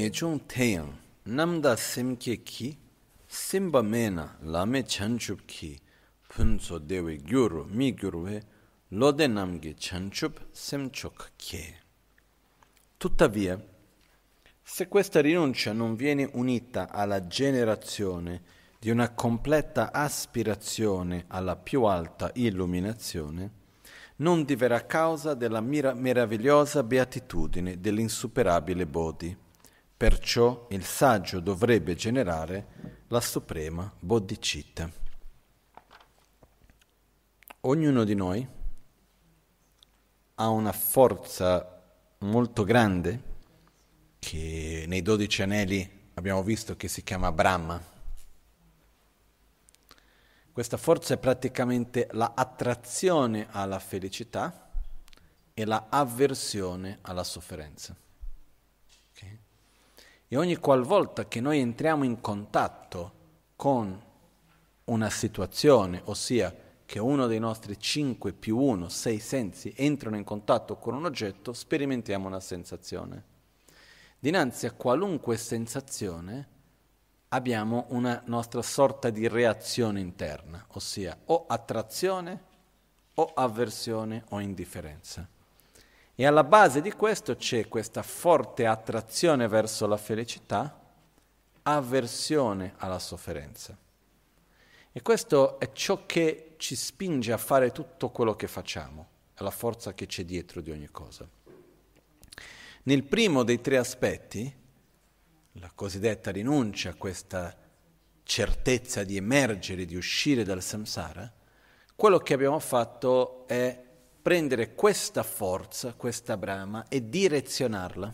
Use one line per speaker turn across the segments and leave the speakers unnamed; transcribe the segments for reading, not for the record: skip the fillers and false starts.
ngechung teyang namda semke ki simba mena lame chanchup ki punso dewe gyuru mi gyurwe lode namge chanchup semchok che. Tuttavia, se questa rinuncia non viene unita alla generazione di una completa aspirazione alla più alta illuminazione, non diverrà causa della meravigliosa beatitudine dell'insuperabile Bodhi. Perciò il saggio dovrebbe generare la suprema bodhicitta. Ognuno di noi ha una forza molto grande che nei 12 anelli abbiamo visto che si chiama Brahma. Questa forza è praticamente la attrazione alla felicità e la avversione alla sofferenza. Okay? E ogni qualvolta che noi entriamo in contatto con una situazione, ossia che uno dei nostri 5 più 1, 6 sensi entrano in contatto con un oggetto, sperimentiamo una sensazione. Dinanzi a qualunque sensazione abbiamo una nostra sorta di reazione interna, ossia o attrazione o avversione o indifferenza. E alla base di questo c'è questa forte attrazione verso la felicità, avversione alla sofferenza. E questo è ciò che ci spinge a fare tutto quello che facciamo, è la forza che c'è dietro di ogni cosa. Nel primo dei 3 aspetti, la cosiddetta rinuncia, questa certezza di emergere, di uscire dal samsara, quello che abbiamo fatto è prendere questa forza, questa brama, e direzionarla.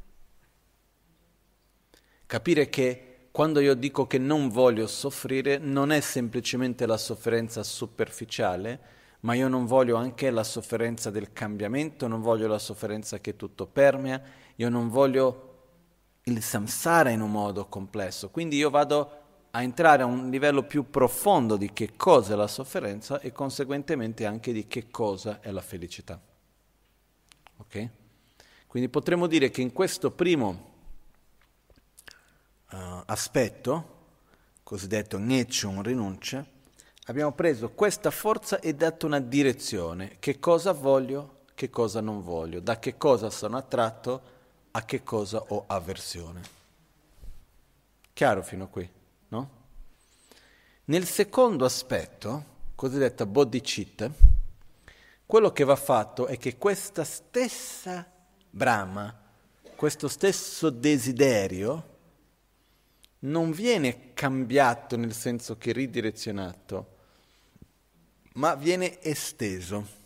Capire che quando io dico che non voglio soffrire, non è semplicemente la sofferenza superficiale, ma io non voglio anche la sofferenza del cambiamento, non voglio la sofferenza che tutto permea, io non voglio il samsara in un modo complesso, quindi io vado a entrare a un livello più profondo di che cosa è la sofferenza e conseguentemente anche di che cosa è la felicità. Ok? Quindi potremmo dire che in questo primo aspetto, cosiddetto ngechung rinuncia, abbiamo preso questa forza e dato una direzione, che cosa voglio, che cosa non voglio, da che cosa sono attratto, a che cosa ho avversione. Chiaro fino a qui, no? Nel secondo aspetto, cosiddetta bodhicitta, quello che va fatto è che questa stessa Brahma, questo stesso desiderio, non viene cambiato nel senso che ridirezionato, ma viene esteso.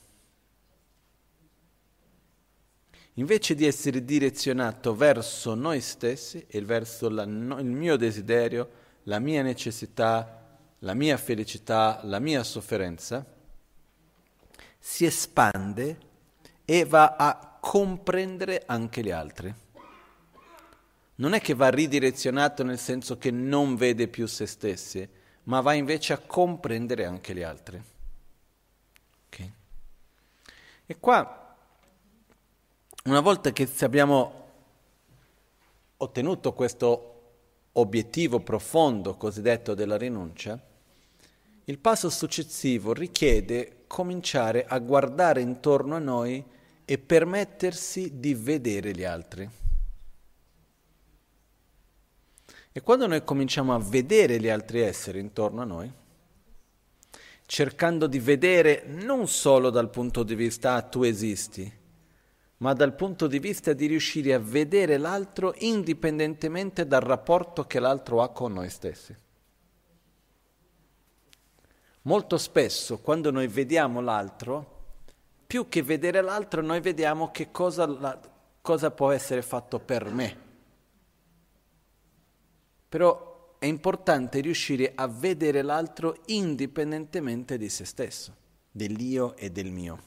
Invece di essere direzionato verso noi stessi e verso il mio desiderio, la mia necessità, la mia felicità, la mia sofferenza, si espande e va a comprendere anche gli altri. Non è che va ridirezionato nel senso che non vede più se stessi, ma va invece a comprendere anche gli altri. Okay? E qua, una volta che abbiamo ottenuto questo obiettivo profondo cosiddetto della rinuncia, il passo successivo richiede cominciare a guardare intorno a noi e permettersi di vedere gli altri. E quando noi cominciamo a vedere gli altri esseri intorno a noi, cercando di vedere non solo dal punto di vista tu esisti, ma dal punto di vista di riuscire a vedere l'altro indipendentemente dal rapporto che l'altro ha con noi stessi. Molto spesso, quando noi vediamo l'altro, più che vedere l'altro, noi vediamo che cosa può essere fatto per me. Però è importante riuscire a vedere l'altro indipendentemente di se stesso, dell'io e del mio.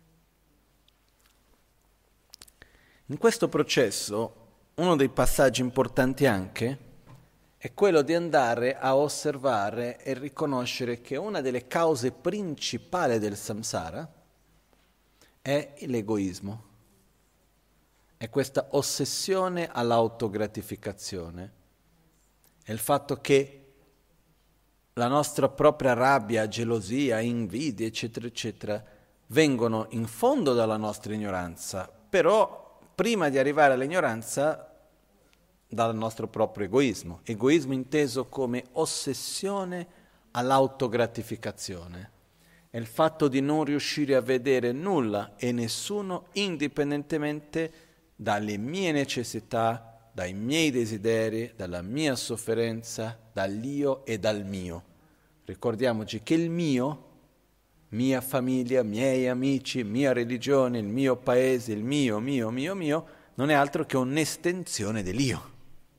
In questo processo, uno dei passaggi importanti anche è quello di andare a osservare e riconoscere che una delle cause principali del samsara è l'egoismo. è questa ossessione all'autogratificazione, è il fatto che la nostra propria rabbia, gelosia, invidia, eccetera, eccetera, vengono in fondo dalla nostra ignoranza, però prima di arrivare all'ignoranza dal nostro proprio egoismo. Egoismo inteso come ossessione all'autogratificazione. È il fatto di non riuscire a vedere nulla e nessuno indipendentemente dalle mie necessità, dai miei desideri, dalla mia sofferenza, dall'io e dal mio. Ricordiamoci che il mio, mia famiglia, miei amici, mia religione, il mio paese, il mio, non è altro che un'estensione dell'io.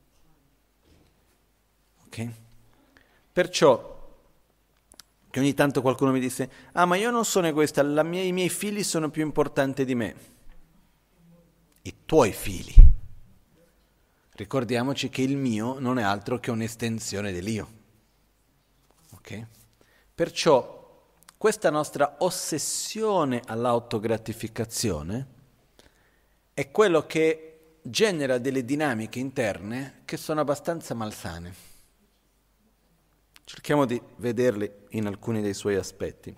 Ok? Perciò, che ogni tanto qualcuno mi disse, ma io non sono egoista, i miei figli sono più importanti di me. I tuoi figli. Ricordiamoci che il mio non è altro che un'estensione dell'io. Ok? Perciò questa nostra ossessione all'autogratificazione è quello che genera delle dinamiche interne che sono abbastanza malsane. Cerchiamo di vederle in alcuni dei suoi aspetti.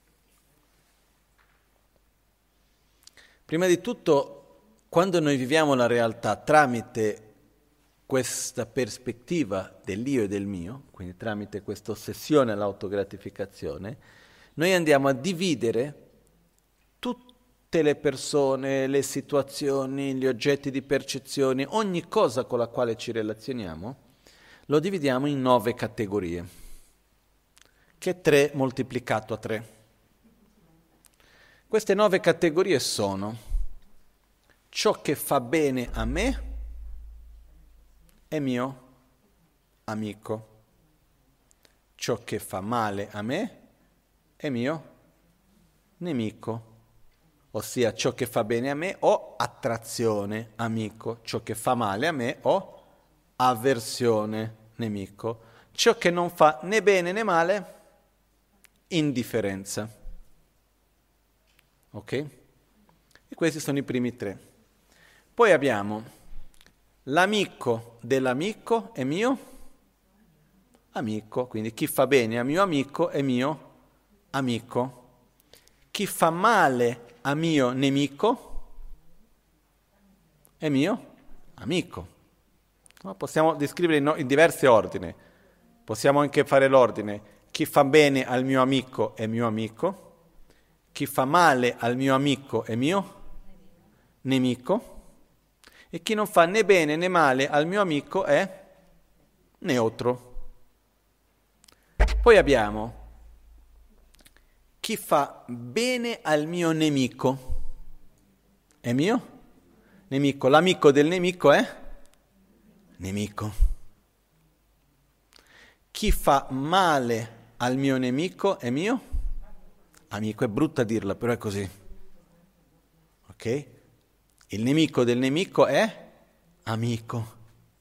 Prima di tutto, quando noi viviamo la realtà tramite questa prospettiva dell'io e del mio, quindi tramite questa ossessione all'autogratificazione, noi andiamo a dividere tutte le persone, le situazioni, gli oggetti di percezione, ogni cosa con la quale ci relazioniamo, lo dividiamo in 9 categorie, che è 3 moltiplicato a 3. Queste 9 categorie sono ciò che fa bene a me è mio amico, ciò che fa male a me è mio nemico, ossia ciò che fa bene a me ho attrazione amico, ciò che fa male a me ho avversione nemico, ciò che non fa né bene né male indifferenza. Ok? E questi sono i primi 3. Poi abbiamo l'amico dell'amico è mio amico, quindi chi fa bene a mio amico è mio amico. Chi fa male a mio nemico è mio amico. No? Possiamo descrivere in diversi ordini. Possiamo anche fare l'ordine. Chi fa bene al mio amico è mio amico. Chi fa male al mio amico è mio nemico. E chi non fa né bene né male al mio amico è neutro. Poi abbiamo chi fa bene al mio nemico è mio nemico. L'amico del nemico è nemico. Chi fa male al mio nemico è mio amico. È brutta dirla, però è così. Ok? Il nemico del nemico è amico.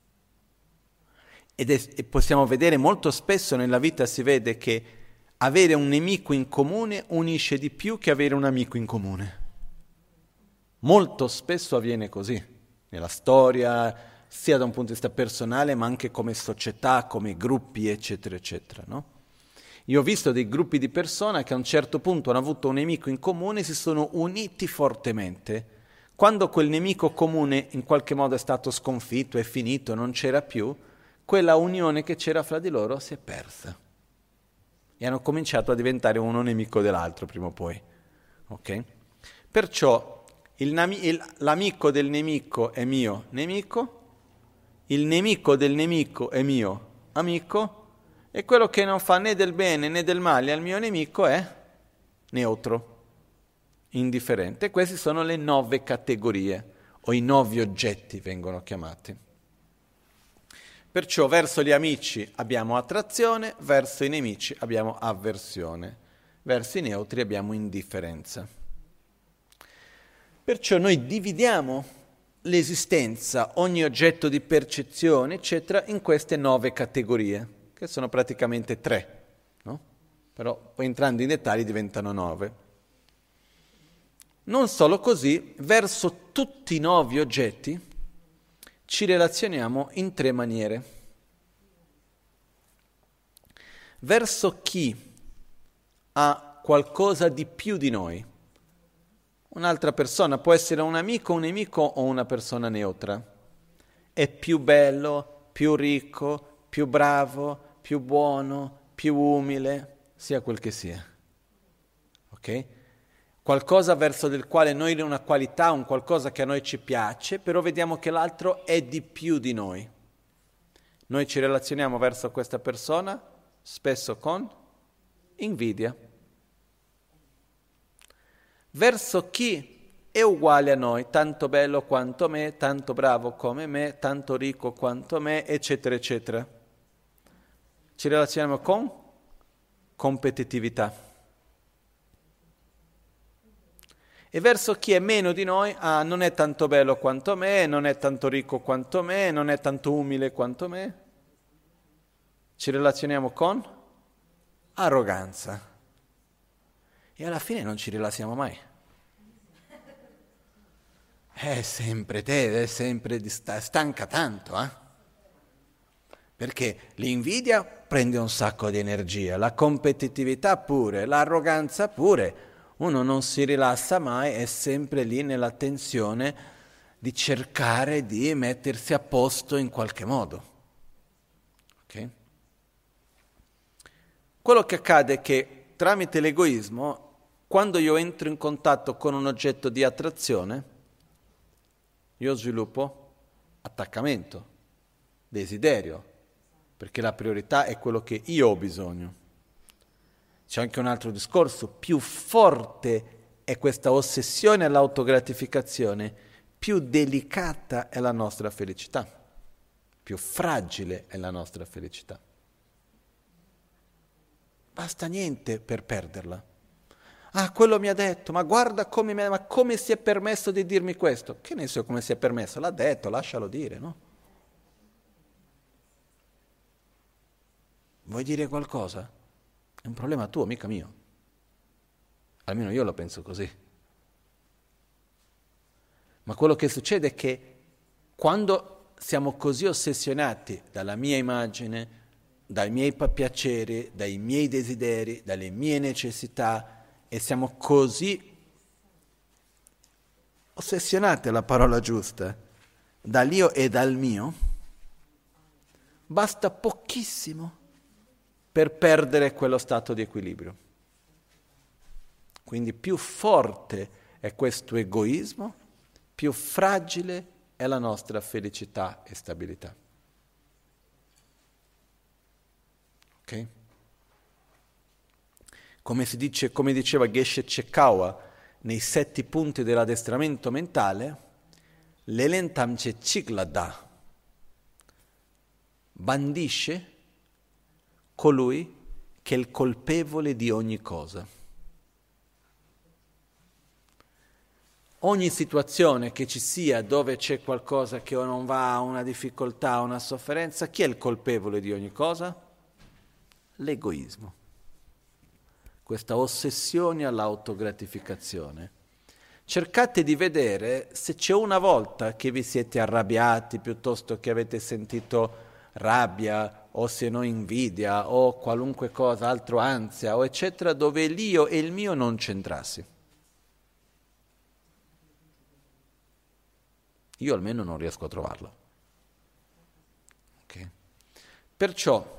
E possiamo vedere molto spesso nella vita, si vede che avere un nemico in comune unisce di più che avere un amico in comune. Molto spesso avviene così, nella storia, sia da un punto di vista personale, ma anche come società, come gruppi, eccetera, eccetera, no? Io ho visto dei gruppi di persone che a un certo punto hanno avuto un nemico in comune e si sono uniti fortemente. Quando quel nemico comune in qualche modo è stato sconfitto, è finito, non c'era più, quella unione che c'era fra di loro si è persa. E hanno cominciato a diventare uno nemico dell'altro prima o poi. Ok? Perciò l'amico del nemico è mio nemico, il nemico del nemico è mio amico, e quello che non fa né del bene né del male al mio nemico è neutro. Indifferente. Queste sono le 9 categorie, o i 9 oggetti vengono chiamati. Perciò verso gli amici abbiamo attrazione, verso i nemici abbiamo avversione, verso i neutri abbiamo indifferenza. Perciò noi dividiamo l'esistenza, ogni oggetto di percezione, eccetera, in queste 9 categorie, che sono praticamente 3, no? Però poi entrando in dettagli diventano 9. Non solo così, verso tutti i nuovi oggetti ci relazioniamo in 3 maniere. Verso chi ha qualcosa di più di noi, un'altra persona, può essere un amico, un nemico o una persona neutra, è più bello, più ricco, più bravo, più buono, più umile, sia quel che sia. Ok? Qualcosa verso del quale noi una qualità, un qualcosa che a noi ci piace, però vediamo che l'altro è di più di noi. Noi ci relazioniamo verso questa persona spesso con invidia. Verso chi è uguale a noi, tanto bello quanto me, tanto bravo come me, tanto ricco quanto me, eccetera, eccetera. Ci relazioniamo con competitività. E verso chi è meno di noi, non è tanto bello quanto me, non è tanto ricco quanto me, non è tanto umile quanto me. Ci relazioniamo con arroganza. E alla fine non ci rilassiamo mai. È sempre te, è sempre stanca tanto, eh? Perché l'invidia prende un sacco di energia, la competitività pure, l'arroganza pure. Uno non si rilassa mai, è sempre lì nella tensione di cercare di mettersi a posto in qualche modo. Ok? Quello che accade è che tramite l'egoismo, quando io entro in contatto con un oggetto di attrazione, io sviluppo attaccamento, desiderio, perché la priorità è quello che io ho bisogno. C'è anche un altro discorso, più forte è questa ossessione all'autogratificazione, più delicata è la nostra felicità, più fragile è la nostra felicità. Basta niente per perderla. Quello mi ha detto, ma guarda ma come si è permesso di dirmi questo? Che ne so come si è permesso? L'ha detto, lascialo dire, no? Vuoi dire qualcosa? È un problema tuo, mica mio. Almeno io lo penso così. Ma quello che succede è che quando siamo così ossessionati dalla mia immagine, dai miei piaceri, dai miei desideri, dalle mie necessità, e siamo così ossessionati, è la parola giusta, dall'io e dal mio, basta pochissimo per perdere quello stato di equilibrio. Quindi più forte è questo egoismo, più fragile è la nostra felicità e stabilità. Ok? Come diceva Geshe Chekawa nei 7 punti dell'addestramento mentale, l'elentamce ciglada bandisce colui che è il colpevole di ogni cosa. Ogni situazione che ci sia dove c'è qualcosa che non va, una difficoltà, una sofferenza, chi è il colpevole di ogni cosa? L'egoismo. Questa ossessione all'autogratificazione. Cercate di vedere se c'è una volta che vi siete arrabbiati piuttosto che avete sentito rabbia o se no invidia o qualunque cosa, altro ansia o eccetera, dove l'io e il mio non c'entrassi. Io almeno non riesco a trovarlo. Okay. Perciò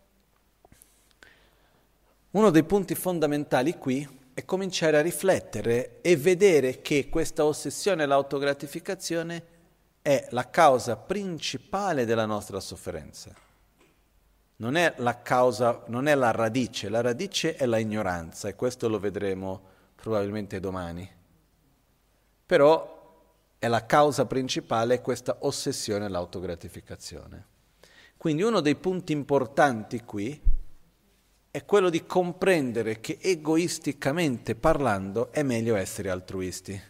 uno dei punti fondamentali qui è cominciare a riflettere e vedere che questa ossessione all'autogratificazione è la causa principale della nostra sofferenza. Non è la causa, non è la radice è la ignoranza e questo lo vedremo probabilmente domani. Però è la causa principale questa ossessione all'autogratificazione. Quindi uno dei punti importanti qui è quello di comprendere che egoisticamente parlando è meglio essere altruisti.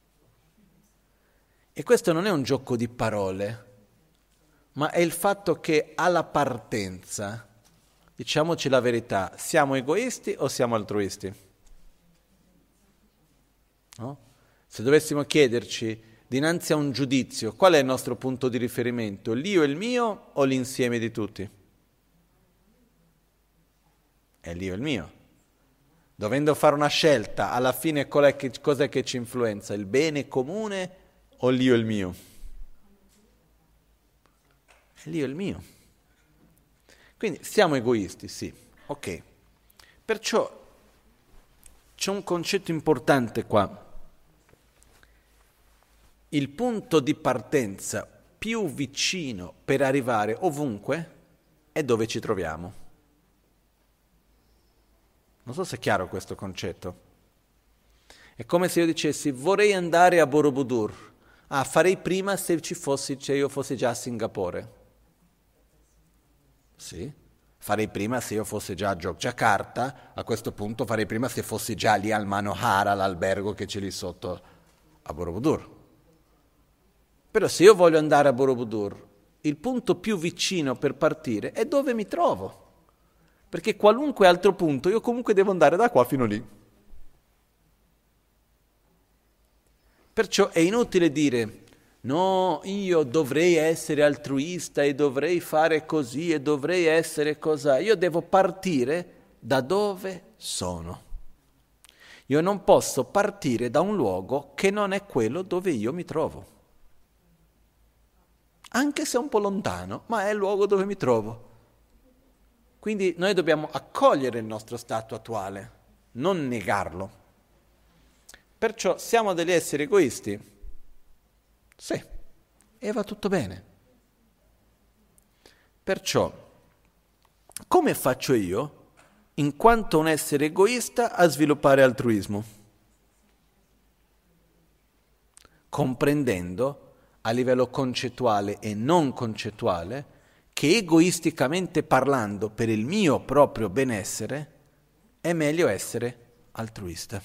E questo non è un gioco di parole, ma è il fatto che alla partenza, diciamoci la verità, siamo egoisti o siamo altruisti? No? Se dovessimo chiederci dinanzi a un giudizio qual è il nostro punto di riferimento, l'io e il mio o l'insieme di tutti? È l'io e il mio. Dovendo fare una scelta, alla fine cos'è che ci influenza? Il bene comune o l'io e il mio? È l'io e il mio. Quindi siamo egoisti, sì, ok. Perciò c'è un concetto importante qua. Il punto di partenza più vicino per arrivare ovunque è dove ci troviamo. Non so se è chiaro questo concetto. È come se io dicessi vorrei andare a Borobudur. Farei prima se io fossi già a Singapore. Sì. Farei prima se io fossi già a Yogyakarta. A questo punto farei prima se fossi già lì al Manohara, l'albergo che c'è lì sotto a Borobudur. Però se io voglio andare a Borobudur, il punto più vicino per partire è dove mi trovo. Perché qualunque altro punto io comunque devo andare da qua fino lì. Perciò è inutile dire no, io dovrei essere altruista e dovrei fare così e dovrei essere così. Io devo partire da dove sono. Io non posso partire da un luogo che non è quello dove io mi trovo. Anche se è un po' lontano, ma è il luogo dove mi trovo. Quindi noi dobbiamo accogliere il nostro stato attuale, non negarlo. Perciò siamo degli esseri egoisti? Sì, e va tutto bene. Perciò, come faccio io, in quanto un essere egoista, a sviluppare altruismo? Comprendendo a livello concettuale e non concettuale che egoisticamente parlando per il mio proprio benessere è meglio essere altruista.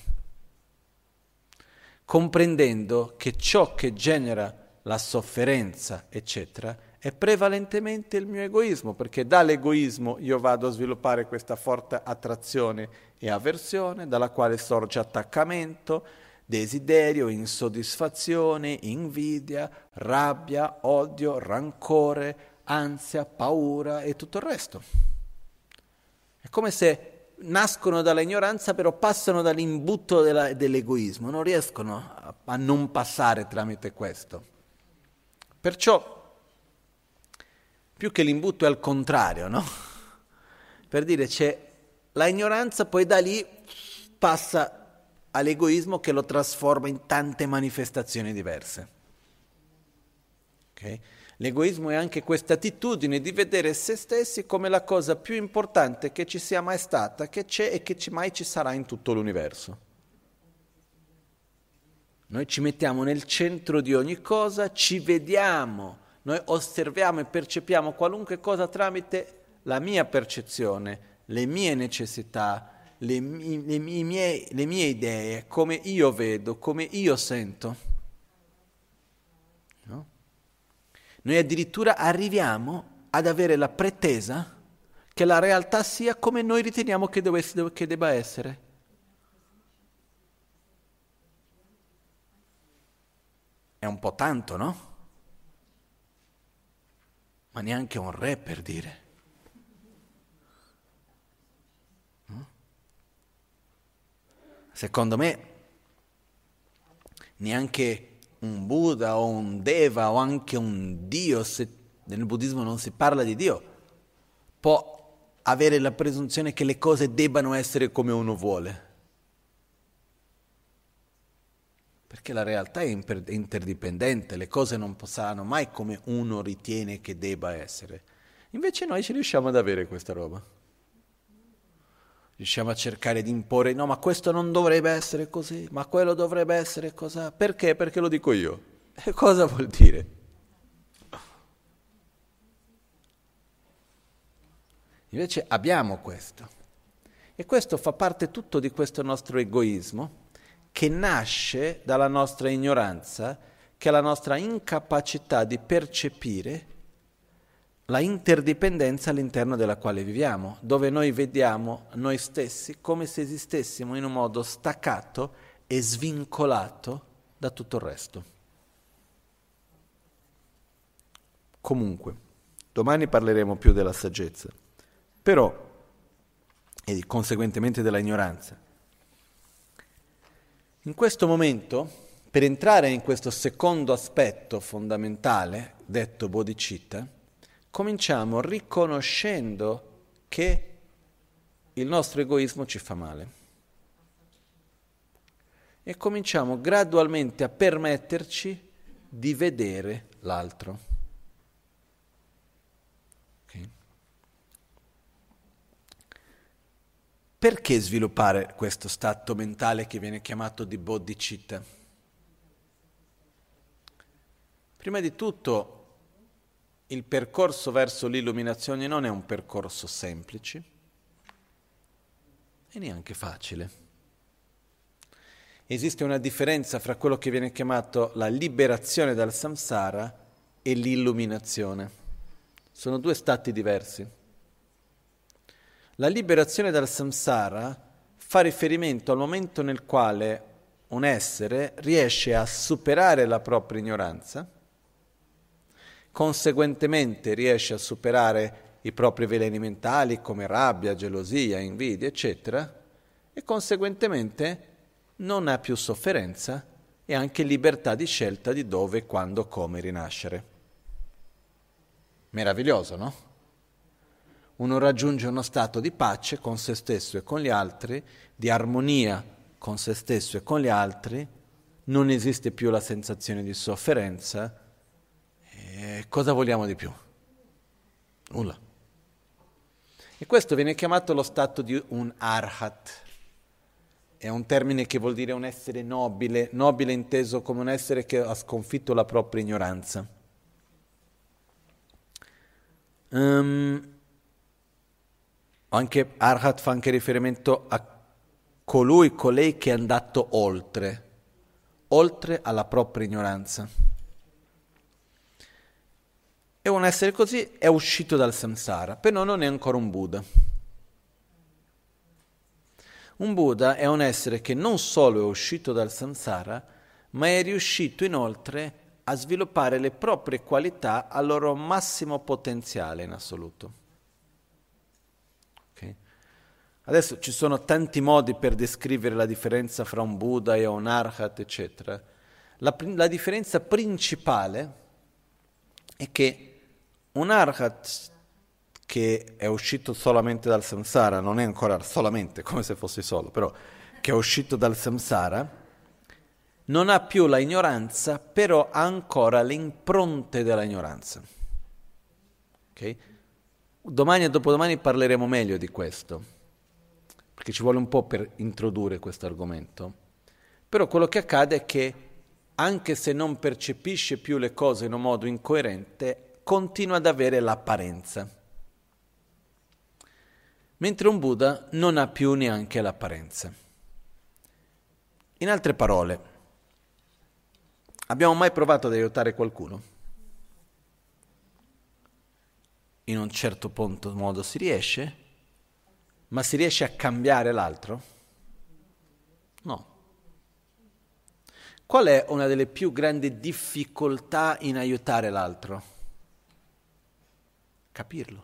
Comprendendo che ciò che genera la sofferenza, eccetera, è prevalentemente il mio egoismo, perché dall'egoismo io vado a sviluppare questa forte attrazione e avversione, dalla quale sorge attaccamento, desiderio, insoddisfazione, invidia, rabbia, odio, rancore, ansia, paura e tutto il resto. È come se nascono dall'ignoranza, però passano dall'imbuto dell'egoismo, non riescono a non passare tramite questo. Perciò, più che l'imbuto è al contrario, no? Per dire, c'è la ignoranza, poi da lì passa all'egoismo che lo trasforma in tante manifestazioni diverse. Okay? L'egoismo è anche questa attitudine di vedere se stessi come la cosa più importante che ci sia mai stata, che c'è e che mai ci sarà in tutto l'universo. Noi ci mettiamo nel centro di ogni cosa, ci vediamo, noi osserviamo e percepiamo qualunque cosa tramite la mia percezione, le mie necessità, le mie idee, come io vedo, come io sento. No? Noi addirittura arriviamo ad avere la pretesa che la realtà sia come noi riteniamo che debba essere. È un po' tanto, no? Ma neanche un re, per dire. Secondo me, neanche un Buddha o un Deva o anche un Dio, se nel buddismo non si parla di Dio, può avere la presunzione che le cose debbano essere come uno vuole. Perché la realtà è interdipendente, le cose non saranno mai come uno ritiene che debba essere. Invece noi ci riusciamo ad avere questa roba. Riusciamo a cercare di imporre, no, ma questo non dovrebbe essere così, ma quello dovrebbe essere così. Perché? Perché lo dico io. E cosa vuol dire? Invece abbiamo questo. E questo fa parte tutto di questo nostro egoismo, che nasce dalla nostra ignoranza, che è la nostra incapacità di percepire la interdipendenza all'interno della quale viviamo, dove noi vediamo noi stessi come se esistessimo in un modo staccato e svincolato da tutto il resto. Comunque, domani parleremo più della saggezza, però, e conseguentemente della ignoranza. In questo momento, per entrare in questo secondo aspetto fondamentale, detto bodhicitta, cominciamo riconoscendo che il nostro egoismo ci fa male. E cominciamo gradualmente a permetterci di vedere l'altro. Okay? Perché sviluppare questo stato mentale che viene chiamato di bodhicitta? Prima di tutto, il percorso verso l'illuminazione non è un percorso semplice e neanche facile. Esiste una differenza fra quello che viene chiamato la liberazione dal samsara e l'illuminazione. Sono due stati diversi. La liberazione dal samsara fa riferimento al momento nel quale un essere riesce a superare la propria ignoranza, conseguentemente riesce a superare i propri veleni mentali come rabbia, gelosia, invidia, eccetera, e conseguentemente non ha più sofferenza e anche libertà di scelta di dove, quando, come rinascere. Meraviglioso, no? Uno raggiunge uno stato di pace con se stesso e con gli altri, di armonia con se stesso e con gli altri, non esiste più la sensazione di sofferenza. E cosa vogliamo di più? Nulla. E questo viene chiamato lo stato di un arhat. È un termine che vuol dire un essere nobile, nobile inteso come un essere che ha sconfitto la propria ignoranza. Anche Arhat fa anche riferimento a colei che è andato oltre alla propria ignoranza. E un essere così è uscito dal samsara, però non è ancora un Buddha. Un Buddha è un essere che non solo è uscito dal samsara, ma è riuscito inoltre a sviluppare le proprie qualità al loro massimo potenziale in assoluto. Okay? Adesso ci sono tanti modi per descrivere la differenza fra un Buddha e un Arhat, eccetera. La differenza principale è che un Arhat che è uscito solamente dal samsara, non è ancora solamente, come se fosse solo, però che è uscito dal samsara, non ha più la ignoranza, però ha ancora le impronte della ignoranza. Okay? Domani e dopodomani parleremo meglio di questo, perché ci vuole un po' per introdurre questo argomento. Però quello che accade è che, anche se non percepisce più le cose in un modo incoerente, continua ad avere l'apparenza. Mentre un Buddha non ha più neanche l'apparenza. In altre parole, abbiamo mai provato ad aiutare qualcuno? In un certo modo si riesce, ma si riesce a cambiare l'altro? No. Qual è una delle più grandi difficoltà in aiutare l'altro? Capirlo.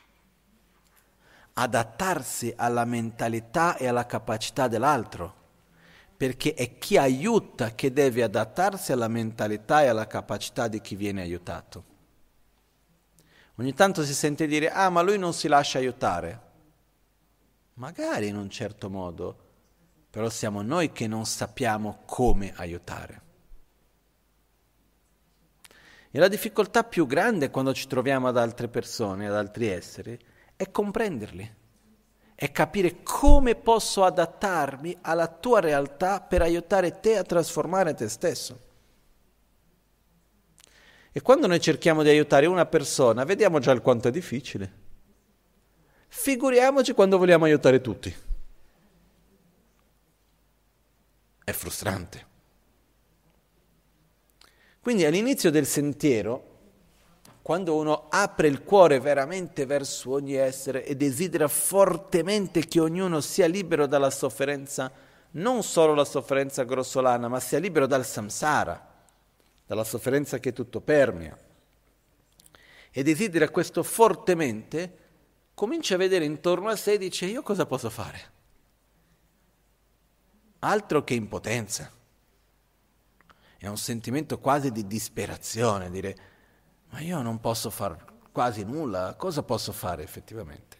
Adattarsi alla mentalità e alla capacità dell'altro, perché è chi aiuta che deve adattarsi alla mentalità e alla capacità di chi viene aiutato. Ogni tanto si sente dire, ma lui non si lascia aiutare. Magari in un certo modo, però siamo noi che non sappiamo come aiutare. E la difficoltà più grande quando ci troviamo ad altre persone, ad altri esseri, è comprenderli, è capire come posso adattarmi alla tua realtà per aiutare te a trasformare te stesso. E quando noi cerchiamo di aiutare una persona, vediamo già il quanto è difficile. Figuriamoci quando vogliamo aiutare tutti. È frustrante. Quindi all'inizio del sentiero, quando uno apre il cuore veramente verso ogni essere e desidera fortemente che ognuno sia libero dalla sofferenza, non solo la sofferenza grossolana, ma sia libero dal samsara, dalla sofferenza che tutto permea, e desidera questo fortemente, comincia a vedere intorno a sé e dice: io cosa posso fare? Altro che impotenza. È un sentimento quasi di disperazione, dire: ma io non posso fare quasi nulla, cosa posso fare effettivamente?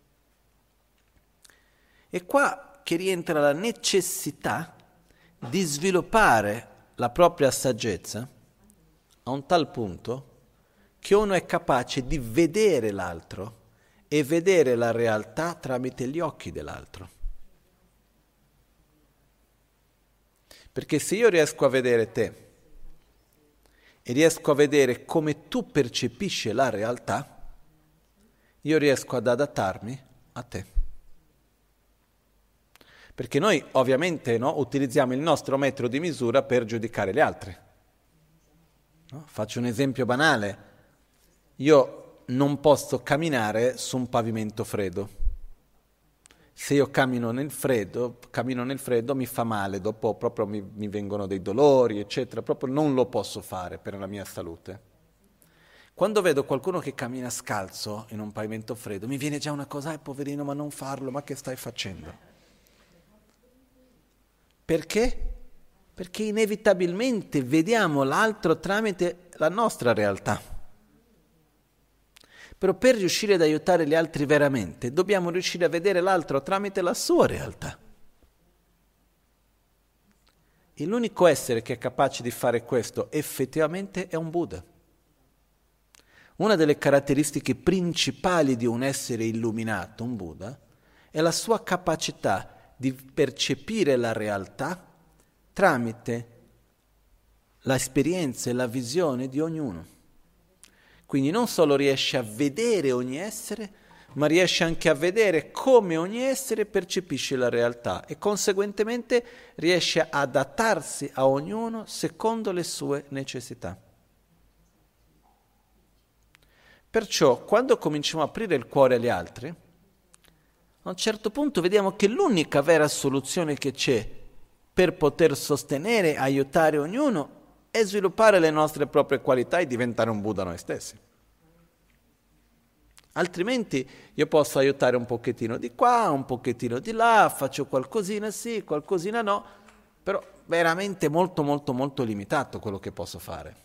E qua che rientra la necessità di sviluppare la propria saggezza a un tal punto che uno è capace di vedere l'altro e vedere la realtà tramite gli occhi dell'altro. Perché se io riesco a vedere te e riesco a vedere come tu percepisci la realtà, io riesco ad adattarmi a te. Perché noi ovviamente utilizziamo il nostro metro di misura per giudicare gli altri. No? Faccio un esempio banale. Io non posso camminare su un pavimento freddo. Se io cammino nel freddo mi fa male, dopo proprio mi vengono dei dolori, eccetera, proprio non lo posso fare per la mia salute. Quando vedo qualcuno che cammina scalzo in un pavimento freddo, mi viene già una cosa: poverino, ma non farlo, ma che stai facendo? Perché? Perché inevitabilmente vediamo l'altro tramite la nostra realtà. Però per riuscire ad aiutare gli altri veramente, dobbiamo riuscire a vedere l'altro tramite la sua realtà. E l'unico essere che è capace di fare questo effettivamente è un Buddha. Una delle caratteristiche principali di un essere illuminato, un Buddha, è la sua capacità di percepire la realtà tramite l'esperienza e la visione di ognuno. Quindi non solo riesce a vedere ogni essere, ma riesce anche a vedere come ogni essere percepisce la realtà e conseguentemente riesce a adattarsi a ognuno secondo le sue necessità. Perciò, quando cominciamo a aprire il cuore agli altri, a un certo punto vediamo che l'unica vera soluzione che c'è per poter sostenere e aiutare ognuno è sviluppare le nostre proprie qualità e diventare un Buddha noi stessi. Altrimenti io posso aiutare un pochettino di qua, un pochettino di là, faccio qualcosina sì, qualcosina no, però veramente molto molto molto limitato quello che posso fare.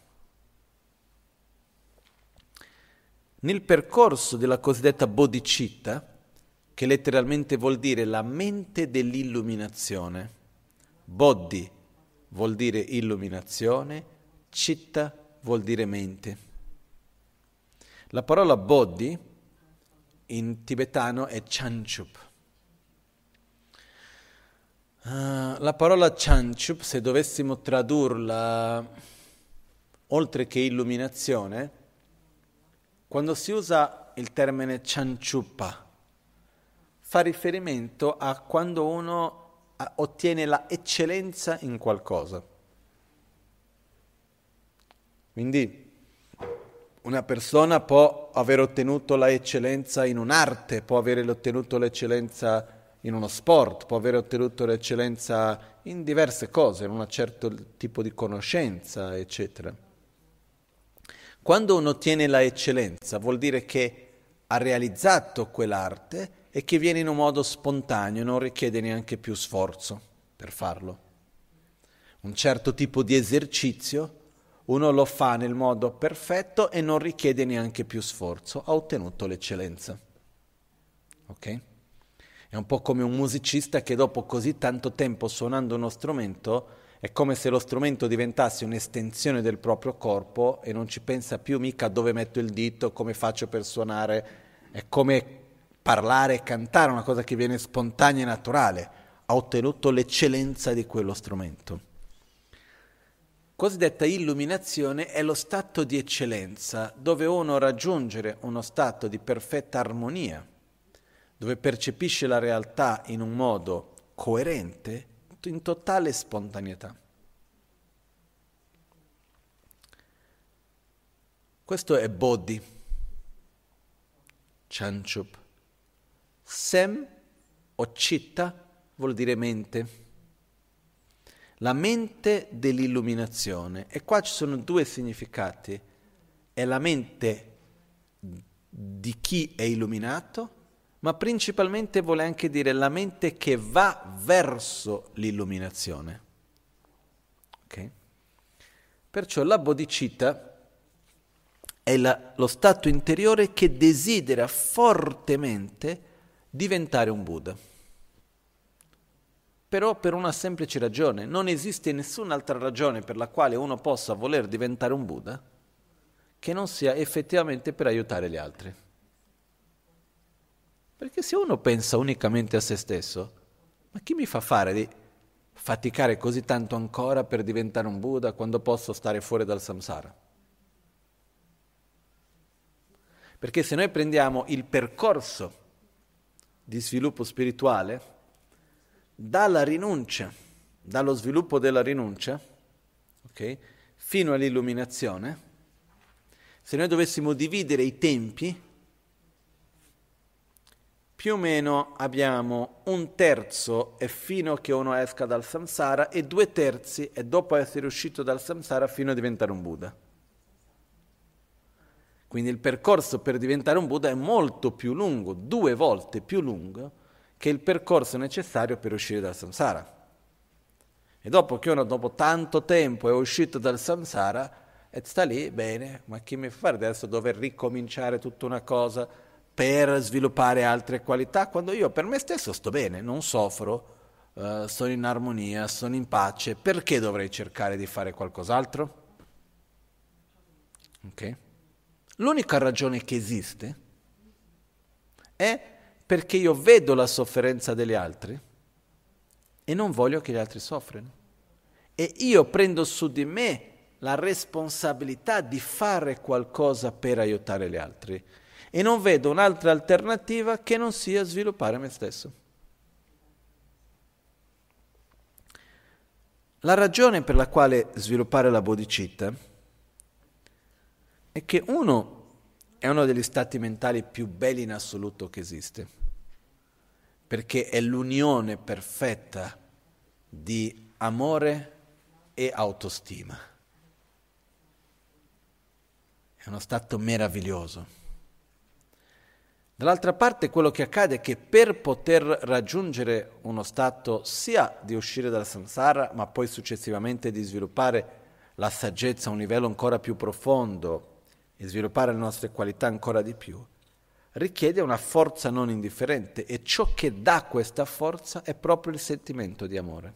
Nel percorso della cosiddetta bodhicitta, che letteralmente vuol dire la mente dell'illuminazione, bodhi vuol dire illuminazione, citta vuol dire mente. La parola bodhi in tibetano è chanchup. La parola chanchup, se dovessimo tradurla oltre che illuminazione, quando si usa il termine chanchupa, fa riferimento a quando uno ottiene la eccellenza in qualcosa. Quindi una persona può aver ottenuto la eccellenza in un'arte, può aver ottenuto l'eccellenza in uno sport, può aver ottenuto l'eccellenza in diverse cose, in un certo tipo di conoscenza, eccetera. Quando uno ottiene la eccellenza vuol dire che ha realizzato quell'arte e che viene in un modo spontaneo, non richiede neanche più sforzo per farlo. Un certo tipo di esercizio uno lo fa nel modo perfetto e non richiede neanche più sforzo, ha ottenuto l'eccellenza. Ok? È un po' come un musicista che dopo così tanto tempo suonando uno strumento è come se lo strumento diventasse un'estensione del proprio corpo e non ci pensa più mica dove metto il dito, come faccio per suonare, è come parlare e cantare, una cosa che viene spontanea e naturale, ha ottenuto l'eccellenza di quello strumento. Cosiddetta illuminazione è lo stato di eccellenza dove uno raggiunge uno stato di perfetta armonia, dove percepisce la realtà in un modo coerente, in totale spontaneità. Questo è Bodhi, Chanchup. Sem o citta vuol dire mente. la mente dell'illuminazione. E qua ci sono due significati. È la mente di chi è illuminato, ma principalmente vuole anche dire la mente che va verso l'illuminazione. Okay? Perciò la bodhicitta è lo stato interiore che desidera fortemente diventare un Buddha. Però per una semplice ragione, non esiste nessun'altra ragione per la quale uno possa voler diventare un Buddha che non sia effettivamente per aiutare gli altri. Perché se uno pensa unicamente a se stesso, ma chi mi fa fare di faticare così tanto ancora per diventare un Buddha quando posso stare fuori dal samsara? Perché se noi prendiamo il percorso di sviluppo spirituale, dalla rinuncia, dallo sviluppo della rinuncia, okay, fino all'illuminazione, se noi dovessimo dividere i tempi, più o meno abbiamo 1/3 è fino a che uno esca dal samsara e 2/3 è dopo essere uscito dal samsara fino a diventare un Buddha. Quindi il percorso per diventare un Buddha è molto più lungo, 2 volte più lungo che il percorso necessario per uscire dal samsara. E dopo che uno dopo tanto tempo è uscito dal samsara e sta lì, bene, ma chi mi fa fare adesso dover ricominciare tutta una cosa per sviluppare altre qualità, quando io per me stesso sto bene, non soffro, sono in armonia, sono in pace, perché dovrei cercare di fare qualcos'altro? Ok? L'unica ragione che esiste è perché io vedo la sofferenza degli altri e non voglio che gli altri soffrano. E io prendo su di me la responsabilità di fare qualcosa per aiutare gli altri. E non vedo un'altra alternativa che non sia sviluppare me stesso. La ragione per la quale sviluppare la bodhicitta è che è uno degli stati mentali più belli in assoluto che esiste, perché è l'unione perfetta di amore e autostima. È uno stato meraviglioso. Dall'altra parte quello che accade è che per poter raggiungere uno stato sia di uscire dal samsara, ma poi successivamente di sviluppare la saggezza a un livello ancora più profondo e sviluppare le nostre qualità ancora di più, richiede una forza non indifferente e ciò che dà questa forza è proprio il sentimento di amore.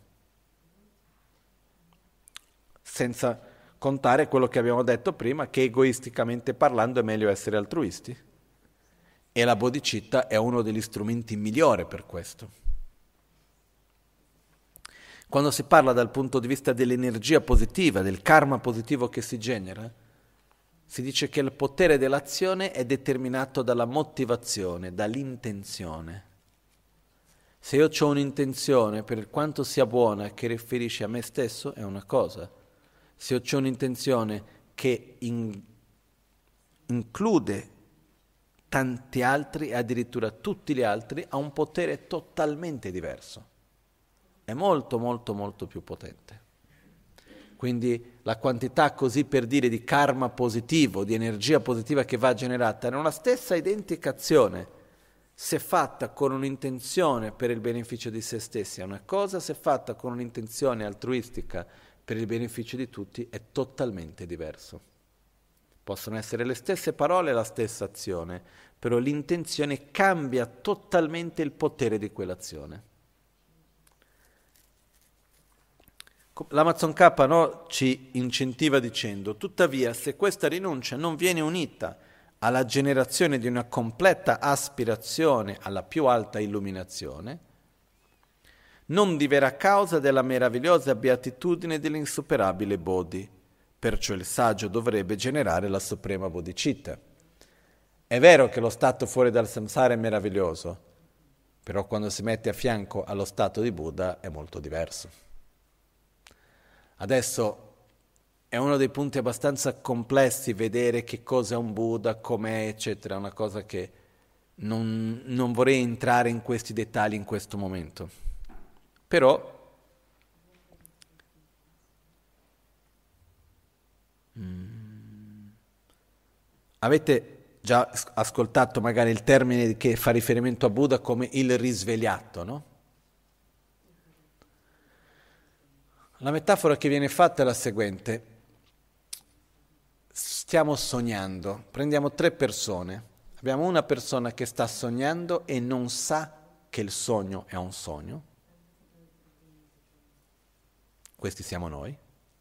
Senza contare quello che abbiamo detto prima, che egoisticamente parlando è meglio essere altruisti. E la bodhicitta è uno degli strumenti migliori per questo. Quando si parla dal punto di vista dell'energia positiva, del karma positivo che si genera, si dice che il potere dell'azione è determinato dalla motivazione, dall'intenzione. Se io ho un'intenzione, per quanto sia buona, che riferisce a me stesso, è una cosa. Se io ho un'intenzione che include tanti altri e addirittura tutti gli altri, ha un potere totalmente diverso. È molto, molto, molto più potente. Quindi la quantità, così per dire, di karma positivo, di energia positiva che va generata è una stessa identica azione. Se fatta con un'intenzione per il beneficio di se stessi è una cosa, se fatta con un'intenzione altruistica per il beneficio di tutti è totalmente diverso. Possono essere le stesse parole e la stessa azione, però l'intenzione cambia totalmente il potere di quell'azione. L'Amazon K ci incentiva dicendo: tuttavia, se questa rinuncia non viene unita alla generazione di una completa aspirazione alla più alta illuminazione, non diverrà causa della meravigliosa beatitudine dell'insuperabile Bodhi. Perciò il saggio dovrebbe generare la suprema bodhicitta. È vero che lo stato fuori dal samsara è meraviglioso, però quando si mette a fianco allo stato di Buddha è molto diverso. Adesso è uno dei punti abbastanza complessi vedere che cosa è un Buddha, com'è, eccetera, è una cosa che non vorrei entrare in questi dettagli in questo momento. Però Avete già ascoltato magari il termine che fa riferimento a Buddha come il risvegliato, no? La metafora che viene fatta è la seguente. Stiamo sognando, prendiamo 3 persone. Abbiamo una persona che sta sognando e non sa che il sogno è un sogno. Questi siamo noi.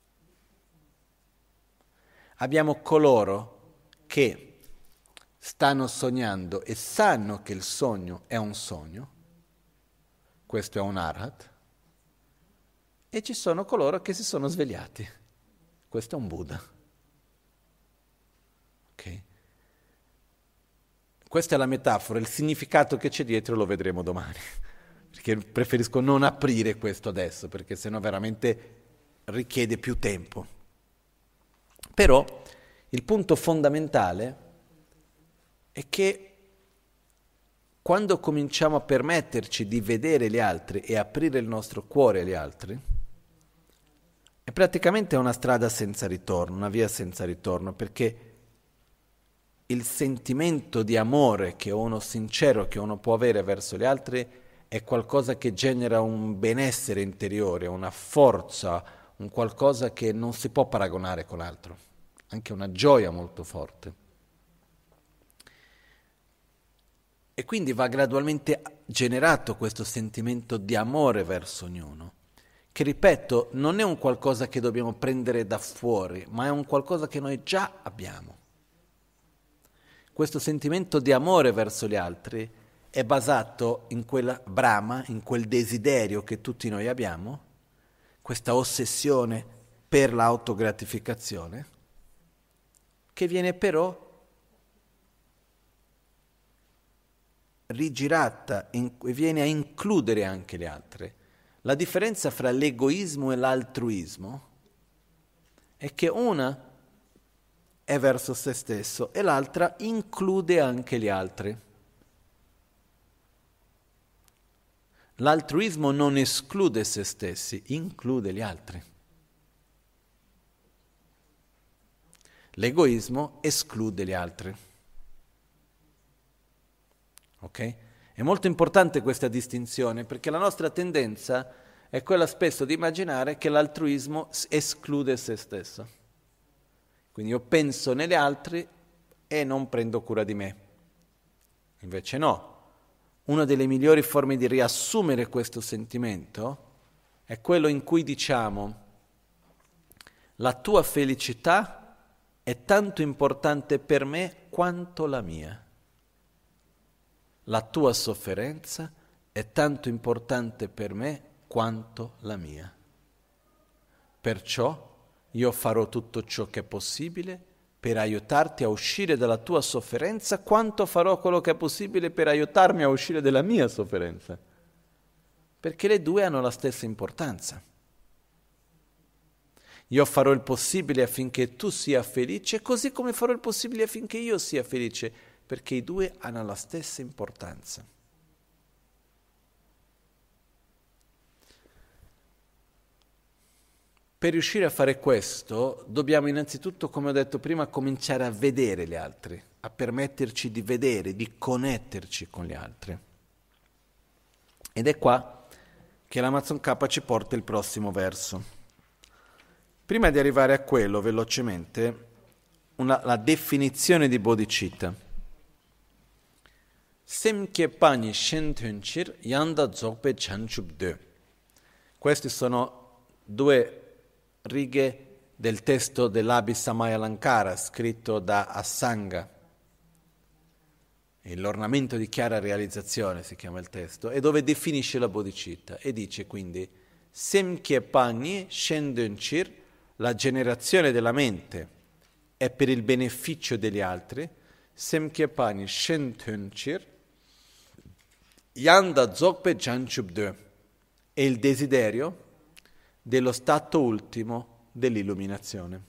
Abbiamo coloro che stanno sognando e sanno che il sogno è un sogno. Questo è un arhat. E ci sono coloro che si sono svegliati. Questo è un Buddha. Ok? Questa è la metafora, il significato che c'è dietro lo vedremo domani. Perché preferisco non aprire questo adesso, perché sennò veramente richiede più tempo. Però il punto fondamentale è che quando cominciamo a permetterci di vedere gli altri e aprire il nostro cuore agli altri, è praticamente una strada senza ritorno, una via senza ritorno, perché il sentimento di amore che uno sincero che uno può avere verso gli altri è qualcosa che genera un benessere interiore, una forza, un qualcosa che non si può paragonare con altro, anche una gioia molto forte. E quindi va gradualmente generato questo sentimento di amore verso ognuno, che ripeto, non è un qualcosa che dobbiamo prendere da fuori, ma è un qualcosa che noi già abbiamo. Questo sentimento di amore verso gli altri è basato in quella brama, in quel desiderio che tutti noi abbiamo, questa ossessione per l'autogratificazione, che viene però rigirata e viene a includere anche gli altri. La differenza fra l'egoismo e l'altruismo è che una è verso se stesso e l'altra include anche gli altri. L'altruismo non esclude se stessi, include gli altri. L'egoismo esclude gli altri. Ok? È molto importante questa distinzione perché la nostra tendenza è quella spesso di immaginare che l'altruismo esclude se stesso. Quindi io penso negli altri e non prendo cura di me. Invece no. Una delle migliori forme di riassumere questo sentimento è quello in cui diciamo la tua felicità è tanto importante per me quanto la mia. La tua sofferenza è tanto importante per me quanto la mia. Perciò io farò tutto ciò che è possibile per aiutarti a uscire dalla tua sofferenza quanto farò quello che è possibile per aiutarmi a uscire dalla mia sofferenza. Perché le due hanno la stessa importanza. Io farò il possibile affinché tu sia felice, così come farò il possibile affinché io sia felice, perché i due hanno la stessa importanza. Per riuscire a fare questo, dobbiamo innanzitutto, come ho detto prima, cominciare a vedere gli altri, a permetterci di vedere, di connetterci con gli altri. Ed è qua che l'Amazon K ci porta il prossimo verso. Prima di arrivare a quello, velocemente, la definizione di bodhicitta. Semkye pani shentunchir yanda dzogpe chanchubde. Questi sono 2 righe del testo dell'Abhisamaya-Lankara scritto da Asanga. L'ornamento di chiara realizzazione si chiama il testo, e dove definisce la bodhicitta e dice quindi Semkye pani shentunchir, la generazione della mente è per il beneficio degli altri, Semkye pani shentunchir yanda dzogpe chanchubde, è il desiderio dello stato ultimo dell'illuminazione.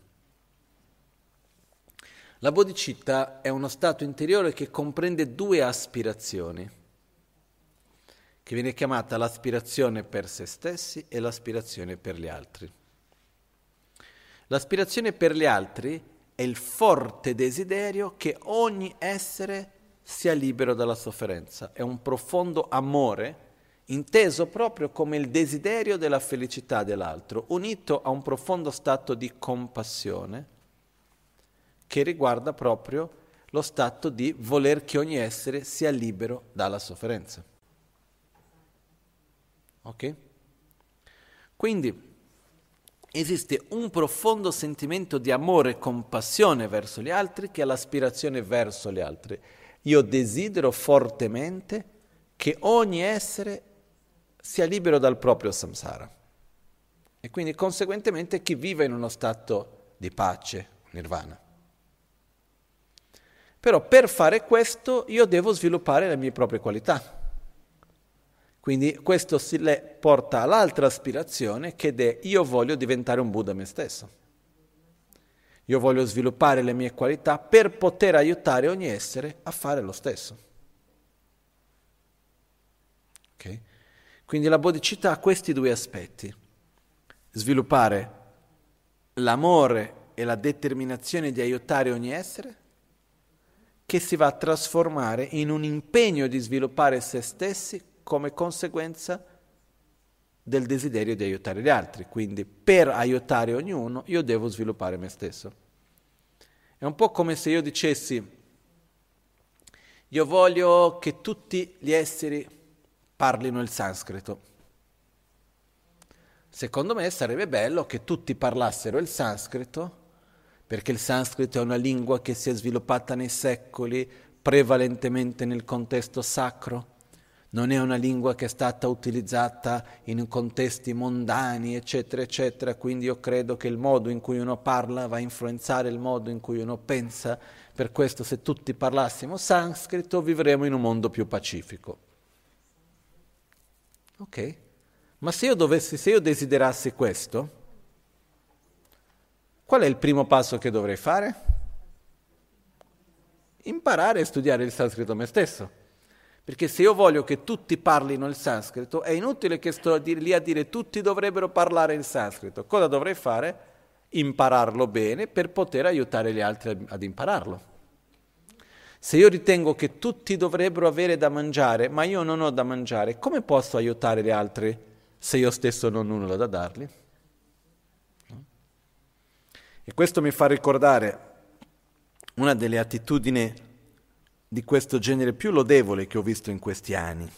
La bodhicitta è uno stato interiore che comprende 2 aspirazioni, che viene chiamata l'aspirazione per se stessi e l'aspirazione per gli altri. L'aspirazione per gli altri è il forte desiderio che ogni essere sia libero dalla sofferenza. È un profondo amore, inteso proprio come il desiderio della felicità dell'altro, unito a un profondo stato di compassione che riguarda proprio lo stato di voler che ogni essere sia libero dalla sofferenza. Ok? Quindi esiste un profondo sentimento di amore e compassione verso gli altri che è l'aspirazione verso gli altri. Io desidero fortemente che ogni essere sia libero dal proprio samsara e quindi conseguentemente chi vive in uno stato di pace, nirvana. Però per fare questo io devo sviluppare le mie proprie qualità. Quindi questo si porta all'altra aspirazione che è io voglio diventare un Buddha me stesso. Io voglio sviluppare le mie qualità per poter aiutare ogni essere a fare lo stesso. Okay? Quindi la bodhicitta ha questi due aspetti. Sviluppare l'amore e la determinazione di aiutare ogni essere, che si va a trasformare in un impegno di sviluppare se stessi come conseguenza del desiderio di aiutare gli altri. Quindi per aiutare ognuno io devo sviluppare me stesso. È un po' come se io dicessi: io voglio che tutti gli esseri parlino il sanscrito. Secondo me sarebbe bello che tutti parlassero il sanscrito, perché il sanscrito è una lingua che si è sviluppata nei secoli, prevalentemente nel contesto sacro. Non è una lingua che è stata utilizzata in contesti mondani, eccetera, eccetera, quindi io credo che il modo in cui uno parla va a influenzare il modo in cui uno pensa, per questo se tutti parlassimo sanscrito vivremo in un mondo più pacifico. Ok? Ma se io desiderassi questo, qual è il primo passo che dovrei fare? Imparare a studiare il sanscrito me stesso. Perché se io voglio che tutti parlino il sanscrito, è inutile che sto lì a dire tutti dovrebbero parlare il sanscrito. Cosa dovrei fare? Impararlo bene per poter aiutare gli altri ad impararlo. Se io ritengo che tutti dovrebbero avere da mangiare, ma io non ho da mangiare, come posso aiutare gli altri se io stesso non ho nulla da dargli? E questo mi fa ricordare una delle attitudini di questo genere più lodevole che ho visto in questi anni.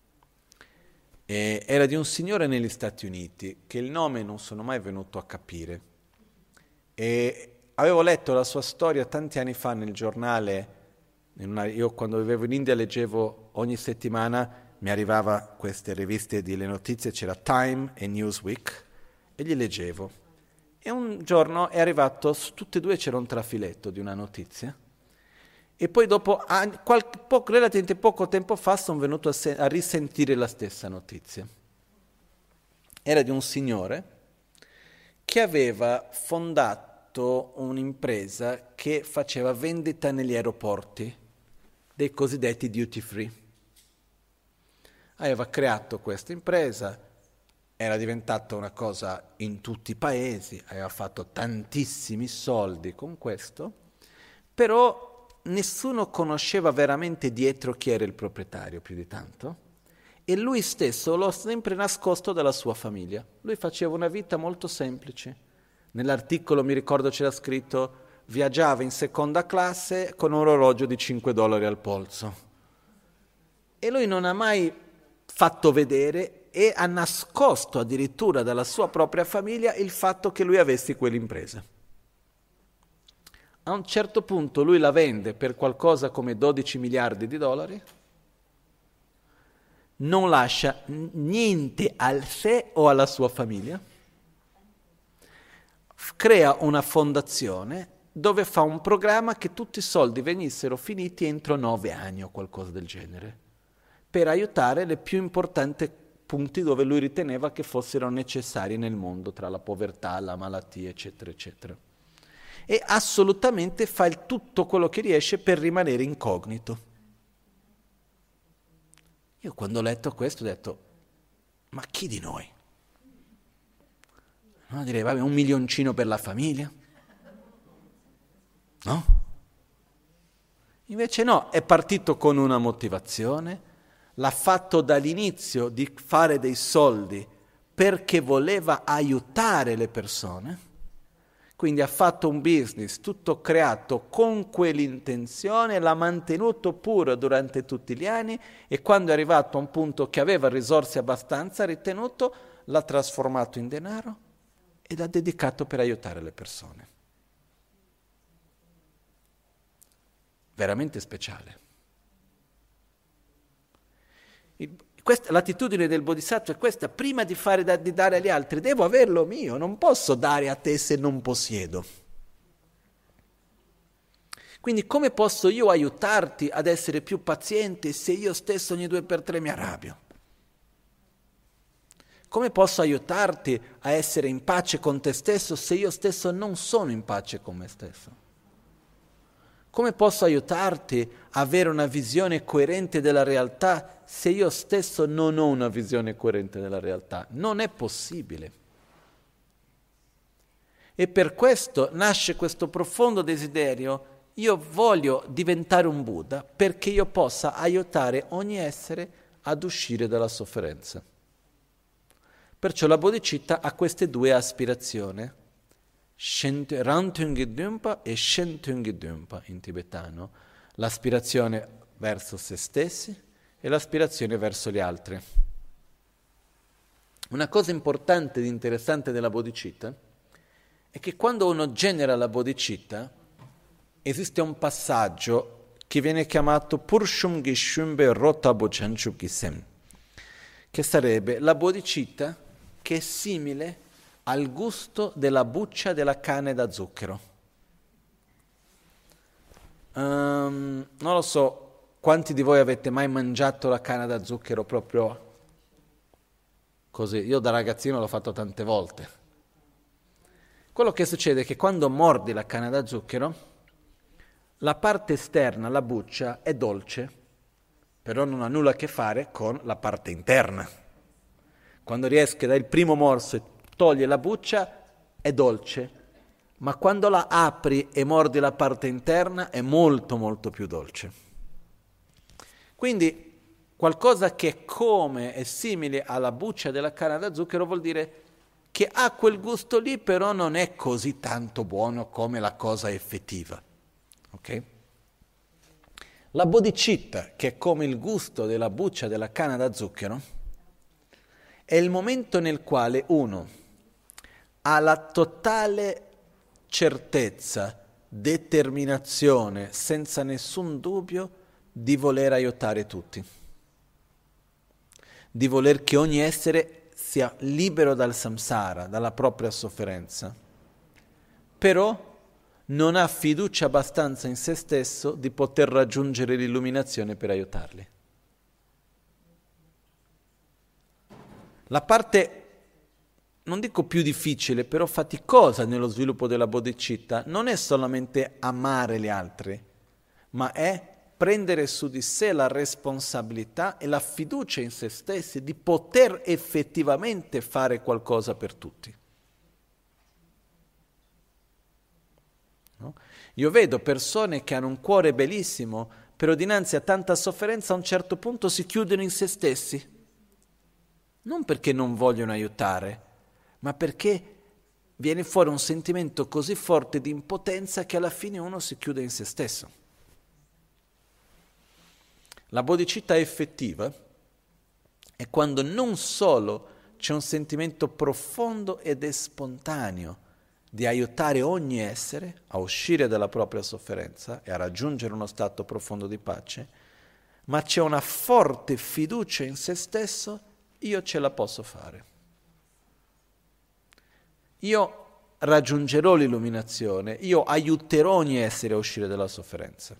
Era di un signore negli Stati Uniti, che il nome non sono mai venuto a capire. E avevo letto la sua storia tanti anni fa nel giornale. Io quando vivevo in India leggevo ogni settimana, mi arrivava queste riviste delle notizie, c'era Time e Newsweek, e li leggevo. E un giorno è arrivato, su tutte e due c'era un trafiletto di una notizia, e poi dopo, relativamente poco tempo fa, sono venuto a risentire la stessa notizia. Era di un signore che aveva fondato un'impresa che faceva vendita negli aeroporti dei cosiddetti duty free. Aveva creato questa impresa, era diventata una cosa in tutti i paesi, aveva fatto tantissimi soldi con questo, però nessuno conosceva veramente dietro chi era il proprietario più di tanto, e lui stesso l'ha sempre nascosto dalla sua famiglia. Lui faceva una vita molto semplice. Nell'articolo, mi ricordo, c'era scritto: viaggiava in seconda classe con un orologio di $5 al polso. E lui non ha mai fatto vedere e ha nascosto addirittura dalla sua propria famiglia il fatto che lui avesse quell'impresa. A un certo punto lui la vende per qualcosa come $12 miliardi, non lascia niente al sé o alla sua famiglia, crea una fondazione dove fa un programma che tutti i soldi venissero finiti entro 9 anni o qualcosa del genere, per aiutare le più importanti punti dove lui riteneva che fossero necessari nel mondo, tra la povertà, la malattia, eccetera, eccetera. E assolutamente fa tutto quello che riesce per rimanere incognito. Io quando ho letto questo ho detto: ma chi di noi? No? Direi, vabbè, 1 milioncino per la famiglia. No? Invece no, è partito con una motivazione, l'ha fatto dall'inizio di fare dei soldi perché voleva aiutare le persone, quindi ha fatto un business tutto creato con quell'intenzione, l'ha mantenuto puro durante tutti gli anni e quando è arrivato a un punto che aveva risorse abbastanza, ha ritenuto, l'ha trasformato in denaro e l'ha dedicato per aiutare le persone. Veramente speciale. L'attitudine del Bodhisattva è questa: prima di dare agli altri devo averlo mio, non posso dare a te se non possiedo. Quindi come posso io aiutarti ad essere più paziente se io stesso ogni 2x3 mi arrabbio? Come posso aiutarti a essere in pace con te stesso se io stesso non sono in pace con me stesso? Come posso aiutarti a avere una visione coerente della realtà se io stesso non ho una visione coerente della realtà? Non è possibile. E per questo nasce questo profondo desiderio: io voglio diventare un Buddha perché io possa aiutare ogni essere ad uscire dalla sofferenza. Perciò la bodhicitta ha queste due aspirazioni. Rantungi-dumpa e Shentungi-dumpa in tibetano, l'aspirazione verso se stessi e l'aspirazione verso gli altri. Una cosa importante ed interessante della bodhicitta è che quando uno genera la bodhicitta esiste un passaggio che viene chiamato Purshum Gishumbe Rotabo Chanchu Kisem, che sarebbe la bodhicitta che è simile al gusto della buccia della canna da zucchero. Non lo so, quanti di voi avete mai mangiato la canna da zucchero proprio così? Io da ragazzino l'ho fatto tante volte. Quello che succede è che quando mordi la canna da zucchero, la parte esterna, la buccia, è dolce, però non ha nulla a che fare con la parte interna. Quando riesci dal primo morso e toglie la buccia, è dolce, ma quando la apri e mordi la parte interna è molto molto più dolce. Quindi qualcosa che è simile alla buccia della canna da zucchero vuol dire che ha quel gusto lì, però non è così tanto buono come la cosa effettiva. Ok? La bodhicitta, che è come il gusto della buccia della canna da zucchero, è il momento nel quale uno ha la totale certezza, determinazione, senza nessun dubbio, di voler aiutare tutti, di voler che ogni essere sia libero dal samsara, dalla propria sofferenza, però non ha fiducia abbastanza in se stesso di poter raggiungere l'illuminazione per aiutarli. La parte, non dico più difficile, però faticosa nello sviluppo della bodhicitta non è solamente amare gli altri, ma è prendere su di sé la responsabilità e la fiducia in se stessi di poter effettivamente fare qualcosa per tutti. No? Io vedo persone che hanno un cuore bellissimo, però dinanzi a tanta sofferenza a un certo punto si chiudono in se stessi. Non perché non vogliono aiutare, ma perché viene fuori un sentimento così forte di impotenza che alla fine uno si chiude in se stesso. La bodhicitta effettiva è quando non solo c'è un sentimento profondo ed spontaneo di aiutare ogni essere a uscire dalla propria sofferenza e a raggiungere uno stato profondo di pace, ma c'è una forte fiducia in se stesso: io ce la posso fare. Io raggiungerò l'illuminazione, io aiuterò ogni essere a uscire dalla sofferenza.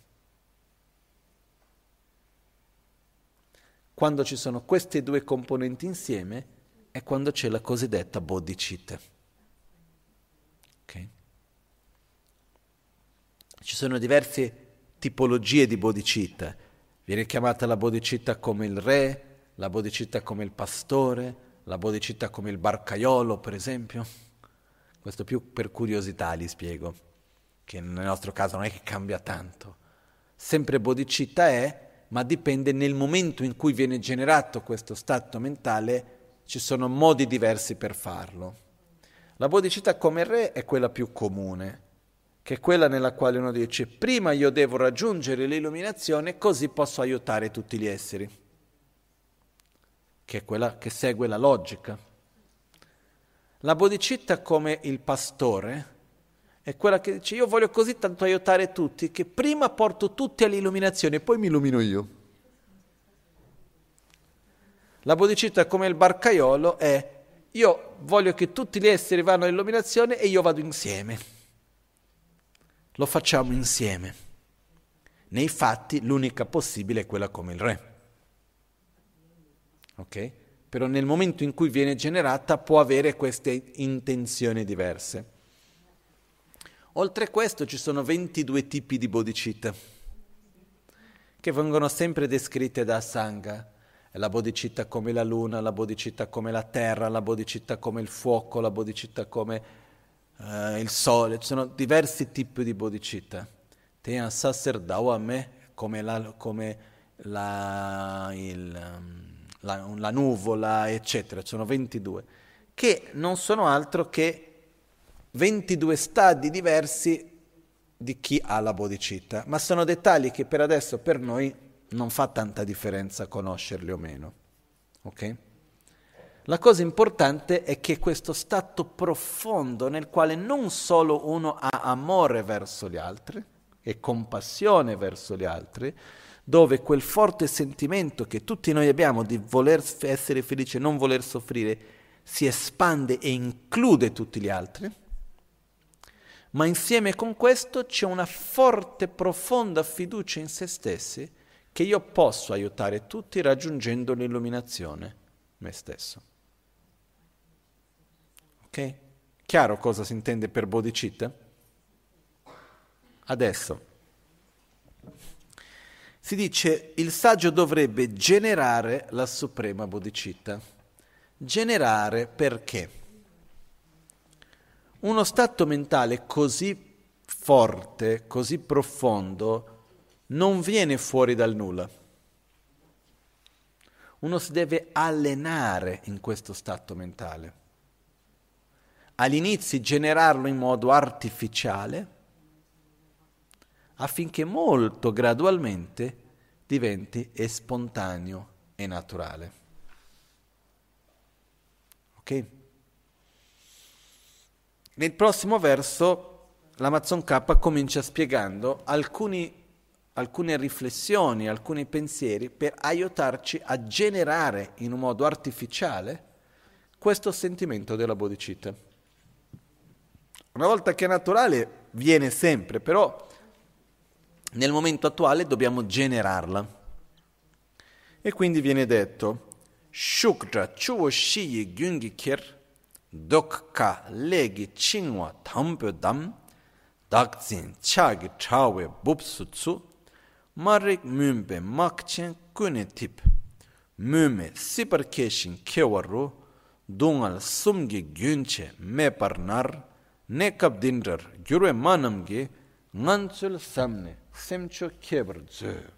Quando ci sono queste due componenti insieme è quando c'è la cosiddetta bodhicitta. Okay? Ci sono diverse tipologie di bodhicitta. Viene chiamata la bodhicitta come il re, la bodhicitta come il pastore, la bodhicitta come il barcaiolo, per esempio. Questo più per curiosità li spiego, che nel nostro caso non è che cambia tanto. Sempre bodhicitta è, ma dipende nel momento in cui viene generato questo stato mentale, ci sono modi diversi per farlo. La bodhicitta come re è quella più comune, che è quella nella quale uno dice prima io devo raggiungere l'illuminazione così posso aiutare tutti gli esseri, che è quella che segue la logica. La bodhicitta come il pastore è quella che dice io voglio così tanto aiutare tutti che prima porto tutti all'illuminazione e poi mi illumino io. La bodhicitta come il barcaiolo è io voglio che tutti gli esseri vadano all'illuminazione e io vado insieme. Lo facciamo insieme. Nei fatti l'unica possibile è quella come il re. Ok? Però nel momento in cui viene generata può avere queste intenzioni diverse. Oltre a questo ci sono 22 tipi di bodhicitta che vengono sempre descritte da Sangha. La bodhicitta come la luna, la bodhicitta come la terra, la bodhicitta come il fuoco, la bodhicitta come il sole. Ci sono diversi tipi di bodhicitta. Tena Saserdawame come la nuvola, eccetera. Ci sono 22, che non sono altro che 22 stadi diversi di chi ha la bodhicitta, ma sono dettagli che per adesso per noi non fa tanta differenza conoscerli o meno. Ok? La cosa importante è che questo stato profondo nel quale non solo uno ha amore verso gli altri e compassione verso gli altri, dove quel forte sentimento che tutti noi abbiamo di voler essere felici e non voler soffrire si espande e include tutti gli altri, ma insieme con questo c'è una forte, profonda fiducia in se stessi che io posso aiutare tutti raggiungendo l'illuminazione, me stesso. Ok? Chiaro cosa si intende per bodhicitta? Adesso si dice il saggio dovrebbe generare la suprema bodhicitta. Generare perché? Uno stato mentale così forte, così profondo, non viene fuori dal nulla. Uno si deve allenare in questo stato mentale. All'inizio generarlo in modo artificiale, affinché molto gradualmente diventi spontaneo e naturale. Ok? Nel prossimo verso l'Amazon K comincia spiegando alcune riflessioni, alcuni pensieri per aiutarci a generare in un modo artificiale questo sentimento della bodhicitta. Una volta che è naturale viene sempre, però nel momento attuale dobbiamo generarla. E quindi viene detto Shukra chuo shiyi gyungi kir dokka legi chingwa thambyo dam dakzin chagi chawe bupsutsu marik mumbe makchen kune tip mume siparkeshin kewaru dungal sumgi gyunche me parnar nekab dindrar gyurwe manamgi ngansul samne semcho kebrzu.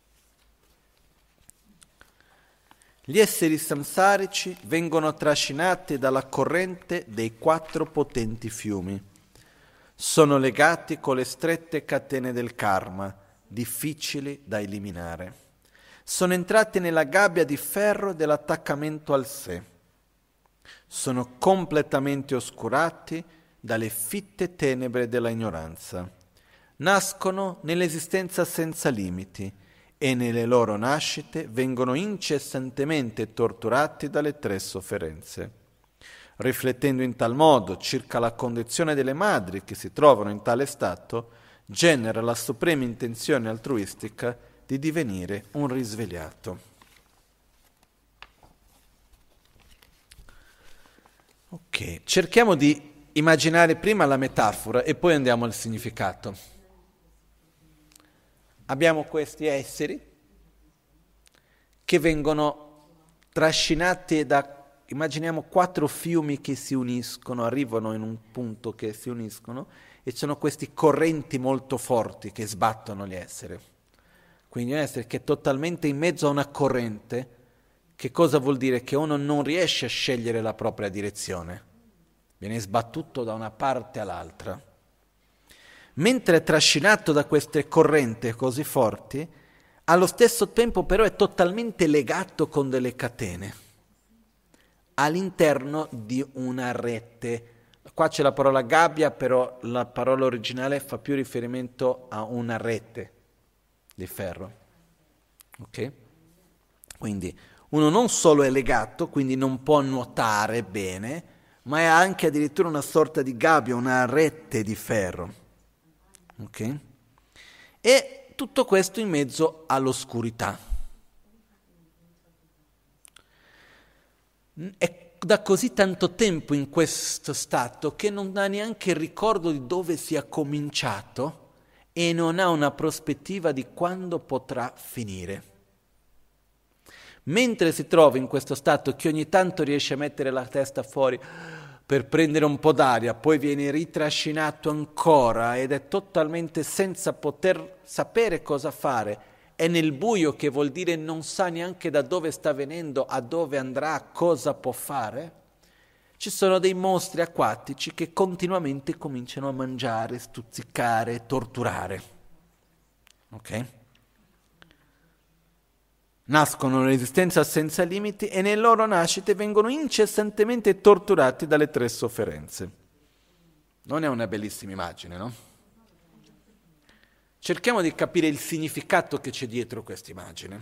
Gli esseri samsarici vengono trascinati dalla corrente dei 4 potenti fiumi. Sono legati con le strette catene del karma, difficili da eliminare. Sono entrati nella gabbia di ferro dell'attaccamento al sé. Sono completamente oscurati dalle fitte tenebre della ignoranza. Nascono nell'esistenza senza limiti e nelle loro nascite vengono incessantemente torturati dalle 3 sofferenze. Riflettendo in tal modo circa la condizione delle madri che si trovano in tale stato, genera la suprema intenzione altruistica di divenire un risvegliato. Ok, cerchiamo di immaginare prima la metafora e poi andiamo al significato. Abbiamo questi esseri che vengono trascinati da immaginiamo 4 fiumi che si uniscono, arrivano in un punto che si uniscono e ci sono questi correnti molto forti che sbattono gli esseri. Quindi un essere che è totalmente in mezzo a una corrente, che cosa vuol dire? Che uno non riesce a scegliere la propria direzione, viene sbattuto da una parte all'altra. Mentre è trascinato da queste correnti così forti, allo stesso tempo però è totalmente legato con delle catene all'interno di una rete. Qua c'è la parola gabbia, però la parola originale fa più riferimento a una rete di ferro. Ok? Quindi uno non solo è legato, quindi non può nuotare bene, ma è anche addirittura una sorta di gabbia, una rete di ferro. Ok? E tutto questo in mezzo all'oscurità. È da così tanto tempo in questo stato che non ha neanche il ricordo di dove sia cominciato e non ha una prospettiva di quando potrà finire. Mentre si trova in questo stato che ogni tanto riesce a mettere la testa fuori per prendere un po' d'aria, poi viene ritrascinato ancora ed è totalmente senza poter sapere cosa fare, è nel buio, che vuol dire non sa neanche da dove sta venendo, a dove andrà, cosa può fare. Ci sono dei mostri acquatici che continuamente cominciano a mangiare, stuzzicare, torturare. Ok? Nascono nell'esistenza senza limiti e nelle loro nascite vengono incessantemente torturati dalle 3 sofferenze. Non è una bellissima immagine, no? Cerchiamo di capire il significato che c'è dietro questa immagine.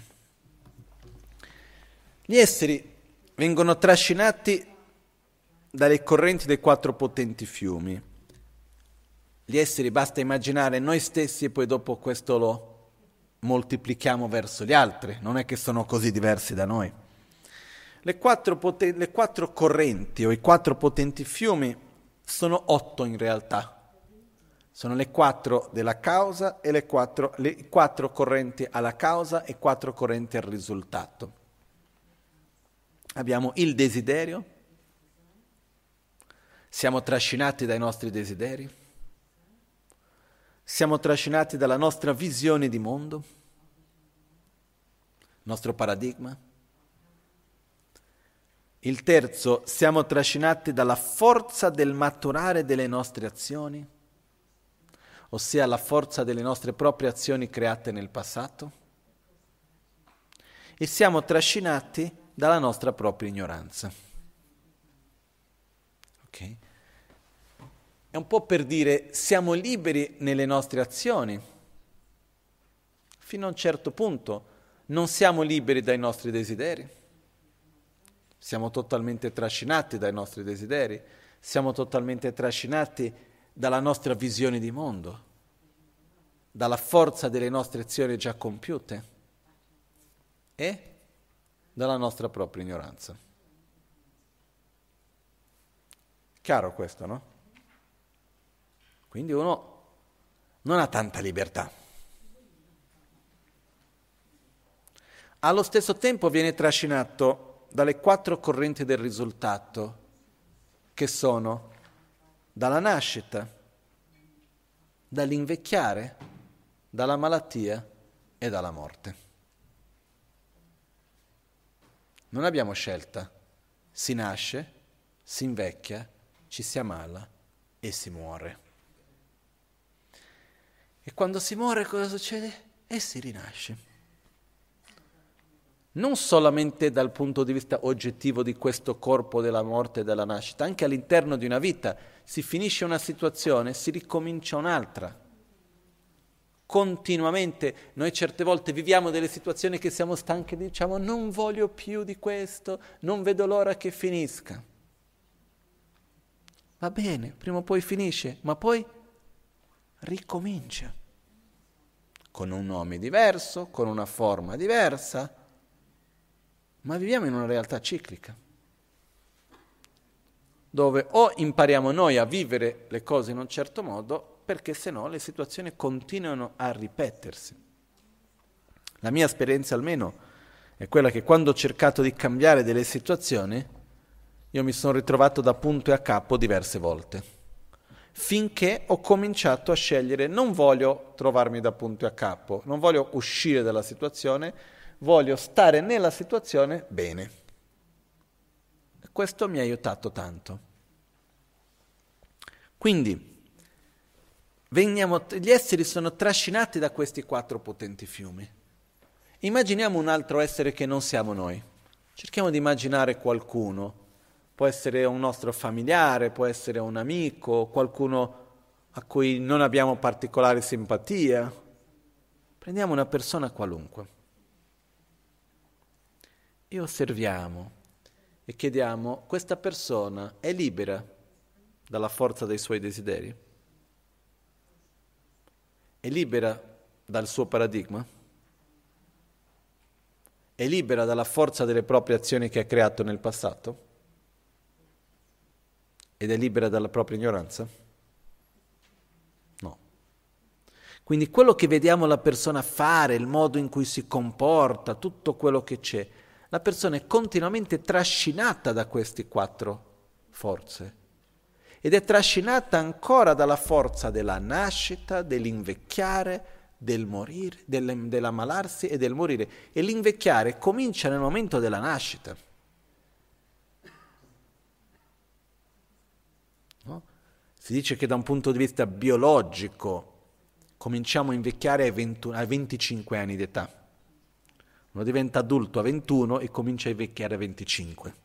Gli esseri vengono trascinati dalle correnti dei 4 potenti fiumi. Gli esseri, basta immaginare noi stessi e poi dopo questo lo moltiplichiamo verso gli altri, non è che sono così diversi da noi. Le 4 correnti o i 4 potenti fiumi sono 8 in realtà. Sono le 4 della causa e le 4 correnti alla causa e 4 correnti al risultato. Abbiamo il desiderio, siamo trascinati dai nostri desideri, siamo trascinati dalla nostra visione di mondo, nostro paradigma. Il terzo, siamo trascinati dalla forza del maturare delle nostre azioni, ossia la forza delle nostre proprie azioni create nel passato, e siamo trascinati dalla nostra propria ignoranza. Ok? È un po' per dire, siamo liberi nelle nostre azioni, fino a un certo punto. Non siamo liberi dai nostri desideri, siamo totalmente trascinati dai nostri desideri, siamo totalmente trascinati dalla nostra visione di mondo, dalla forza delle nostre azioni già compiute e dalla nostra propria ignoranza. Chiaro questo, no? Quindi uno non ha tanta libertà. Allo stesso tempo viene trascinato dalle 4 correnti del risultato, che sono dalla nascita, dall'invecchiare, dalla malattia e dalla morte. Non abbiamo scelta. Si nasce, si invecchia, ci si ammala e si muore. E quando si muore cosa succede? E si rinasce. Non solamente dal punto di vista oggettivo di questo corpo della morte e della nascita, anche all'interno di una vita si finisce una situazione, si ricomincia un'altra. Continuamente noi certe volte viviamo delle situazioni che siamo stanchi e diciamo non voglio più di questo, non vedo l'ora che finisca. Va bene, prima o poi finisce, ma poi ricomincia. Con un nome diverso, con una forma diversa. Ma viviamo in una realtà ciclica, dove o impariamo noi a vivere le cose in un certo modo, perché se no le situazioni continuano a ripetersi. La mia esperienza almeno è quella che quando ho cercato di cambiare delle situazioni, io mi sono ritrovato da punto e a capo diverse volte, finché ho cominciato a scegliere: non voglio trovarmi da punto e a capo, non voglio uscire dalla situazione, voglio stare nella situazione bene. E questo mi ha aiutato tanto. Quindi, gli esseri sono trascinati da questi 4 potenti fiumi. Immaginiamo un altro essere che non siamo noi. Cerchiamo di immaginare qualcuno. Può essere un nostro familiare, può essere un amico, qualcuno a cui non abbiamo particolare simpatia. Prendiamo una persona qualunque e osserviamo e chiediamo: questa persona è libera dalla forza dei suoi desideri? È libera dal suo paradigma? È libera dalla forza delle proprie azioni che ha creato nel passato? Ed è libera dalla propria ignoranza? No. Quindi quello che vediamo la persona fare, il modo in cui si comporta, tutto quello che c'è, la persona è continuamente trascinata da queste 4 forze. Ed è trascinata ancora dalla forza della nascita, dell'invecchiare, del morire, dell'ammalarsi e del morire. E l'invecchiare comincia nel momento della nascita. No? Si dice che da un punto di vista biologico cominciamo a invecchiare ai 25 anni di età. Uno diventa adulto a 21 e comincia a invecchiare a 25.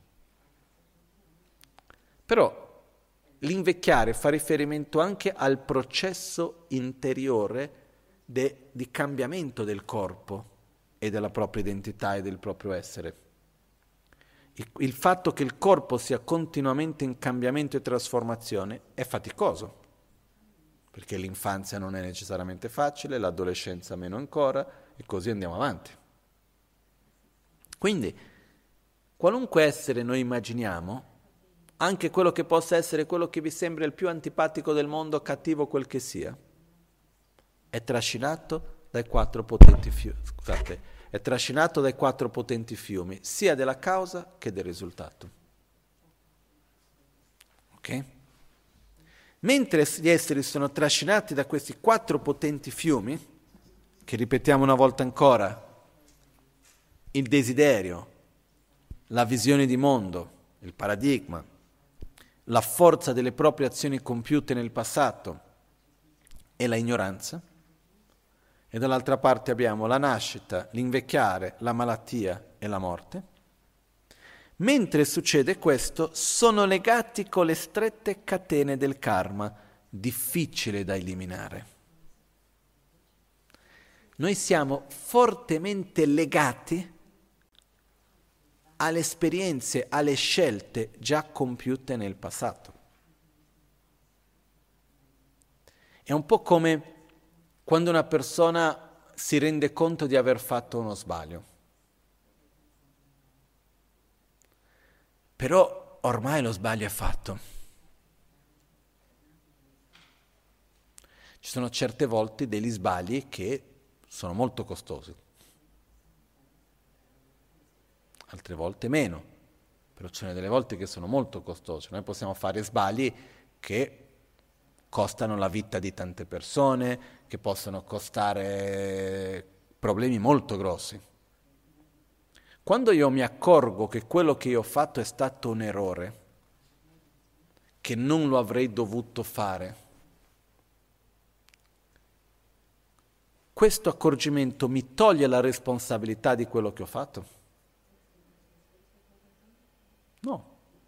Però l'invecchiare fa riferimento anche al processo interiore di cambiamento del corpo e della propria identità e del proprio essere. Il fatto che il corpo sia continuamente in cambiamento e trasformazione è faticoso, perché l'infanzia non è necessariamente facile, l'adolescenza meno ancora, e così andiamo avanti. Quindi, qualunque essere noi immaginiamo, anche quello che possa essere quello che vi sembra il più antipatico del mondo, cattivo quel che sia, è trascinato dai 4 potenti fiumi. È trascinato dai 4 potenti fiumi, sia della causa che del risultato. Ok? Mentre gli esseri sono trascinati da questi 4 potenti fiumi, che ripetiamo una volta ancora: il desiderio, la visione di mondo, il paradigma, la forza delle proprie azioni compiute nel passato e la ignoranza, e dall'altra parte abbiamo la nascita, l'invecchiare, la malattia e la morte. Mentre succede questo, sono legati con le strette catene del karma, difficile da eliminare. Noi siamo fortemente legati alle esperienze, alle scelte già compiute nel passato. È un po' come quando una persona si rende conto di aver fatto uno sbaglio. Però ormai lo sbaglio è fatto. Ci sono certe volte degli sbagli che sono molto costosi. Altre volte meno, però ce ne delle volte che sono molto costose. Noi possiamo fare sbagli che costano la vita di tante persone, che possono costare problemi molto grossi. Quando io mi accorgo che quello che io ho fatto è stato un errore, che non lo avrei dovuto fare, questo accorgimento mi toglie la responsabilità di quello che ho fatto? No.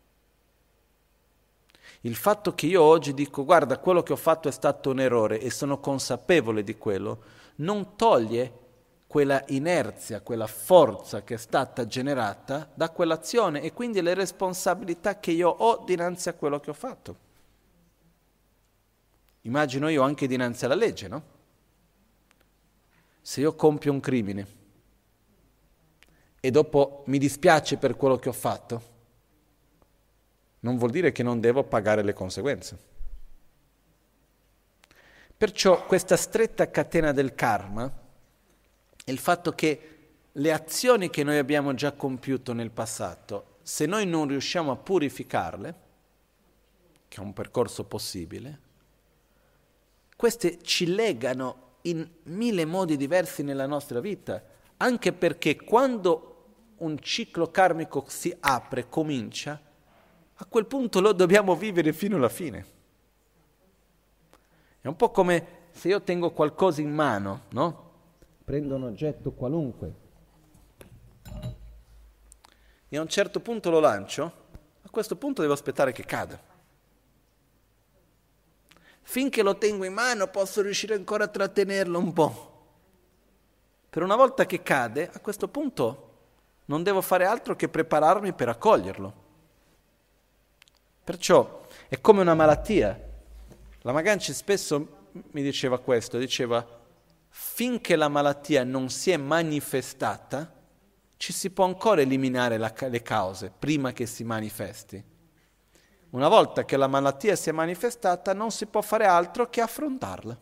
Il fatto che io oggi dico: guarda, quello che ho fatto è stato un errore e sono consapevole di quello, non toglie quella inerzia, quella forza che è stata generata da quell'azione e quindi le responsabilità che io ho dinanzi a quello che ho fatto. Immagino io anche dinanzi alla legge, no? Se io compio un crimine e dopo mi dispiace per quello che ho fatto, non vuol dire che non devo pagare le conseguenze. Perciò questa stretta catena del karma è il fatto che le azioni che noi abbiamo già compiuto nel passato se noi non riusciamo a purificarle, che è un percorso possibile, queste ci legano in 1000 modi diversi nella nostra vita, anche perché quando un ciclo karmico si apre, comincia, a quel punto lo dobbiamo vivere fino alla fine. È un po' come se io tengo qualcosa in mano, no? Prendo un oggetto qualunque e a un certo punto lo lancio, a questo punto devo aspettare che cada. Finché lo tengo in mano posso riuscire ancora a trattenerlo un po'. Per una volta che cade, a questo punto non devo fare altro che prepararmi per accoglierlo. Perciò è come una malattia. La Maganci spesso mi diceva questo, diceva: finché la malattia non si è manifestata, ci si può ancora eliminare le cause prima che si manifesti. Una volta che la malattia si è manifestata, non si può fare altro che affrontarla.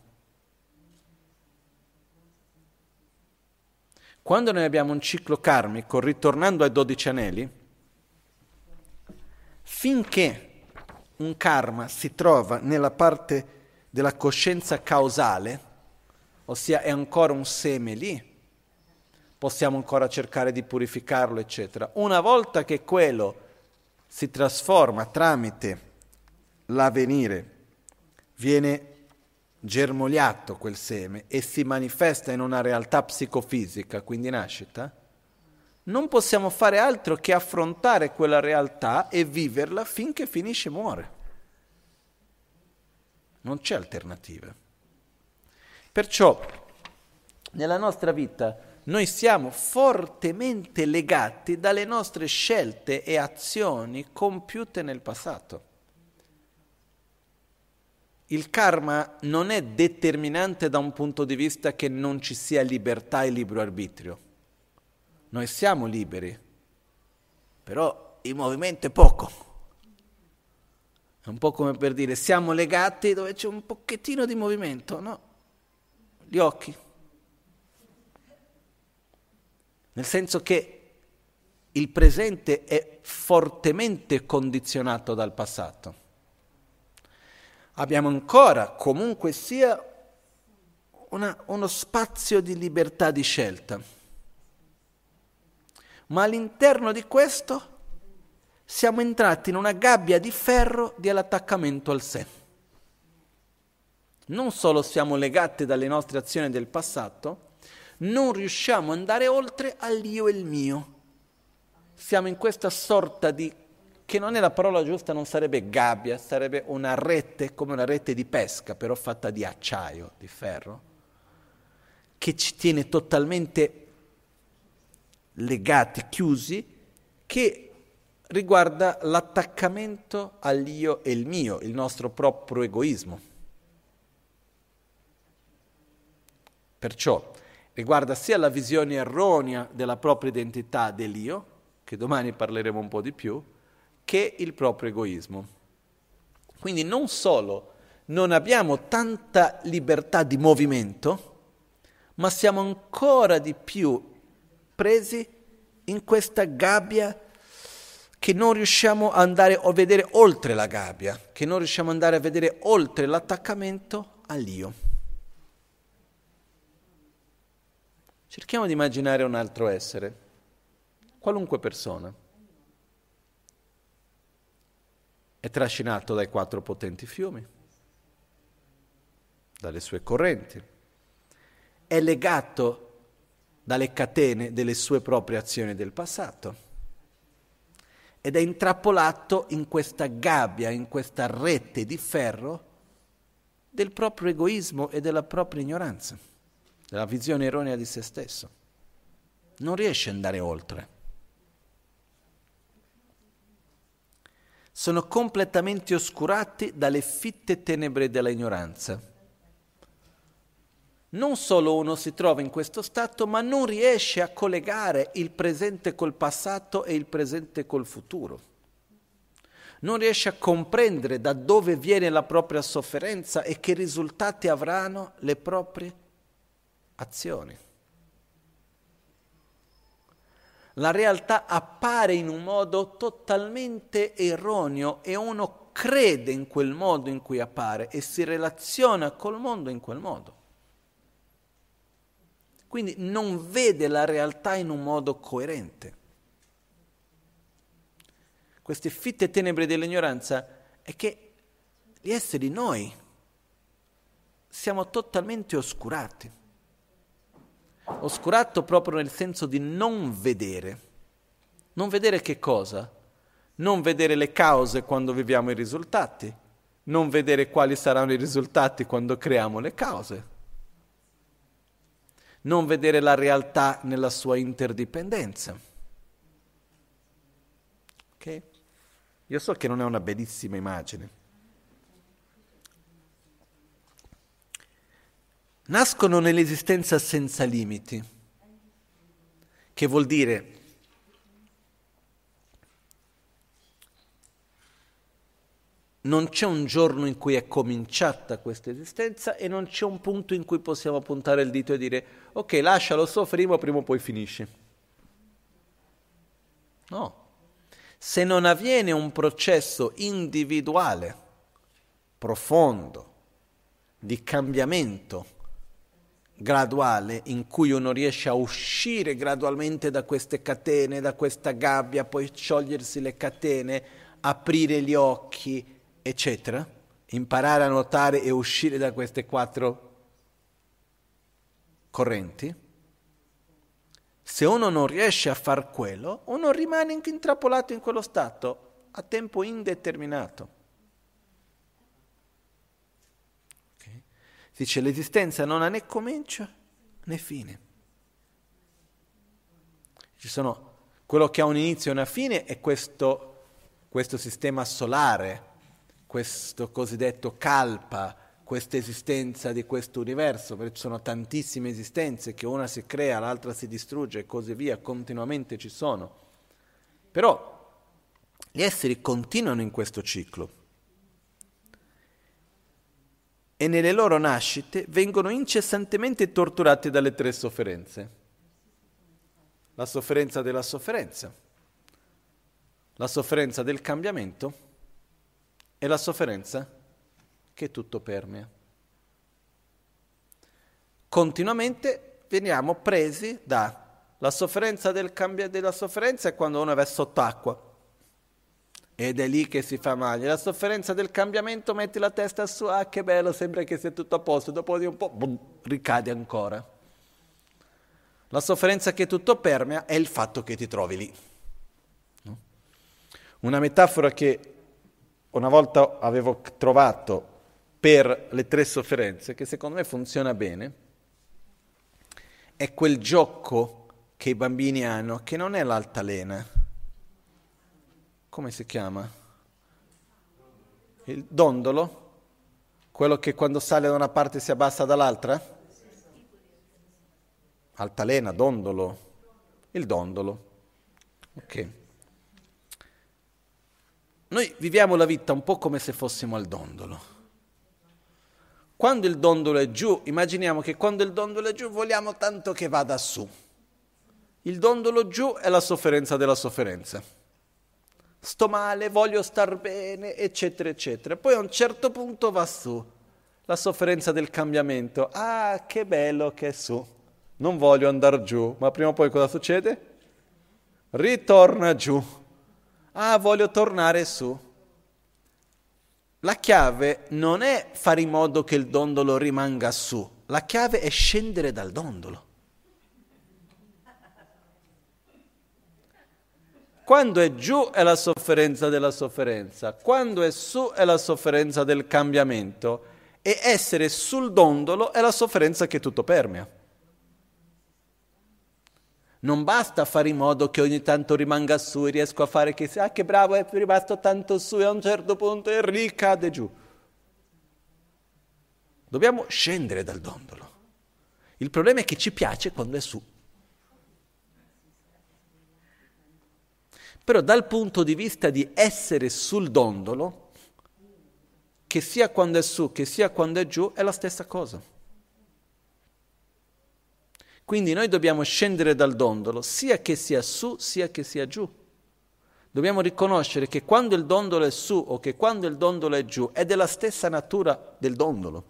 Quando noi abbiamo un ciclo karmico, ritornando ai 12 anelli, finché un karma si trova nella parte della coscienza causale, ossia è ancora un seme lì, possiamo ancora cercare di purificarlo, eccetera. Una volta che quello si trasforma tramite l'avvenire, viene germogliato quel seme e si manifesta in una realtà psicofisica, quindi nascita, non possiamo fare altro che affrontare quella realtà e viverla finché finisce e muore. Non c'è alternativa. Perciò nella nostra vita noi siamo fortemente legati dalle nostre scelte e azioni compiute nel passato. Il karma non è determinante da un punto di vista che non ci sia libertà e libero arbitrio. Noi siamo liberi, però il movimento è poco. È un po' come per dire, siamo legati dove c'è un pochettino di movimento, no? Gli occhi. Nel senso che il presente è fortemente condizionato dal passato. Abbiamo ancora, comunque sia, uno spazio di libertà di scelta. Ma all'interno di questo siamo entrati in una gabbia di ferro dell'attaccamento al sé. Non solo siamo legati dalle nostre azioni del passato, non riusciamo ad andare oltre all'io e il mio. Siamo in questa sorta di, che non è la parola giusta, non sarebbe gabbia, sarebbe una rete, come una rete di pesca, però fatta di acciaio, di ferro, che ci tiene totalmente legati, chiusi, che riguarda l'attaccamento all'io e il mio, il nostro proprio egoismo. Perciò riguarda sia la visione erronea della propria identità dell'io, che domani parleremo un po' di più, che il proprio egoismo. Quindi non solo non abbiamo tanta libertà di movimento, ma siamo ancora di più presi in questa gabbia che non riusciamo ad andare a vedere oltre la gabbia, che non riusciamo ad andare a vedere oltre l'attaccamento all'io. Cerchiamo di immaginare un altro essere, qualunque persona. È trascinato dai 4 potenti fiumi, dalle sue correnti, è legato dalle catene delle sue proprie azioni del passato ed è intrappolato in questa gabbia, in questa rete di ferro del proprio egoismo e della propria ignoranza, della visione erronea di se stesso. Non riesce ad andare oltre. Sono completamente oscurati dalle fitte tenebre della ignoranza. Non solo uno si trova in questo stato, ma non riesce a collegare il presente col passato e il presente col futuro. Non riesce a comprendere da dove viene la propria sofferenza e che risultati avranno le proprie azioni. la realtà appare in un modo totalmente erroneo e uno crede in quel modo in cui appare e si relaziona col mondo in quel modo. Quindi non vede la realtà in un modo coerente. Queste fitte tenebre dell'ignoranza è che gli esseri noi siamo totalmente oscurati. Oscurato proprio nel senso di non vedere. Non vedere che cosa? Non vedere le cause quando viviamo i risultati. Non vedere quali saranno i risultati quando creiamo le cause. Non vedere la realtà nella sua interdipendenza. Ok? Io so che non è una bellissima immagine. Nascono nell'esistenza senza limiti, che vuol dire non c'è un giorno in cui è cominciata questa esistenza e non c'è un punto in cui possiamo puntare il dito e dire ok, lascialo soffrire, prima o poi finisce. No. Se non avviene un processo individuale, profondo, di cambiamento graduale, in cui uno riesce a uscire gradualmente da queste catene, da questa gabbia, poi sciogliersi le catene, aprire gli occhi, eccetera, imparare a nuotare e uscire da queste 4 correnti, se uno non riesce a far quello, uno rimane intrappolato in quello stato a tempo indeterminato. Okay? Si dice l'esistenza non ha né comincia né fine. Quello che ha un inizio e una fine è questo sistema solare, questo cosiddetto kalpa, questa esistenza di questo universo, perché ci sono tantissime esistenze che una si crea, l'altra si distrugge e così via, continuamente ci sono. Però gli esseri continuano in questo ciclo e nelle loro nascite vengono incessantemente torturati dalle 3 sofferenze. La sofferenza della sofferenza, la sofferenza del cambiamento e la sofferenza che tutto permea. Continuamente veniamo presi dalla sofferenza della sofferenza è quando uno è sott'acqua ed è lì che si fa male. La sofferenza del cambiamento, metti la testa su, ah che bello, sembra che sia tutto a posto, dopo di un po' ricade ancora. La sofferenza che tutto permea è il fatto che ti trovi lì. No? Una metafora che una volta avevo trovato per le 3 sofferenze, che secondo me funziona bene, è quel gioco che i bambini hanno, che non è l'altalena. Come si chiama? Il dondolo? Quello che quando sale da una parte si abbassa dall'altra? Altalena, dondolo. Il dondolo. Ok. Noi viviamo la vita un po' come se fossimo al dondolo. Quando il dondolo è giù, immaginiamo che quando il dondolo è giù vogliamo tanto che vada su. Il dondolo giù è la sofferenza della sofferenza. Sto male, voglio star bene, eccetera, eccetera. Poi a un certo punto va su. La sofferenza del cambiamento. Ah, che bello che è su. Non voglio andare giù. Ma prima o poi cosa succede? Ritorna giù. Ah, voglio tornare su. La chiave non è fare in modo che il dondolo rimanga su, la chiave è scendere dal dondolo. Quando è giù è la sofferenza della sofferenza, quando è su è la sofferenza del cambiamento e essere sul dondolo è la sofferenza che tutto permea. Non basta fare in modo che ogni tanto rimanga su e riesco a fare che che bravo, è rimasto tanto su e a un certo punto e ricade giù. Dobbiamo scendere dal dondolo. Il problema è che ci piace quando è su. Però dal punto di vista di essere sul dondolo, che sia quando è su, che sia quando è giù, è la stessa cosa. Quindi noi dobbiamo scendere dal dondolo, sia che sia su, sia che sia giù. Dobbiamo riconoscere che quando il dondolo è su o che quando il dondolo è giù è della stessa natura del dondolo.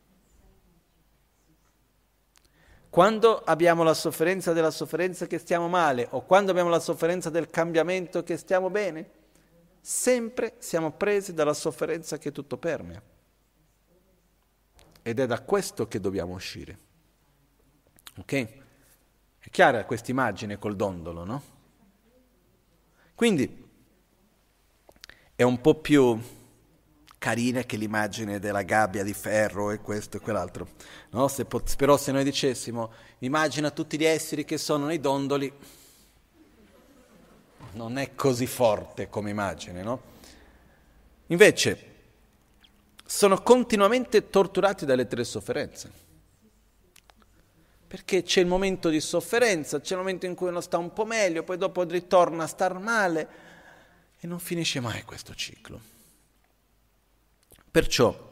Quando abbiamo la sofferenza della sofferenza che stiamo male o quando abbiamo la sofferenza del cambiamento che stiamo bene, sempre siamo presi dalla sofferenza che tutto permea. Ed è da questo che dobbiamo uscire. Ok? È chiara questa immagine col dondolo, no? Quindi è un po' più carina che l'immagine della gabbia di ferro e questo e quell'altro, no? Però se noi dicessimo immagina tutti gli esseri che sono nei dondoli, non è così forte come immagine, no? Invece sono continuamente torturati dalle tre sofferenze, perché c'è il momento di sofferenza, c'è il momento in cui uno sta un po' meglio, poi dopo ritorna a star male e non finisce mai questo ciclo. Perciò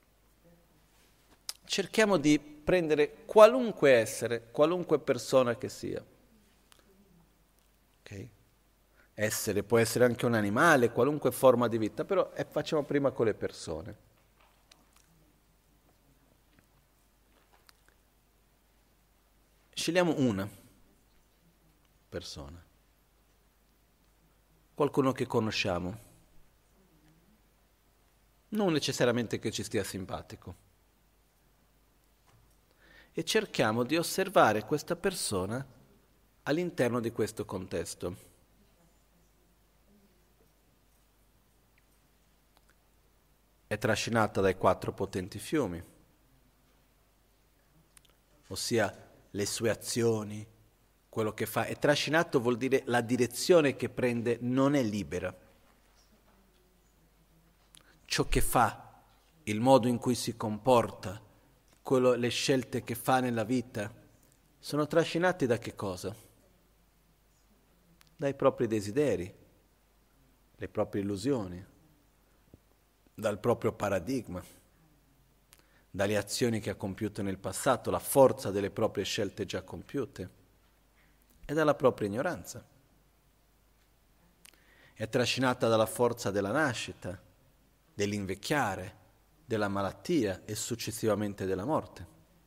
cerchiamo di prendere qualunque essere, qualunque persona che sia. Okay? Essere può essere anche un animale, qualunque forma di vita, però facciamo prima con le persone. Scegliamo una persona, qualcuno che conosciamo. Non necessariamente che ci stia simpatico. E cerchiamo di osservare questa persona all'interno di questo contesto. È trascinata dai 4 potenti fiumi, ossia le sue azioni, quello che fa. È trascinato vuol dire la direzione che prende non è libera. Ciò che fa, il modo in cui si comporta, le scelte che fa nella vita, sono trascinati da che cosa? Dai propri desideri, le proprie illusioni, dal proprio paradigma, dalle azioni che ha compiuto nel passato, la forza delle proprie scelte già compiute e dalla propria ignoranza. È trascinata dalla forza della nascita, dell'invecchiare, della malattia e successivamente della morte.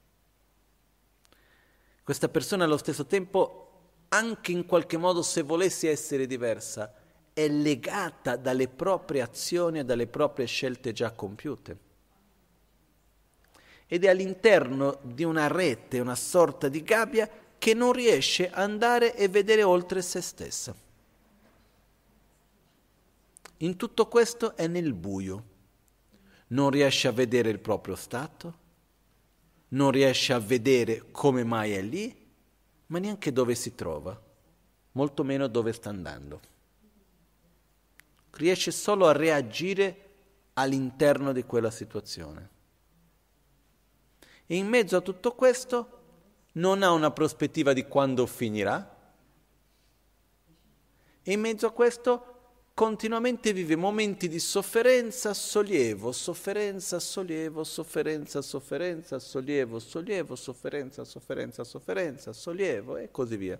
Questa persona allo stesso tempo, anche in qualche modo, se volesse essere diversa, è legata dalle proprie azioni e dalle proprie scelte già compiute. Ed è all'interno di una rete, una sorta di gabbia che non riesce ad andare e vedere oltre se stessa. In tutto questo è nel buio. Non riesce a vedere il proprio stato, non riesce a vedere come mai è lì, ma neanche dove si trova, molto meno dove sta andando. Riesce solo a reagire all'interno di quella situazione. E in mezzo a tutto questo non ha una prospettiva di quando finirà, e in mezzo a questo continuamente vive momenti di sofferenza, sollievo, sofferenza, sollievo, sofferenza, sofferenza, sollievo, sollievo, sofferenza, sofferenza, sofferenza, sollievo e così via.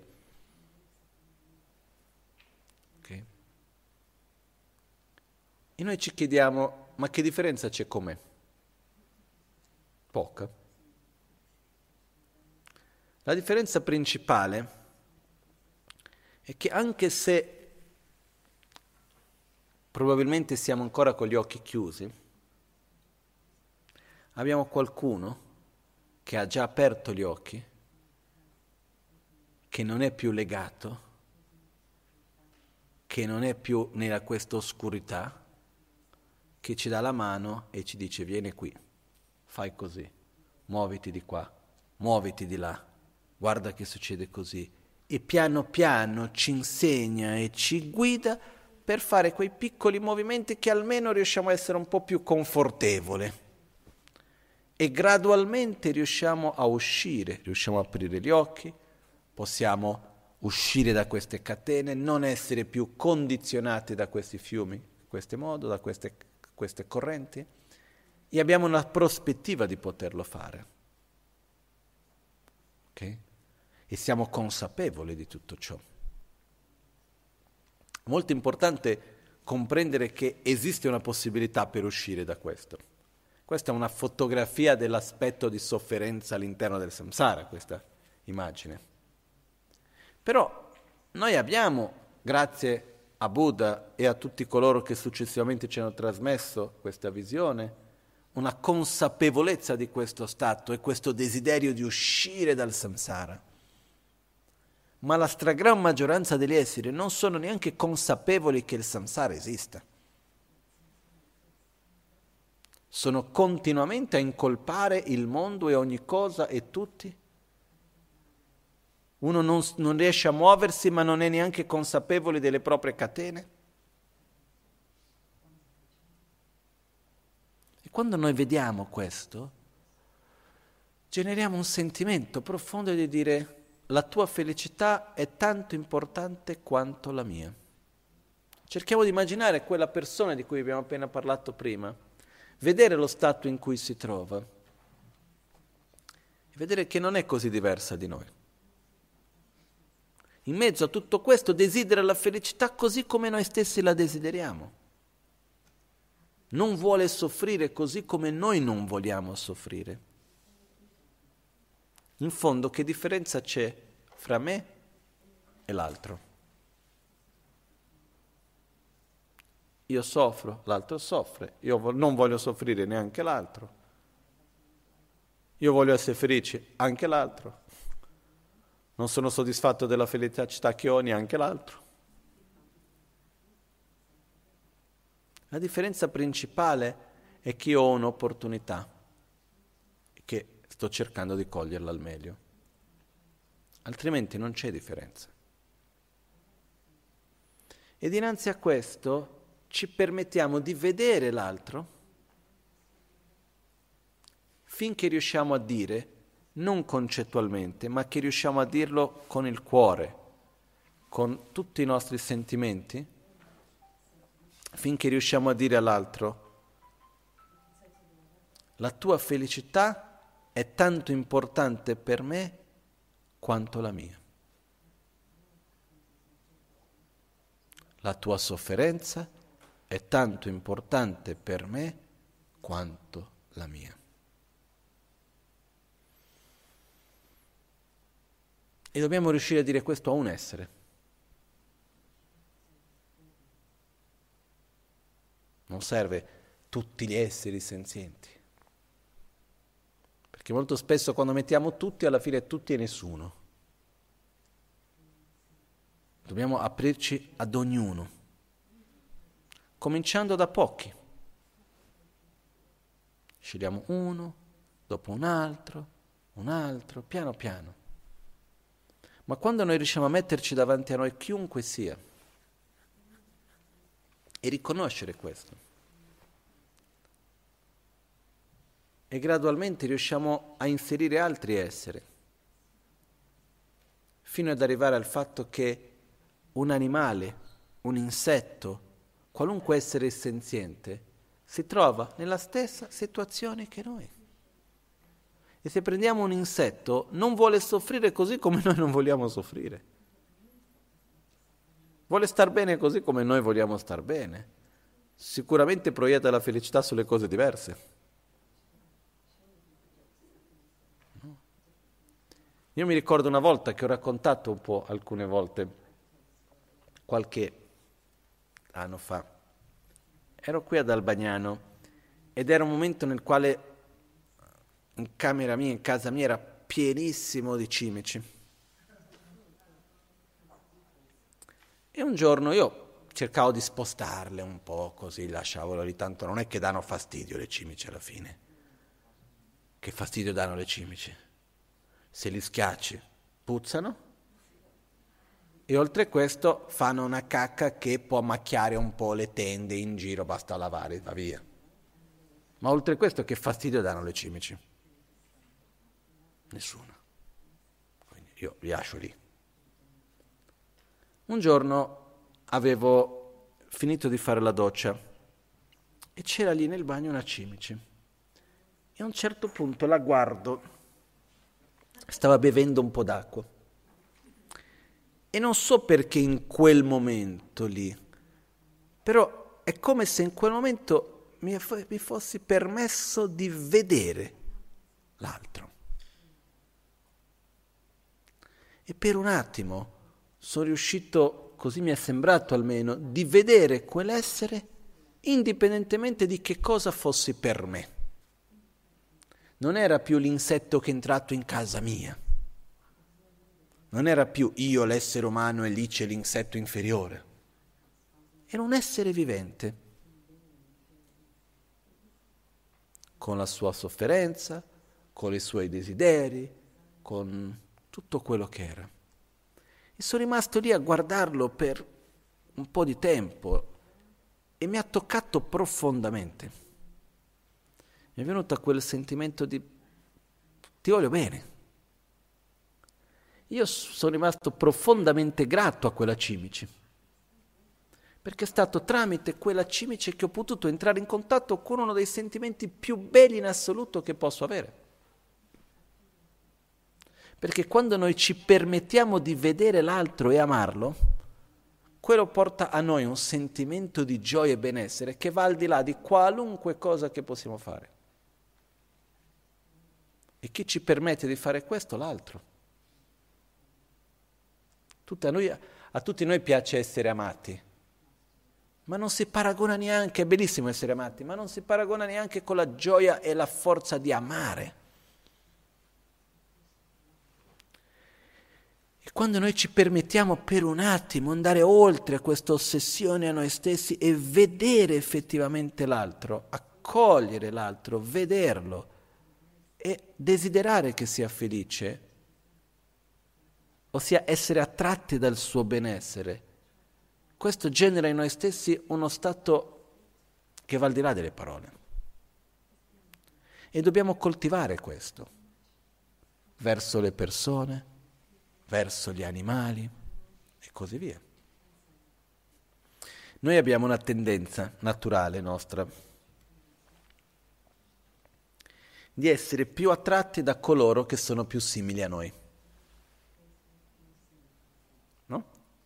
Okay. E noi ci chiediamo, ma che differenza c'è con me? Poca. La differenza principale è che anche se probabilmente siamo ancora con gli occhi chiusi, abbiamo qualcuno che ha già aperto gli occhi, che non è più legato, che non è più nella questa oscurità, che ci dà la mano e ci dice vieni qui, fai così, muoviti di qua, muoviti di là, guarda che succede così, e piano piano ci insegna e ci guida per fare quei piccoli movimenti che almeno riusciamo a essere un po' più confortevoli e gradualmente riusciamo a uscire, riusciamo a aprire gli occhi, possiamo uscire da queste catene, non essere più condizionati da questi fiumi, in questo modo, da queste correnti, e abbiamo una prospettiva di poterlo fare. Okay? e siamo consapevoli di tutto ciò. È molto importante comprendere che esiste una possibilità per uscire da questo. Questa è una fotografia dell'aspetto di sofferenza all'interno del samsara, questa immagine. Però noi abbiamo, grazie a Buddha e a tutti coloro che successivamente ci hanno trasmesso questa visione, una consapevolezza di questo stato e questo desiderio di uscire dal samsara. Ma la stragrande maggioranza degli esseri non sono neanche consapevoli che il samsara esista. Sono continuamente a incolpare il mondo e ogni cosa e tutti. Uno non riesce a muoversi, ma non è neanche consapevole delle proprie catene. E quando noi vediamo questo, generiamo un sentimento profondo di dire: la tua felicità è tanto importante quanto la mia. Cerchiamo di immaginare quella persona di cui abbiamo appena parlato prima, vedere lo stato in cui si trova e vedere che non è così diversa di noi. In mezzo a tutto questo desidera la felicità così come noi stessi la desideriamo. Non vuole soffrire così come noi non vogliamo soffrire. In fondo, che differenza c'è fra me e l'altro? Io soffro, l'altro soffre. Io non voglio soffrire neanche l'altro. Io voglio essere felice, anche l'altro. Non sono soddisfatto della felicità che ho, neanche l'altro. La differenza principale è che io ho un'opportunità che sto cercando di coglierla al meglio. Altrimenti non c'è differenza. E dinanzi a questo ci permettiamo di vedere l'altro finché riusciamo a dire, non concettualmente, ma che riusciamo a dirlo con il cuore, con tutti i nostri sentimenti, finché riusciamo a dire all'altro: la tua felicità è tanto importante per me quanto la mia. La tua sofferenza è tanto importante per me quanto la mia. E dobbiamo riuscire a dire questo a un essere. Non serve tutti gli esseri senzienti. Perché molto spesso quando mettiamo tutti, alla fine è tutti e nessuno. Dobbiamo aprirci ad ognuno, cominciando da pochi. Scegliamo uno, dopo un altro, piano piano. Ma quando noi riusciamo a metterci davanti a noi chiunque sia e riconoscere questo, e gradualmente riusciamo a inserire altri esseri, fino ad arrivare al fatto che un animale, un insetto, qualunque essere senziente, si trova nella stessa situazione che noi. E se prendiamo un insetto, non vuole soffrire così come noi non vogliamo soffrire. Vuole star bene così come noi vogliamo star bene. Sicuramente proietta la felicità sulle cose diverse. Io mi ricordo una volta che ho raccontato un po' alcune volte, qualche anno fa. Ero qui ad Albagnano ed era un momento nel quale in camera mia, in casa mia, era pienissimo di cimici. E un giorno io cercavo di spostarle un po', così lasciavolo lì, tanto non è che danno fastidio le cimici alla fine. Che fastidio danno le cimici? Se li schiacci, puzzano e oltre a questo fanno una cacca che può macchiare un po' le tende in giro, basta lavare, va via. Ma oltre a questo che fastidio danno le cimici? Nessuna. Quindi io li lascio lì. Un giorno avevo finito di fare la doccia e c'era lì nel bagno una cimice. E a un certo punto la guardo, stava bevendo un po' d'acqua. E non so perché in quel momento lì, però è come se in quel momento mi fossi permesso di vedere l'altro. E per un attimo sono riuscito, così mi è sembrato almeno, di vedere quell'essere indipendentemente di che cosa fosse per me. Non era più l'insetto che è entrato in casa mia. Non era più io l'essere umano e lì c'è l'insetto inferiore. Era un essere vivente, con la sua sofferenza, con i suoi desideri, con tutto quello che era. E sono rimasto lì a guardarlo per un po' di tempo e mi ha toccato profondamente. Mi è venuto quel sentimento di ti voglio bene. Io sono rimasto profondamente grato a quella cimice, perché è stato tramite quella cimice che ho potuto entrare in contatto con uno dei sentimenti più belli in assoluto che posso avere. Perché quando noi ci permettiamo di vedere l'altro e amarlo, quello porta a noi un sentimento di gioia e benessere che va al di là di qualunque cosa che possiamo fare. E chi ci permette di fare questo? L'altro. A tutti noi piace essere amati, ma non si paragona neanche, è bellissimo essere amati, ma non si paragona neanche con la gioia e la forza di amare. E quando noi ci permettiamo per un attimo andare oltre questa ossessione a noi stessi e vedere effettivamente l'altro, accogliere l'altro, vederlo e desiderare che sia felice, ossia essere attratti dal suo benessere, questo genera in noi stessi uno stato che va al di là delle parole. E dobbiamo coltivare questo verso le persone, verso gli animali e così via. Noi abbiamo una tendenza naturale nostra di essere più attratti da coloro che sono più simili a noi. No?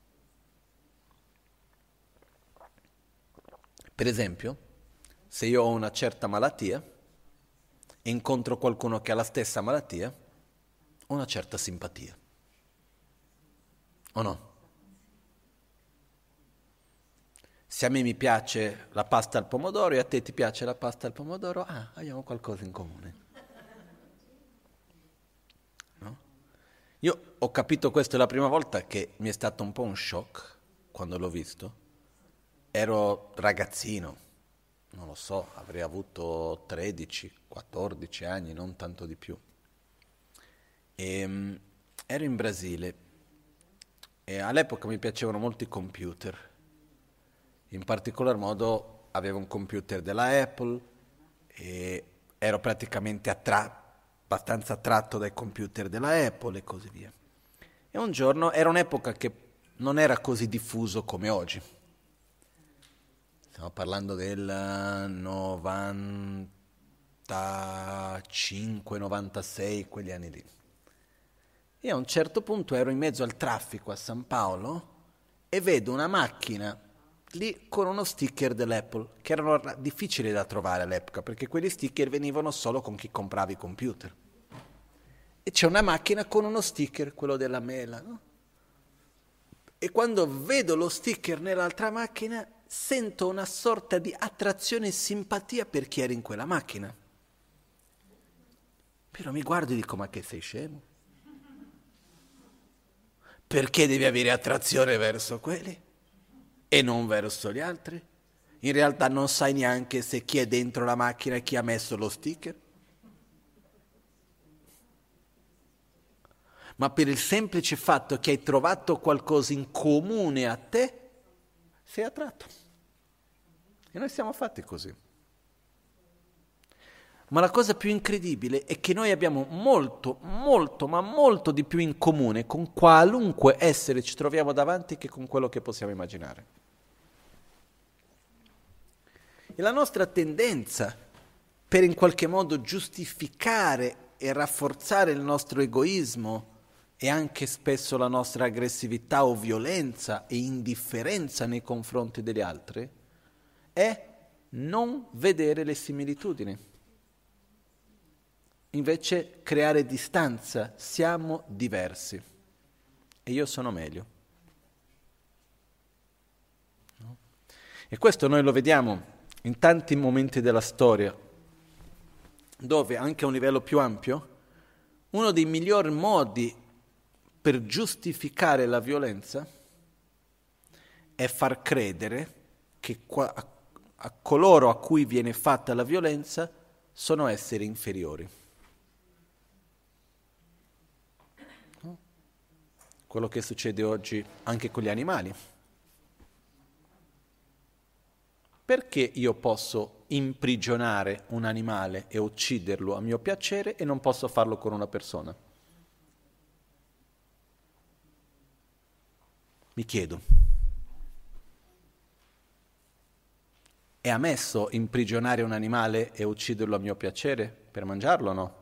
Per esempio, se io ho una certa malattia e incontro qualcuno che ha la stessa malattia, ho una certa simpatia. O no? Se a me mi piace la pasta al pomodoro e a te ti piace la pasta al pomodoro, abbiamo qualcosa in comune. No? Io ho capito questo la prima volta che mi è stato un po' un shock quando l'ho visto. Ero ragazzino, non lo so, avrei avuto 13, 14 anni, non tanto di più. Ero in Brasile e all'epoca mi piacevano molto i computer. In particolar modo avevo un computer della Apple e ero praticamente abbastanza attratto dai computer della Apple e così via. E un giorno era un'epoca che non era così diffuso come oggi. Stiamo parlando del 95-96, quegli anni lì. E a un certo punto ero in mezzo al traffico a San Paolo e vedo una macchina lì con uno sticker dell'Apple, che erano difficili da trovare all'epoca, perché quegli sticker venivano solo con chi comprava i computer. E c'è una macchina con uno sticker, quello della mela, no? E quando vedo lo sticker nell'altra macchina, sento una sorta di attrazione e simpatia per chi era in quella macchina. Però mi guardo e dico, ma che sei scemo? Perché devi avere attrazione verso quelli e non verso gli altri? In realtà non sai neanche se chi è dentro la macchina e chi ha messo lo sticker. Ma per il semplice fatto che hai trovato qualcosa in comune a te, sei attratto. E noi siamo fatti così. Ma la cosa più incredibile è che noi abbiamo molto, molto, ma molto di più in comune con qualunque essere ci troviamo davanti che con quello che possiamo immaginare. E la nostra tendenza per in qualche modo giustificare e rafforzare il nostro egoismo e anche spesso la nostra aggressività o violenza e indifferenza nei confronti degli altri è non vedere le similitudini. Invece creare distanza, siamo diversi e io sono meglio. No? E questo noi lo vediamo in tanti momenti della storia, dove anche a un livello più ampio, uno dei migliori modi per giustificare la violenza è far credere che a coloro a cui viene fatta la violenza sono esseri inferiori. No? Quello che succede oggi anche con gli animali. Perché io posso imprigionare un animale e ucciderlo a mio piacere e non posso farlo con una persona? Mi chiedo. È ammesso imprigionare un animale e ucciderlo a mio piacere per mangiarlo o no?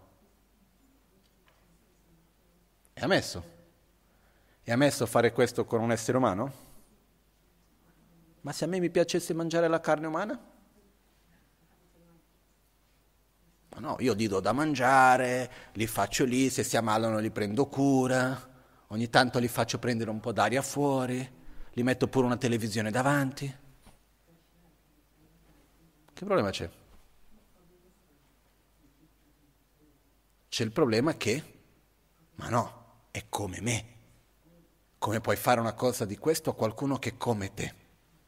È ammesso. È ammesso fare questo con un essere umano? Ma se a me mi piacesse mangiare la carne umana? Ma no, io gli do da mangiare, li faccio lì, se si ammalano li prendo cura, ogni tanto li faccio prendere un po' d'aria fuori, li metto pure una televisione davanti. Che problema c'è? C'è il problema che, ma no, è come me. Come puoi fare una cosa di questo a qualcuno che è come te?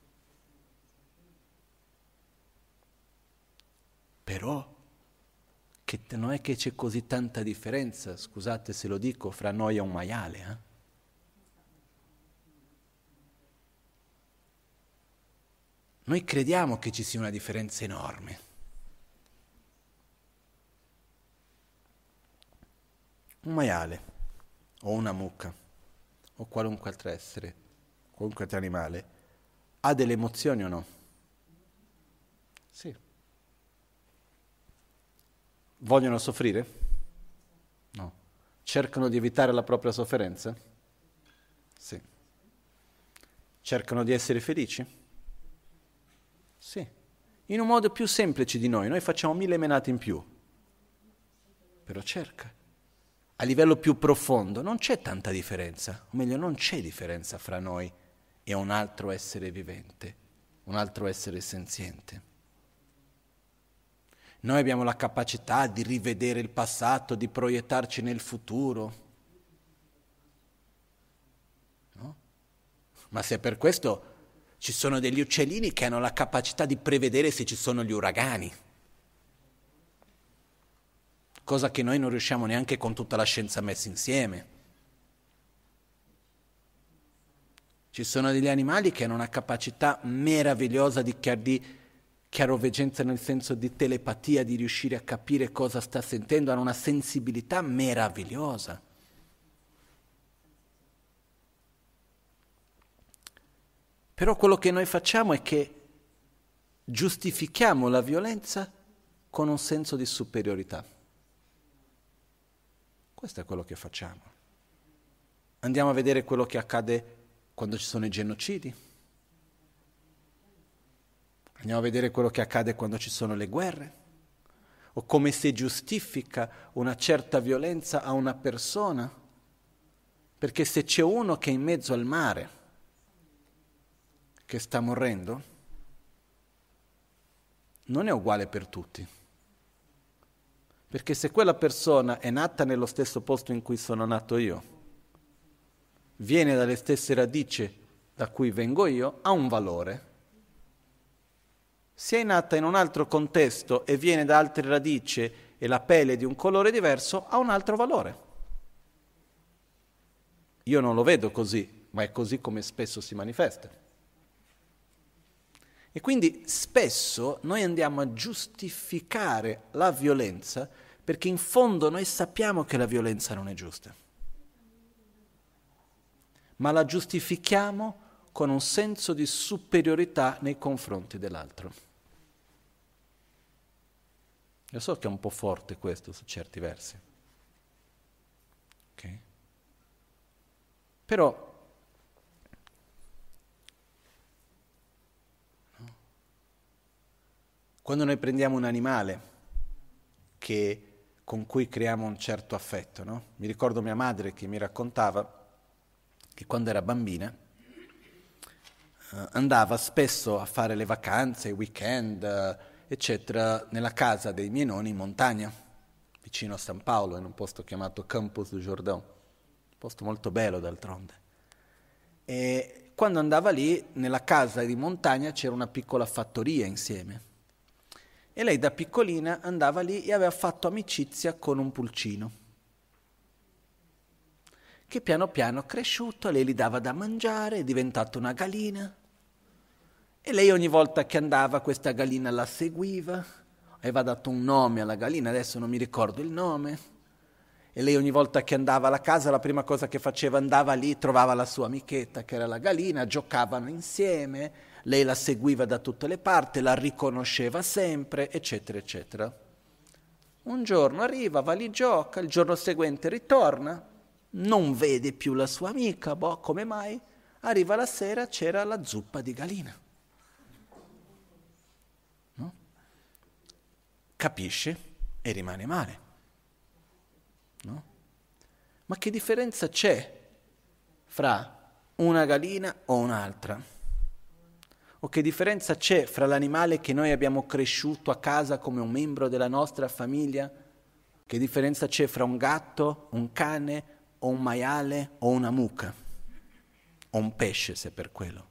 Però che non è che c'è così tanta differenza, scusate se lo dico, fra noi e un maiale. Noi crediamo che ci sia una differenza enorme. Un maiale, o una mucca, o qualunque altro essere, qualunque altro animale, ha delle emozioni o no? Sì. Vogliono soffrire? No. Cercano di evitare la propria sofferenza? Sì. Cercano di essere felici? Sì. In un modo più semplice di noi facciamo 1000 menate in più. Però cerca. A livello più profondo non c'è tanta differenza, o meglio non c'è differenza fra noi e un altro essere vivente, un altro essere senziente. Noi abbiamo la capacità di rivedere il passato, di proiettarci nel futuro. No? Ma se per questo ci sono degli uccellini che hanno la capacità di prevedere se ci sono gli uragani, cosa che noi non riusciamo neanche con tutta la scienza messa insieme. Ci sono degli animali che hanno una capacità meravigliosa di chiaroveggenza nel senso di telepatia, di riuscire a capire cosa sta sentendo, hanno una sensibilità meravigliosa. Però quello che noi facciamo è che giustifichiamo la violenza con un senso di superiorità. Questo è quello che facciamo. Andiamo a vedere quello che accade quando ci sono i genocidi. Andiamo a vedere quello che accade quando ci sono le guerre, o come si giustifica una certa violenza a una persona, perché se c'è uno che è in mezzo al mare, che sta morendo, non è uguale per tutti. Perché se quella persona è nata nello stesso posto in cui sono nato io, viene dalle stesse radici da cui vengo io, ha un valore. Se è nata in un altro contesto e viene da altre radici e la pelle è di un colore diverso, ha un altro valore. Io non lo vedo così, ma è così come spesso si manifesta. E quindi spesso noi andiamo a giustificare la violenza perché in fondo noi sappiamo che la violenza non è giusta. Ma la giustifichiamo con un senso di superiorità nei confronti dell'altro. Io so che è un po' forte questo su certi versi. Okay? Però quando noi prendiamo un animale con cui creiamo un certo affetto, no? Mi ricordo mia madre che mi raccontava che quando era bambina andava spesso a fare le vacanze, i weekend, eccetera, nella casa dei miei nonni in montagna, vicino a San Paolo, in un posto chiamato Campos do Jordão, un posto molto bello d'altronde. E quando andava lì, nella casa di montagna c'era una piccola fattoria insieme. E lei da piccolina andava lì e aveva fatto amicizia con un pulcino, che piano piano cresciuto, lei gli dava da mangiare, è diventata una gallina. E lei ogni volta che andava questa gallina la seguiva, aveva dato un nome alla gallina, adesso non mi ricordo il nome. E lei ogni volta che andava alla casa, la prima cosa che faceva, andava lì, trovava la sua amichetta che era la gallina, giocavano insieme, lei la seguiva da tutte le parti, la riconosceva sempre, eccetera, eccetera. Un giorno arriva, va lì, gioca, il giorno seguente ritorna, non vede più la sua amica, come mai? Arriva la sera, c'era la zuppa di gallina. No? Capisce e rimane male. No? Ma che differenza c'è fra una gallina o un'altra? O che differenza c'è fra l'animale che noi abbiamo cresciuto a casa come un membro della nostra famiglia? Che differenza c'è fra un gatto, un cane, o un maiale, o una mucca? O un pesce, se per quello.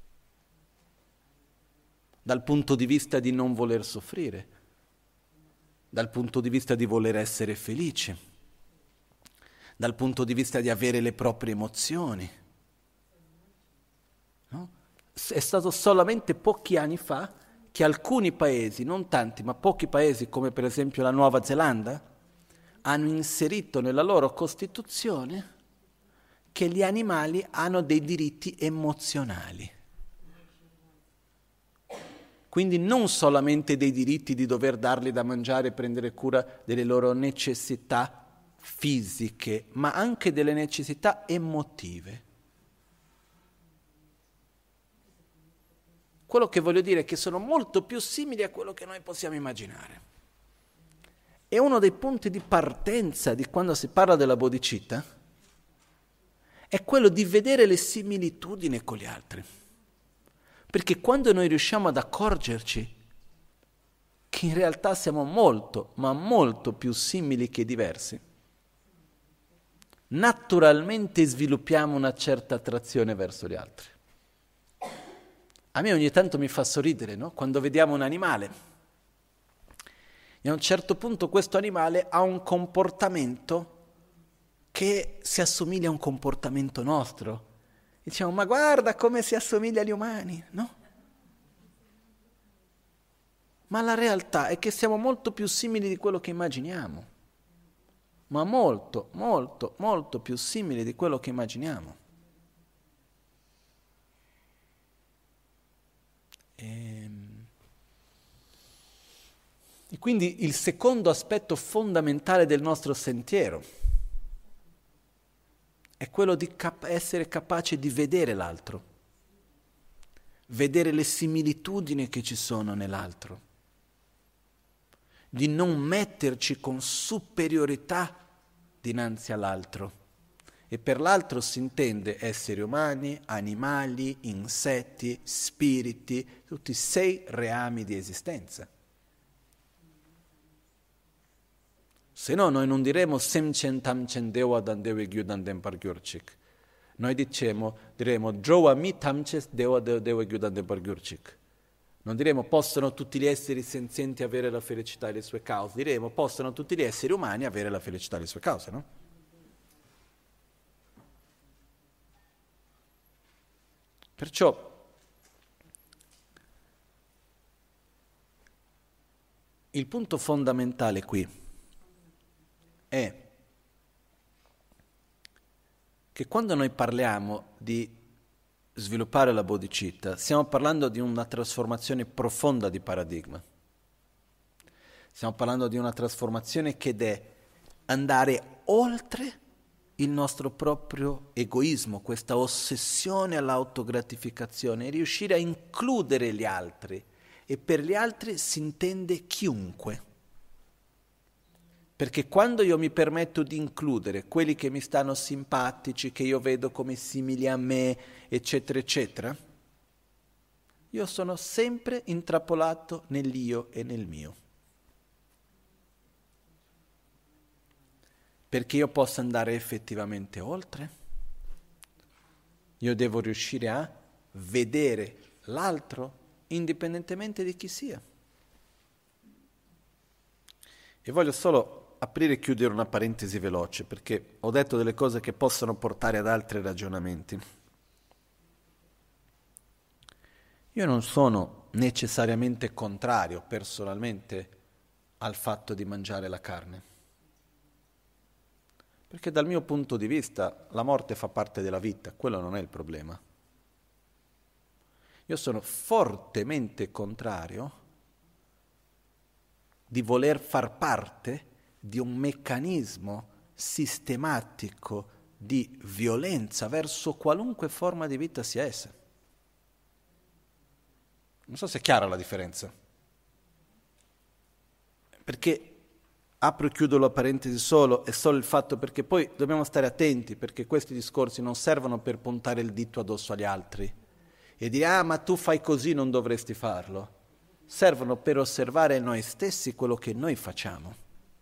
Dal punto di vista di non voler soffrire, dal punto di vista di voler essere felici, dal punto di vista di avere le proprie emozioni. No? È stato solamente pochi anni fa che alcuni paesi, non tanti, ma pochi paesi, come per esempio la Nuova Zelanda, hanno inserito nella loro Costituzione che gli animali hanno dei diritti emozionali. Quindi non solamente dei diritti di dover darli da mangiare e prendere cura delle loro necessità fisiche, ma anche delle necessità emotive. Quello che voglio dire è che sono molto più simili a quello che noi possiamo immaginare. E uno dei punti di partenza di quando si parla della bodhicitta è quello di vedere le similitudini con gli altri. Perché quando noi riusciamo ad accorgerci che in realtà siamo molto, ma molto più simili che diversi, naturalmente sviluppiamo una certa attrazione verso gli altri. A me ogni tanto mi fa sorridere, no? Quando vediamo un animale e a un certo punto questo animale ha un comportamento che si assomiglia a un comportamento nostro. Diciamo, ma guarda come si assomiglia agli umani, no? Ma la realtà è che siamo molto più simili di quello che immaginiamo. Ma molto, molto, molto più simili di quello che immaginiamo. E quindi il secondo aspetto fondamentale del nostro sentiero è quello di essere capace di vedere l'altro, vedere le similitudini che ci sono nell'altro, di non metterci con superiorità dinanzi all'altro. E per l'altro si intende esseri umani, animali, insetti, spiriti, tutti 6 reami di esistenza. Se no noi non diremo Semchen Tamchen Dewa Dandewe Gyudan Dempar Gyurchik. Noi diremo Jowa Mi Tamches Dewa Dewe Gyudan Dempar Gyurchik. Non diremo possono tutti gli esseri senzienti avere la felicità e le sue cause, diremo possono tutti gli esseri umani avere la felicità e le sue cause, no? Perciò il punto fondamentale qui è che quando noi parliamo di sviluppare la bodhicitta, stiamo parlando di una trasformazione profonda di paradigma. Stiamo parlando di una trasformazione che deve andare oltre il nostro proprio egoismo, questa ossessione all'autogratificazione, e riuscire a includere gli altri. E per gli altri si intende chiunque. Perché quando io mi permetto di includere quelli che mi stanno simpatici, che io vedo come simili a me, eccetera, eccetera, io sono sempre intrappolato nell'io e nel mio. Perché io possa andare effettivamente oltre, io devo riuscire a vedere l'altro indipendentemente di chi sia. E voglio solo aprire e chiudere una parentesi veloce, perché ho detto delle cose che possono portare ad altri ragionamenti. Io non sono necessariamente contrario, personalmente, al fatto di mangiare la carne. Perché dal mio punto di vista la morte fa parte della vita, quello non è il problema. Io sono fortemente contrario di voler far parte di un meccanismo sistematico di violenza verso qualunque forma di vita sia essa. Non so se è chiara la differenza. Perché, apro e chiudo la parentesi solo, è solo il fatto perché poi dobbiamo stare attenti, perché questi discorsi non servono per puntare il dito addosso agli altri e dire ma tu fai così, non dovresti farlo. Servono per osservare noi stessi quello che noi facciamo.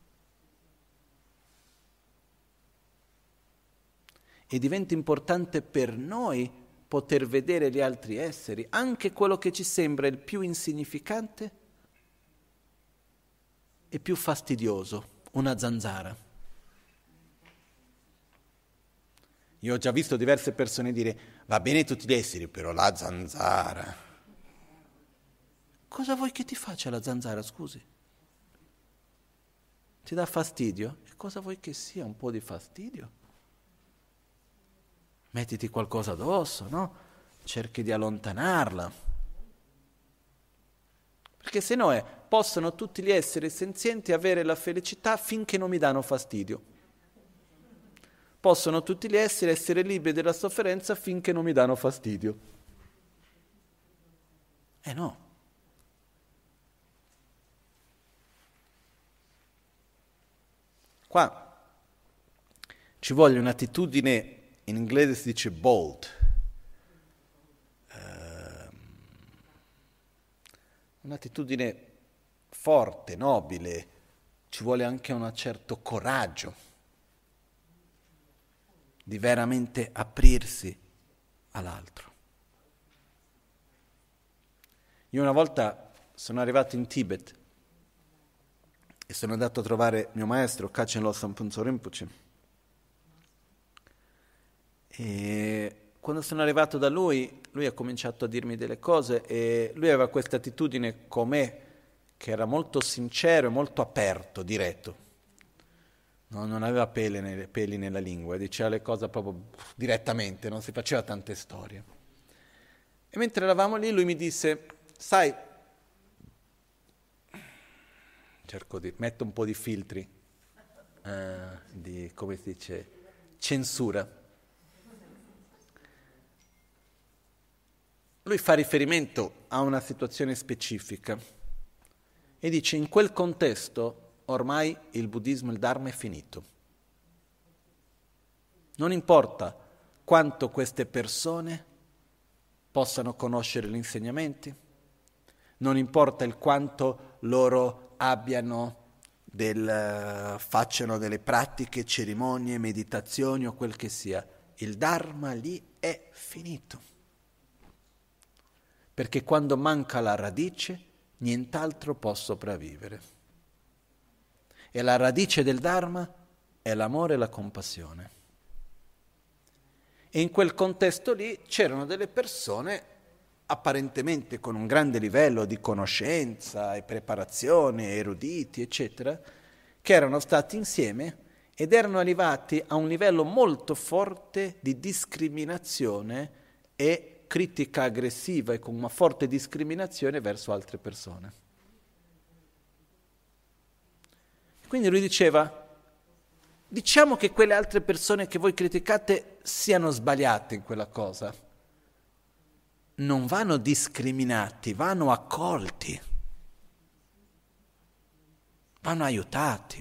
E diventa importante per noi poter vedere gli altri esseri, anche quello che ci sembra il più insignificante e più fastidioso, una zanzara. Io ho già visto diverse persone dire va bene tutti gli esseri, però la zanzara. Cosa vuoi che ti faccia la zanzara, scusi? Ti dà fastidio? E cosa vuoi che sia un po' di fastidio? Mettiti qualcosa addosso, no? Cerchi di allontanarla. Perché se no possono tutti gli esseri senzienti avere la felicità finché non mi danno fastidio. Possono tutti gli essere liberi della sofferenza finché non mi danno fastidio. No. Qua ci vuole un'attitudine, in inglese si dice bold, un'attitudine forte, nobile, ci vuole anche un certo coraggio di veramente aprirsi all'altro. Io una volta sono arrivato in Tibet e sono andato a trovare mio maestro Kachin Losam Phuntsho Rinpoche. E quando sono arrivato da lui ha cominciato a dirmi delle cose e lui aveva questa attitudine con me che era molto sincero e molto aperto, diretto. No, non aveva peli nella lingua, diceva le cose proprio direttamente, non si faceva tante storie. E mentre eravamo lì lui mi disse, sai, metto un po' di filtri, di, come si dice, censura. Lui fa riferimento a una situazione specifica e dice in quel contesto ormai il buddismo, il dharma è finito. Non importa quanto queste persone possano conoscere gli insegnamenti, non importa il quanto loro facciano delle pratiche, cerimonie, meditazioni o quel che sia, il dharma lì è finito. Perché quando manca la radice, nient'altro può sopravvivere. E la radice del Dharma è l'amore e la compassione. E in quel contesto lì c'erano delle persone apparentemente con un grande livello di conoscenza e preparazione, eruditi, eccetera, che erano stati insieme ed erano arrivati a un livello molto forte di discriminazione e critica aggressiva e con una forte discriminazione verso altre persone. Quindi lui diceva, Diciamo che quelle altre persone che voi criticate siano sbagliate in quella cosa. Non vanno discriminati, vanno accolti, vanno aiutati.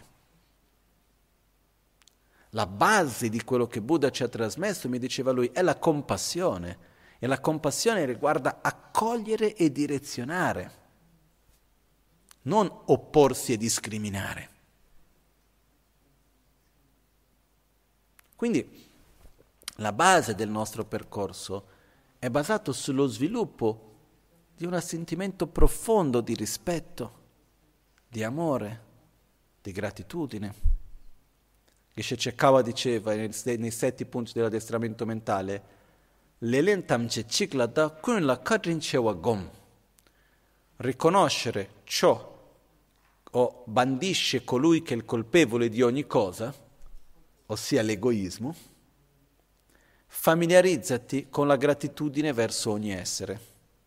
La base di quello che Buddha ci ha trasmesso, mi diceva lui, è la compassione. E la compassione riguarda accogliere e direzionare, non opporsi e discriminare. Quindi la base del nostro percorso è basato sullo sviluppo di un sentimento profondo di rispetto, di amore, di gratitudine. Geshe Chekawa diceva nei 7 punti dell'addestramento mentale: riconoscere ciò o bandisce colui che è il colpevole di ogni cosa, ossia l'egoismo. Familiarizzati con la gratitudine verso ogni essere.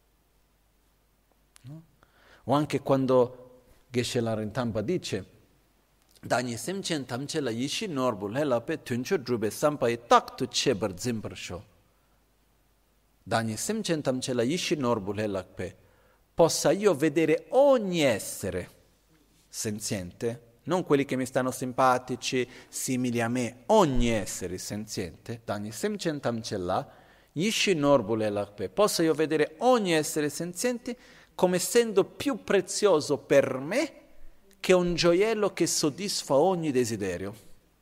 No? O anche quando Geshe Rinpoche dice: Dani semchen tamche la yishi norbul hela pe tuncho drube sampai tak tu chebar zimbar sho. Dani semchen tamche la yishi norbul hela pe possa io vedere ogni essere senziente, non quelli che mi stanno simpatici, simili a me, ogni essere senziente, Dani semchen tamche la yishi norbul hela pe possa io vedere ogni essere senziente come essendo più prezioso per me che un gioiello che soddisfa ogni desiderio.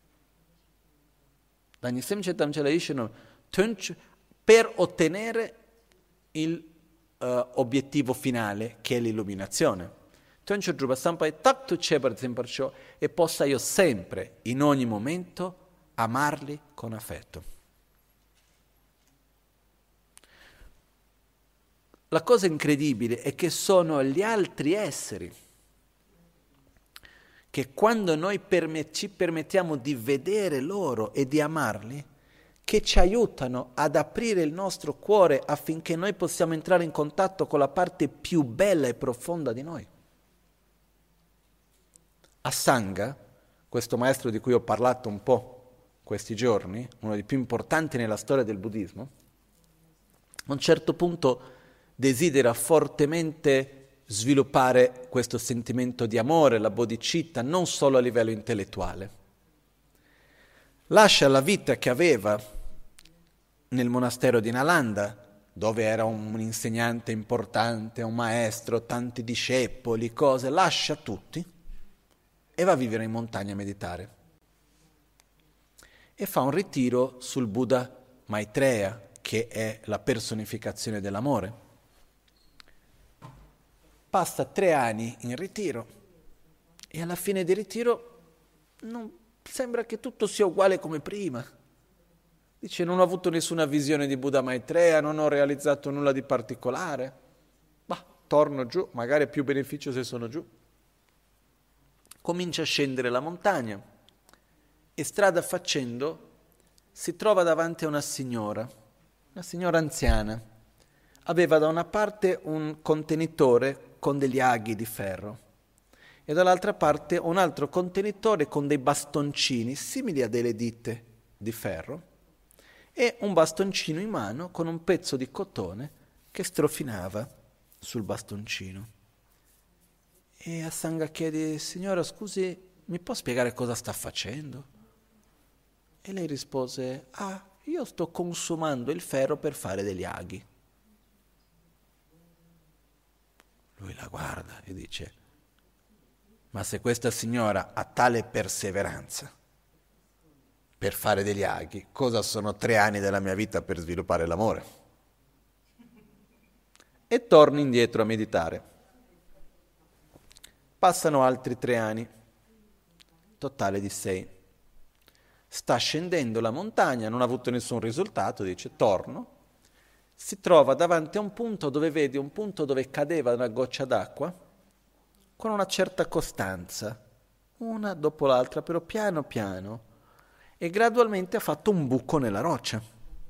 Per ottenere il obiettivo finale, che è l'illuminazione. E possa io sempre, in ogni momento, amarli con affetto. La cosa incredibile è che sono gli altri esseri che quando noi ci permettiamo di vedere loro e di amarli, che ci aiutano ad aprire il nostro cuore affinché noi possiamo entrare in contatto con la parte più bella e profonda di noi. Asanga, questo maestro di cui ho parlato un po' questi giorni, uno dei più importanti nella storia del buddismo, a un certo punto desidera fortemente sviluppare questo sentimento di amore, la bodhicitta, non solo a livello intellettuale. Lascia la vita che aveva nel monastero di Nalanda, dove era un insegnante importante, un maestro, tanti discepoli, cose, lascia tutti e va a vivere in montagna a meditare. E fa un ritiro sul Buddha Maitreya, che è la personificazione dell'amore. Passa 3 anni in ritiro e alla fine del ritiro non sembra che tutto sia uguale come prima. Dice: non ho avuto nessuna visione di Buddha Maitreya, non ho realizzato nulla di particolare. Ma torno giù, magari è più beneficio se sono giù. Comincia a scendere la montagna e strada facendo si trova davanti a una signora anziana. Aveva da una parte un contenitore con degli aghi di ferro e dall'altra parte un altro contenitore con dei bastoncini simili a delle dita di ferro e un bastoncino in mano con un pezzo di cotone che strofinava sul bastoncino. E Asanga chiede: signora, scusi, mi può spiegare cosa sta facendo? E lei rispose: io sto consumando il ferro per fare degli aghi. Lui la guarda e dice: ma se questa signora ha tale perseveranza per fare degli aghi, cosa sono 3 anni della mia vita per sviluppare l'amore? E torna indietro a meditare. Passano altri 3 anni, totale di 6. Sta scendendo la montagna, non ha avuto nessun risultato, dice: torno. Si trova davanti a un punto dove vede un punto dove cadeva una goccia d'acqua con una certa costanza, una dopo l'altra, però piano piano, e gradualmente ha fatto un buco nella roccia.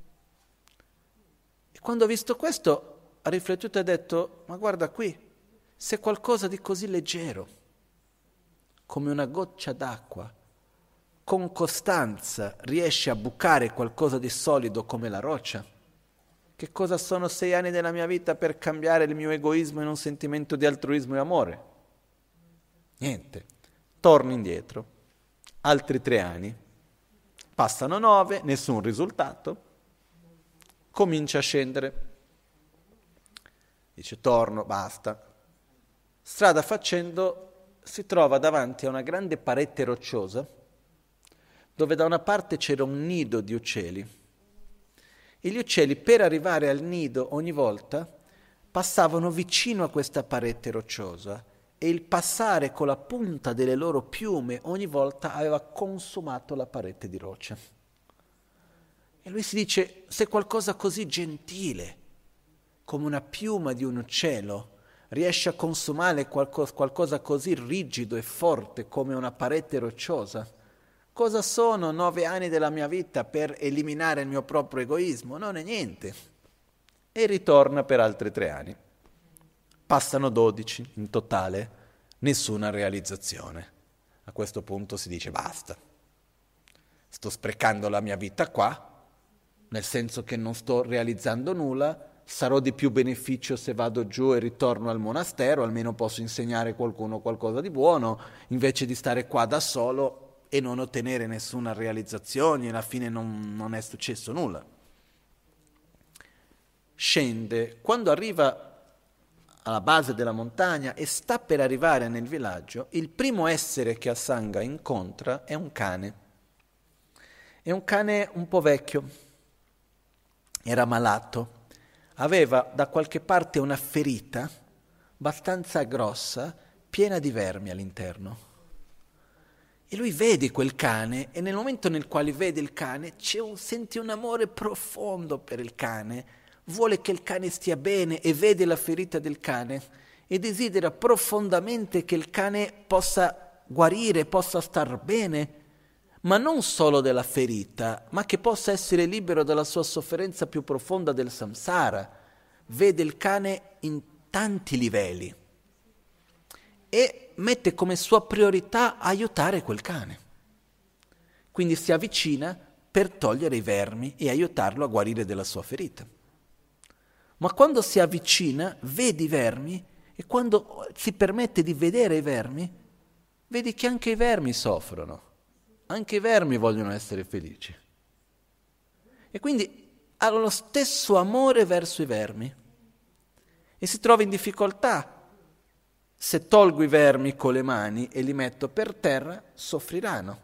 E quando ha visto questo ha riflettuto e ha detto: ma guarda qui, se qualcosa di così leggero come una goccia d'acqua con costanza riesce a bucare qualcosa di solido come la roccia? Che cosa sono 6 anni della mia vita per cambiare il mio egoismo in un sentimento di altruismo e amore? Niente. Torno indietro. Altri 3 anni. Passano 9, nessun risultato. Comincia a scendere. Dice, torno, basta. Strada facendo, si trova davanti a una grande parete rocciosa, dove da una parte c'era un nido di uccelli. E gli uccelli, per arrivare al nido ogni volta, passavano vicino a questa parete rocciosa e il passare con la punta delle loro piume ogni volta aveva consumato la parete di roccia. E lui si dice, se qualcosa così gentile come una piuma di un uccello riesce a consumare qualcosa così rigido e forte come una parete rocciosa, cosa sono 9 anni della mia vita per eliminare il mio proprio egoismo? Non è niente. E ritorna per altri 3 anni. Passano 12 in totale, nessuna realizzazione. A questo punto si dice basta. Sto sprecando la mia vita qua, nel senso che non sto realizzando nulla, sarò di più beneficio se vado giù e ritorno al monastero, almeno posso insegnare a qualcuno qualcosa di buono, invece di stare qua da solo e non ottenere nessuna realizzazione, e alla fine non è successo nulla. Scende, quando arriva alla base della montagna e sta per arrivare nel villaggio, il primo essere che Asanga incontra è un cane. È un cane un po' vecchio, era malato, aveva da qualche parte una ferita abbastanza grossa, piena di vermi all'interno. E lui vede quel cane e nel momento nel quale vede il cane sente un amore profondo per il cane, vuole che il cane stia bene e vede la ferita del cane e desidera profondamente che il cane possa guarire, possa star bene, ma non solo della ferita, ma che possa essere libero dalla sua sofferenza più profonda del samsara. Vede il cane in tanti livelli e mette come sua priorità aiutare quel cane. Quindi si avvicina per togliere i vermi e aiutarlo a guarire della sua ferita. Ma quando si avvicina, vede i vermi e quando si permette di vedere i vermi, vedi che anche i vermi soffrono, anche i vermi vogliono essere felici. E quindi ha lo stesso amore verso i vermi e si trova in difficoltà. Se tolgo i vermi con le mani e li metto per terra, soffriranno.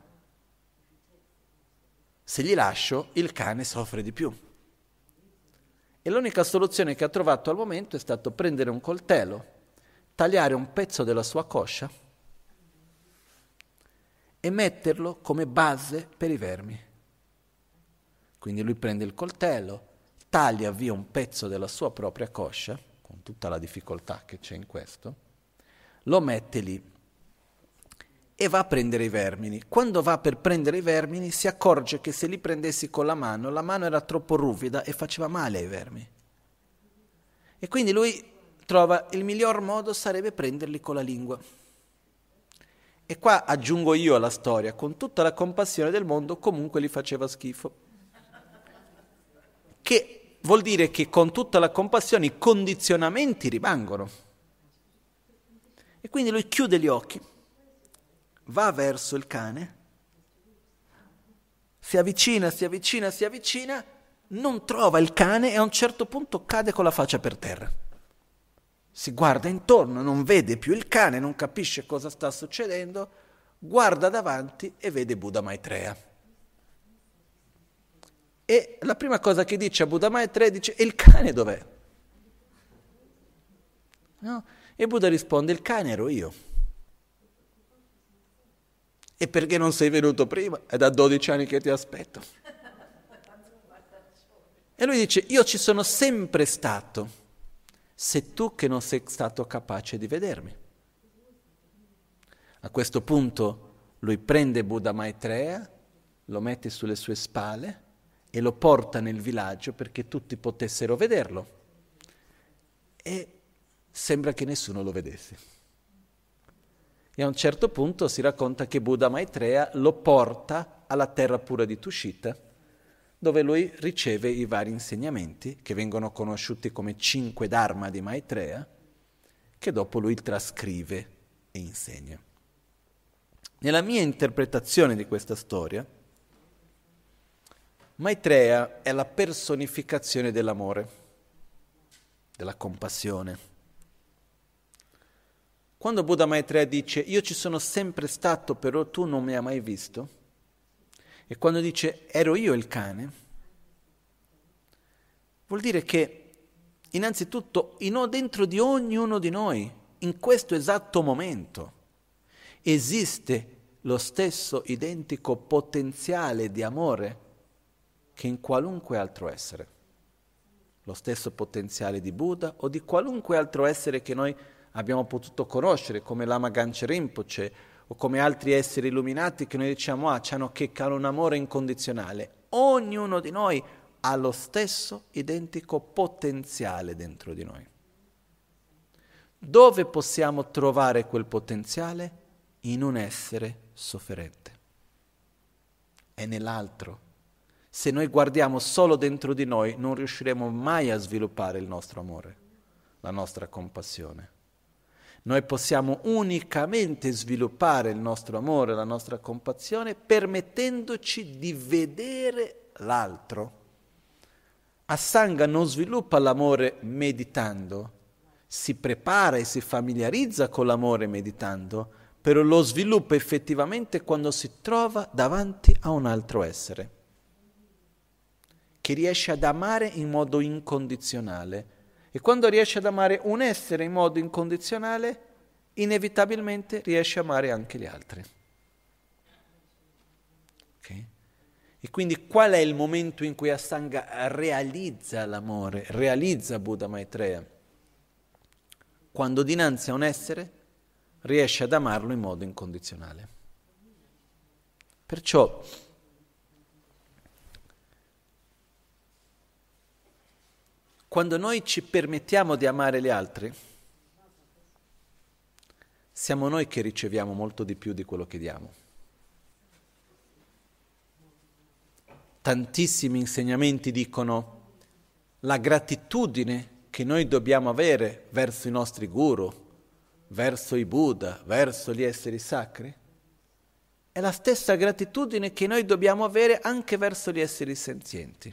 Se li lascio, il cane soffre di più. E l'unica soluzione che ha trovato al momento è stato prendere un coltello, tagliare un pezzo della sua coscia e metterlo come base per i vermi. Quindi lui prende il coltello, taglia via un pezzo della sua propria coscia, con tutta la difficoltà che c'è in questo, lo mette lì e va a prendere i vermini. Quando va per prendere i vermini si accorge che se li prendessi con la mano era troppo ruvida e faceva male ai vermi. E quindi lui trova il miglior modo sarebbe prenderli con la lingua. E qua aggiungo io alla storia, con tutta la compassione del mondo, comunque gli faceva schifo. Che vuol dire che con tutta la compassione i condizionamenti rimangono. E quindi lui chiude gli occhi, va verso il cane, si avvicina, non trova il cane e a un certo punto cade con la faccia per terra. Si guarda intorno, non vede più il cane, non capisce cosa sta succedendo, guarda davanti e vede Buddha Maitreya. E la prima cosa che dice a Buddha Maitreya dice, e il cane dov'è? No? E Buddha risponde, il cane ero io. E perché non sei venuto prima? È da 12 anni che ti aspetto. E lui dice, io ci sono sempre stato, sei tu che non sei stato capace di vedermi. A questo punto lui prende Buddha Maitreya, lo mette sulle sue spalle e lo porta nel villaggio perché tutti potessero vederlo. E sembra che nessuno lo vedesse. E a un certo punto si racconta che Buddha Maitreya lo porta alla terra pura di Tushita, dove lui riceve i vari insegnamenti che vengono conosciuti come 5 Dharma di Maitreya, che dopo lui trascrive e insegna. Nella mia interpretazione di questa storia, Maitreya è la personificazione dell'amore, della compassione. Quando Buddha Maitreya dice io ci sono sempre stato però tu non mi hai mai visto, e quando dice ero io il cane, vuol dire che innanzitutto dentro di ognuno di noi, in questo esatto momento, esiste lo stesso identico potenziale di amore che in qualunque altro essere. Lo stesso potenziale di Buddha o di qualunque altro essere che noi abbiamo potuto conoscere, come Lama Ganchen Rinpoche o come altri esseri illuminati che noi diciamo hanno un amore incondizionale. Ognuno di noi ha lo stesso identico potenziale dentro di noi. Dove possiamo trovare quel potenziale? In un essere sofferente. È nell'altro. Se noi guardiamo solo dentro di noi, non riusciremo mai a sviluppare il nostro amore, la nostra compassione. Noi possiamo unicamente sviluppare il nostro amore, la nostra compassione, permettendoci di vedere l'altro. Asanga non sviluppa l'amore meditando, si prepara e si familiarizza con l'amore meditando, però lo sviluppa effettivamente quando si trova davanti a un altro essere, che riesce ad amare in modo incondizionale. E quando riesce ad amare un essere in modo incondizionale, inevitabilmente riesce a amare anche gli altri. Okay? E quindi qual è il momento in cui Asanga realizza l'amore, realizza Buddha Maitreya? Quando dinanzi a un essere riesce ad amarlo in modo incondizionale. Perciò quando noi ci permettiamo di amare gli altri, siamo noi che riceviamo molto di più di quello che diamo. Tantissimi insegnamenti dicono la gratitudine che noi dobbiamo avere verso i nostri guru, verso i Buddha, verso gli esseri sacri, è la stessa gratitudine che noi dobbiamo avere anche verso gli esseri senzienti.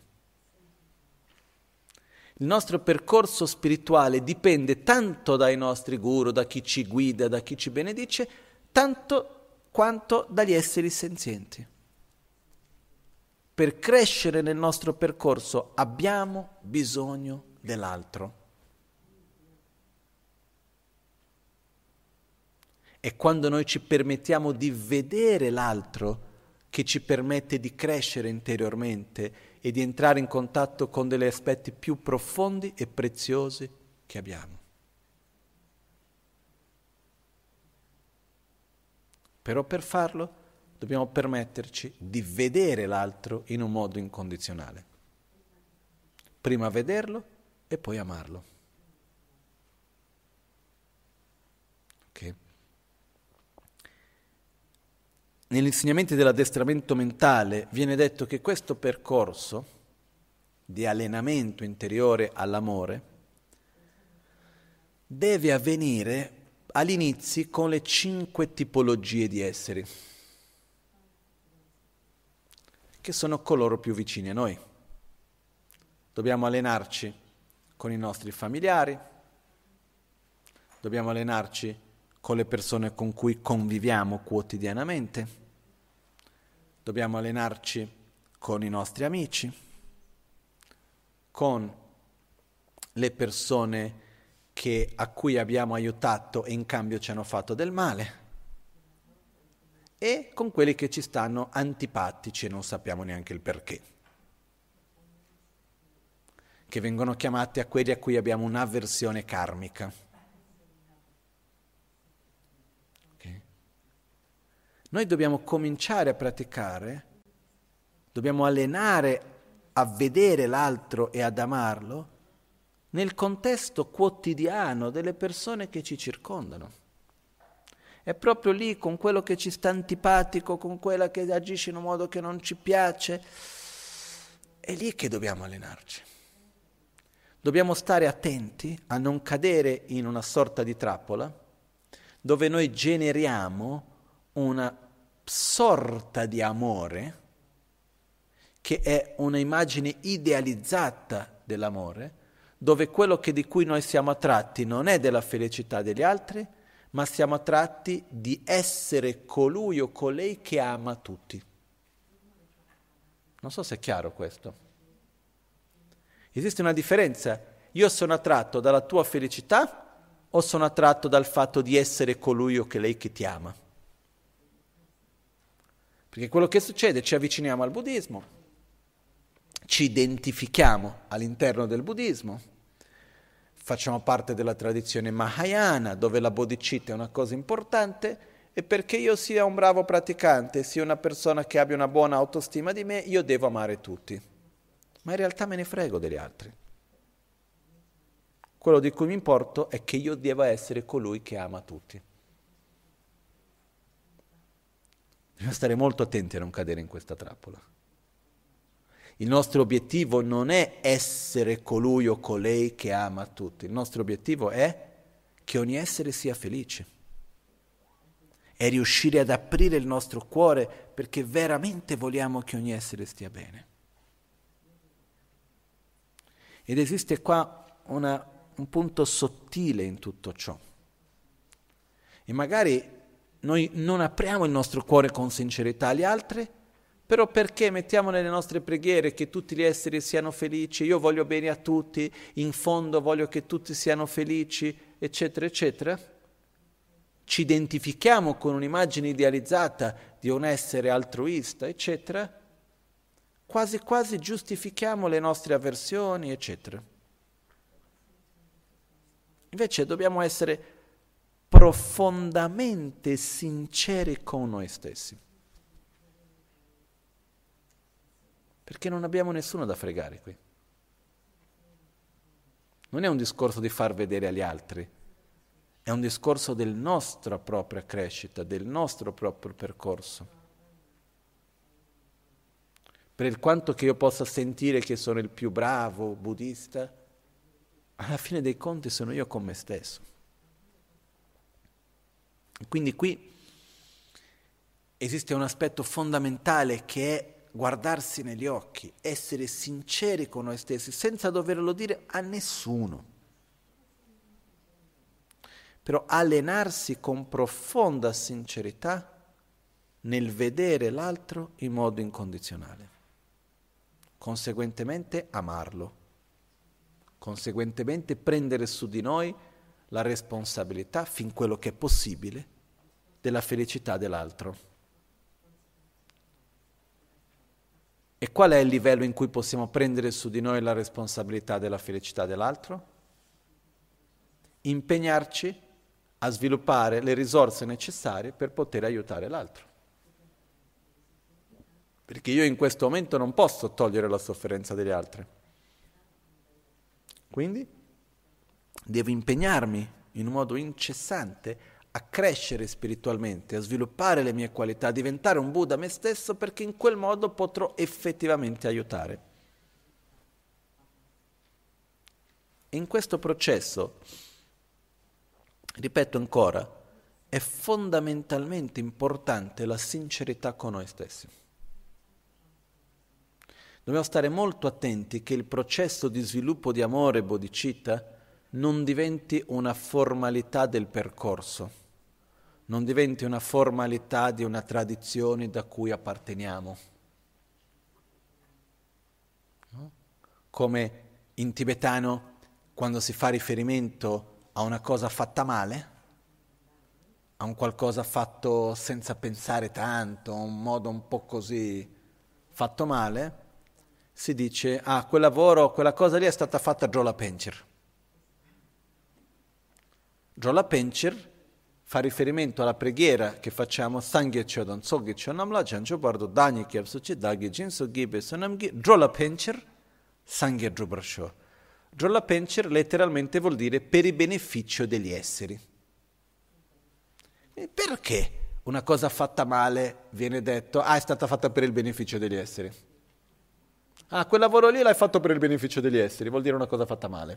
Il nostro percorso spirituale dipende tanto dai nostri guru, da chi ci guida, da chi ci benedice, tanto quanto dagli esseri senzienti. Per crescere nel nostro percorso abbiamo bisogno dell'altro. È quando noi ci permettiamo di vedere l'altro che ci permette di crescere interiormente e di entrare in contatto con degli aspetti più profondi e preziosi che abbiamo. Però per farlo dobbiamo permetterci di vedere l'altro in un modo incondizionale. Prima vederlo e poi amarlo. Ok? Negli insegnamenti dell'addestramento mentale viene detto che questo percorso di allenamento interiore all'amore deve avvenire all'inizio con le 5 tipologie di esseri, che sono coloro più vicini a noi. Dobbiamo allenarci con i nostri familiari, dobbiamo allenarci con le persone con cui conviviamo quotidianamente, dobbiamo allenarci con i nostri amici, con le persone a cui abbiamo aiutato e in cambio ci hanno fatto del male, e con quelli che ci stanno antipatici e non sappiamo neanche il perché, che vengono chiamati a quelli a cui abbiamo un'avversione karmica. Okay? Noi dobbiamo cominciare a praticare, dobbiamo allenare a vedere l'altro e ad amarlo nel contesto quotidiano delle persone che ci circondano. È proprio lì, con quello che ci sta antipatico, con quella che agisce in un modo che non ci piace. È lì che dobbiamo allenarci. Dobbiamo stare attenti a non cadere in una sorta di trappola dove noi generiamo una sorta di amore che è una immagine idealizzata dell'amore, dove quello di cui noi siamo attratti non è della felicità degli altri, ma siamo attratti di essere colui o colei che ama tutti. Non so se è chiaro questo. Esiste una differenza. Io sono attratto dalla tua felicità o sono attratto dal fatto di essere colui o colei che ti ama? Perché quello che succede, ci avviciniamo al buddismo, ci identifichiamo all'interno del buddismo, facciamo parte della tradizione Mahayana, dove la bodhicitta è una cosa importante, e perché io sia un bravo praticante, sia una persona che abbia una buona autostima di me, io devo amare tutti. Ma in realtà me ne frego degli altri. Quello di cui mi importo è che io debba essere colui che ama tutti. Bisogna stare molto attenti a non cadere in questa trappola. Il nostro obiettivo non è essere colui o colei che ama tutti. Il nostro obiettivo è che ogni essere sia felice. È riuscire ad aprire il nostro cuore perché veramente vogliamo che ogni essere stia bene. Ed esiste qua un punto sottile in tutto ciò. E magari noi non apriamo il nostro cuore con sincerità agli altri, però perché mettiamo nelle nostre preghiere che tutti gli esseri siano felici, io voglio bene a tutti, in fondo voglio che tutti siano felici, eccetera, eccetera, ci identifichiamo con un'immagine idealizzata di un essere altruista, eccetera, quasi quasi giustifichiamo le nostre avversioni, eccetera. Invece dobbiamo essere profondamente sinceri con noi stessi. Perché non abbiamo nessuno da fregare qui. Non è un discorso di far vedere agli altri, è un discorso della nostra propria crescita, del nostro proprio percorso. Per il quanto che io possa sentire che sono il più bravo buddista, alla fine dei conti sono io con me stesso. Quindi qui esiste un aspetto fondamentale che è guardarsi negli occhi, essere sinceri con noi stessi, senza doverlo dire a nessuno. Però allenarsi con profonda sincerità nel vedere l'altro in modo incondizionale. Conseguentemente amarlo. Conseguentemente prendere su di noi la responsabilità, fin quello che è possibile, della felicità dell'altro. E qual è il livello in cui possiamo prendere su di noi la responsabilità della felicità dell'altro? Impegnarci a sviluppare le risorse necessarie per poter aiutare l'altro. Perché io in questo momento non posso togliere la sofferenza degli altri. Quindi devo impegnarmi in un modo incessante a crescere spiritualmente, a sviluppare le mie qualità, a diventare un Buddha me stesso, perché in quel modo potrò effettivamente aiutare. E in questo processo, ripeto ancora, è fondamentalmente importante la sincerità con noi stessi. Dobbiamo stare molto attenti che il processo di sviluppo di amore bodhicitta non diventi una formalità del percorso, non diventi una formalità di una tradizione da cui apparteniamo. No? Come in tibetano, quando si fa riferimento a una cosa fatta male, a un qualcosa fatto senza pensare tanto, un modo un po' così fatto male, si dice, quel lavoro, quella cosa lì è stata fatta a Jola Pencher. Jola Pencher fa riferimento alla preghiera che facciamo Sangye Chodon Sogye Chonamla Janjo Bardo Dani Kyabsuchi Dagi Jinso Gibe Sonamgi Jola Pencher Sangye Drubrasho. Jola Pencher letteralmente vuol dire per il beneficio degli esseri. E perché una cosa fatta male viene detto, è stata fatta per il beneficio degli esseri? Ah, quel lavoro lì l'hai fatto per il beneficio degli esseri, vuol dire una cosa fatta male.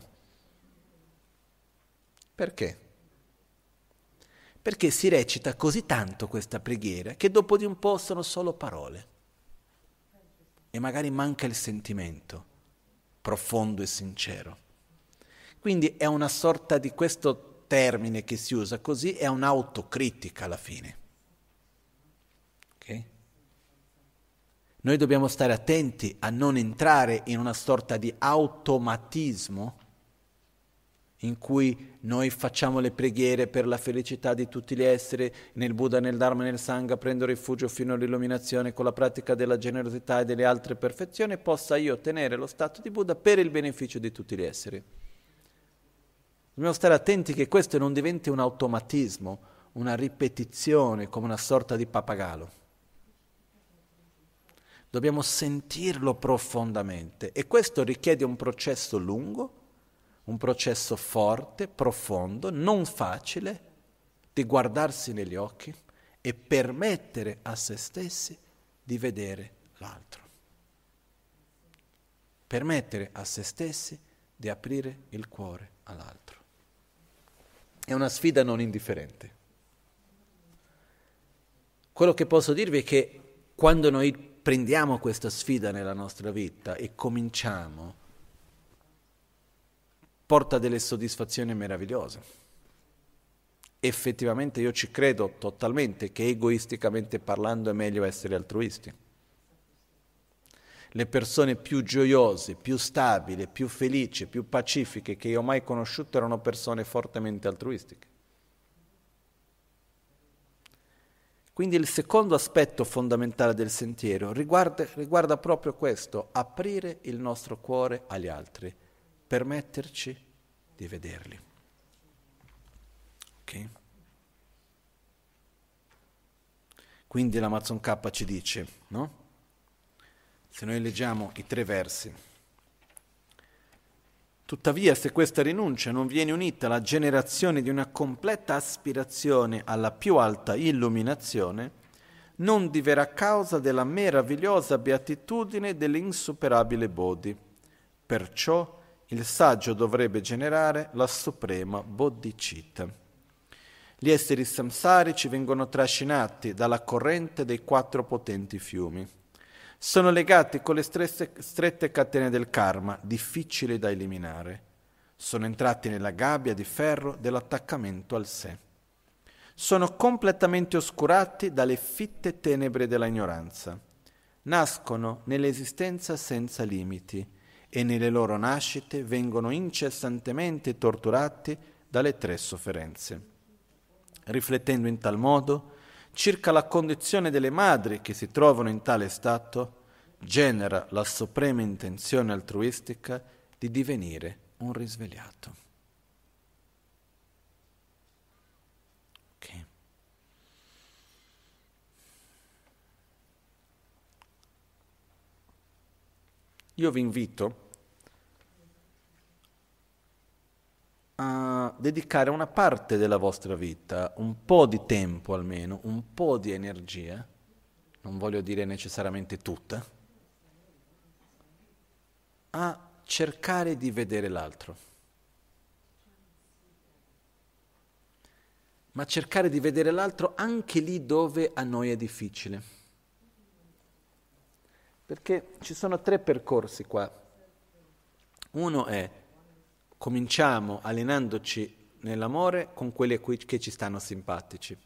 Perché? Perché si recita così tanto questa preghiera che dopo di un po' sono solo parole. E magari manca il sentimento profondo e sincero. Quindi è una sorta di questo termine che si usa così, è un'autocritica alla fine. Ok? Noi dobbiamo stare attenti a non entrare in una sorta di automatismo in cui noi facciamo le preghiere per la felicità di tutti gli esseri, nel Buddha, nel Dharma e nel Sangha, prendo rifugio fino all'illuminazione con la pratica della generosità e delle altre perfezioni, possa io ottenere lo stato di Buddha per il beneficio di tutti gli esseri. Dobbiamo stare attenti che questo non diventi un automatismo, una ripetizione come una sorta di pappagallo. Dobbiamo sentirlo profondamente e questo richiede un processo lungo, un processo forte, profondo, non facile, di guardarsi negli occhi e permettere a se stessi di vedere l'altro. Permettere a se stessi di aprire il cuore all'altro. È una sfida non indifferente. Quello che posso dirvi è che quando noi prendiamo questa sfida nella nostra vita e cominciamo, porta delle soddisfazioni meravigliose. Effettivamente io ci credo totalmente che egoisticamente parlando è meglio essere altruisti. Le persone più gioiose, più stabili, più felici, più pacifiche che io ho mai conosciuto erano persone fortemente altruistiche. Quindi il secondo aspetto fondamentale del sentiero riguarda proprio questo, aprire il nostro cuore agli altri, permetterci di vederli. Ok? Quindi l'Amazon K ci dice, no? Se noi leggiamo i 3 versi. Tuttavia, se questa rinuncia non viene unita alla generazione di una completa aspirazione alla più alta illuminazione, non diverrà causa della meravigliosa beatitudine dell'insuperabile Bodhi. Perciò il saggio dovrebbe generare la suprema bodhicitta. Gli esseri samsarici vengono trascinati dalla corrente dei 4 potenti fiumi. Sono legati con le strette catene del karma, difficili da eliminare. Sono entrati nella gabbia di ferro dell'attaccamento al sé. Sono completamente oscurati dalle fitte tenebre della ignoranza. Nascono nell'esistenza senza limiti e nelle loro nascite vengono incessantemente torturati dalle 3 sofferenze. Riflettendo in tal modo circa la condizione delle madri che si trovano in tale stato, genera la suprema intenzione altruistica di divenire un risvegliato. Okay. Io vi invito a dedicare una parte della vostra vita, un po' di tempo almeno, un po' di energia, non voglio dire necessariamente tutta, a cercare di vedere l'altro. Ma cercare di vedere l'altro anche lì dove a noi è difficile. Perché ci sono 3 percorsi qua. Uno è cominciamo allenandoci nell'amore con quelli che ci stanno simpatici.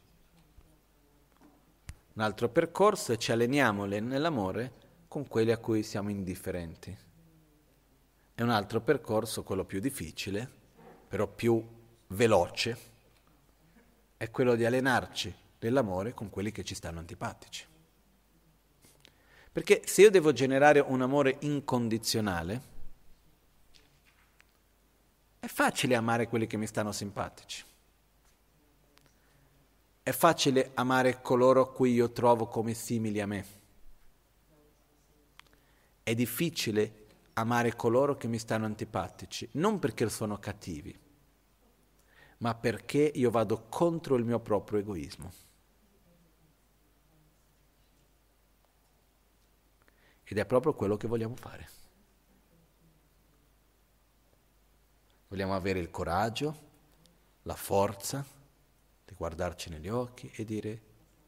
Un altro percorso è ci alleniamo nell'amore con quelli a cui siamo indifferenti. E un altro percorso, quello più difficile, però più veloce, è quello di allenarci nell'amore con quelli che ci stanno antipatici. Perché se io devo generare un amore incondizionale, è facile amare quelli che mi stanno simpatici. È facile amare coloro a cui io trovo come simili a me. È difficile amare coloro che mi stanno antipatici, non perché sono cattivi, ma perché io vado contro il mio proprio egoismo. Ed è proprio quello che vogliamo fare. Vogliamo avere il coraggio, la forza di guardarci negli occhi e dire: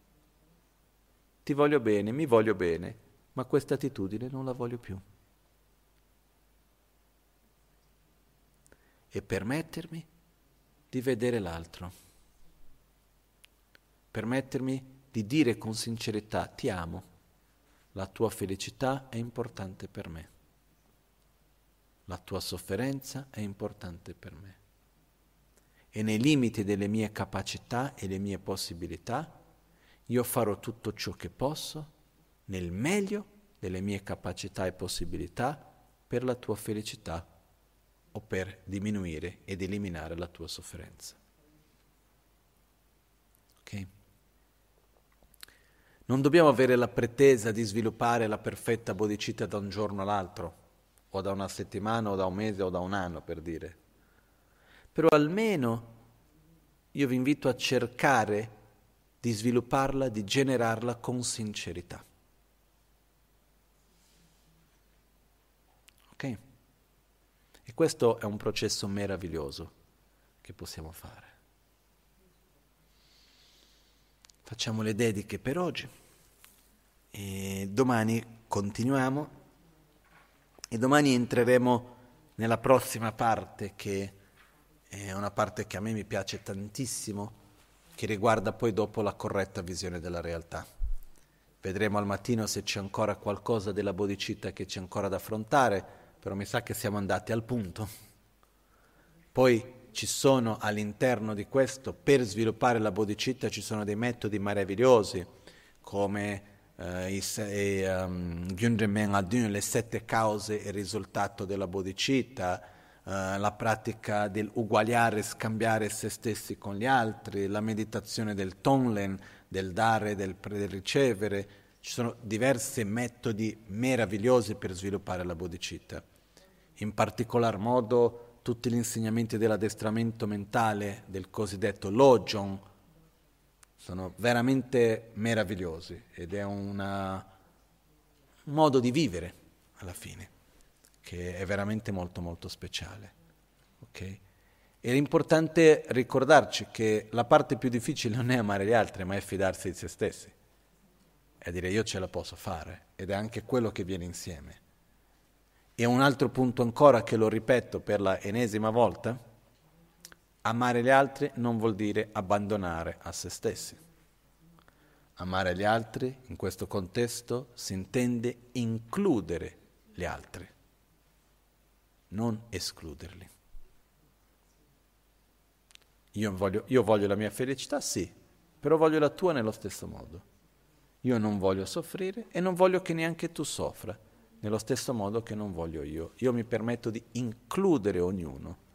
ti voglio bene, mi voglio bene, ma questa attitudine non la voglio più. E permettermi di vedere l'altro. Permettermi di dire con sincerità: ti amo, la tua felicità è importante per me, la tua sofferenza è importante per me. E nei limiti delle mie capacità e le mie possibilità, io farò tutto ciò che posso, nel meglio delle mie capacità e possibilità, per la tua felicità o per diminuire ed eliminare la tua sofferenza. Ok? Non dobbiamo avere la pretesa di sviluppare la perfetta bodhicitta da un giorno all'altro, o da una settimana, o da un mese, o da un anno, per dire. Però almeno io vi invito a cercare di svilupparla, di generarla con sincerità. Ok? E questo è un processo meraviglioso che possiamo fare. Facciamo le dediche per oggi e domani continuiamo e domani entreremo nella prossima parte, che è una parte che a me mi piace tantissimo, che riguarda poi dopo la corretta visione della realtà. Vedremo al mattino se c'è ancora qualcosa della bodhicitta che c'è ancora da affrontare, però mi sa che siamo andati al punto. Poi ci sono all'interno di questo, per sviluppare la bodhicitta, ci sono dei metodi meravigliosi, come Gyundremen Adun, le 7 cause e risultato della bodhicitta, la pratica dell'uguagliare, scambiare se stessi con gli altri, la meditazione del Tonglen, del dare, del ricevere. Ci sono diversi metodi meravigliosi per sviluppare la bodhicitta. In particolar modo tutti gli insegnamenti dell'addestramento mentale, del cosiddetto Lojong, sono veramente meravigliosi ed è un modo di vivere alla fine che è veramente molto molto speciale. Okay? Ed è importante ricordarci che la parte più difficile non è amare gli altri, ma è fidarsi di se stessi. È dire: io ce la posso fare, ed è anche quello che viene insieme. E un altro punto ancora, che lo ripeto per la ennesima volta: amare gli altri non vuol dire abbandonare a se stessi. Amare gli altri, in questo contesto, si intende includere gli altri, non escluderli. Io voglio la mia felicità, sì, però voglio la tua nello stesso modo. Io non voglio soffrire e non voglio che neanche tu soffra, nello stesso modo che non voglio io. Io mi permetto di includere ognuno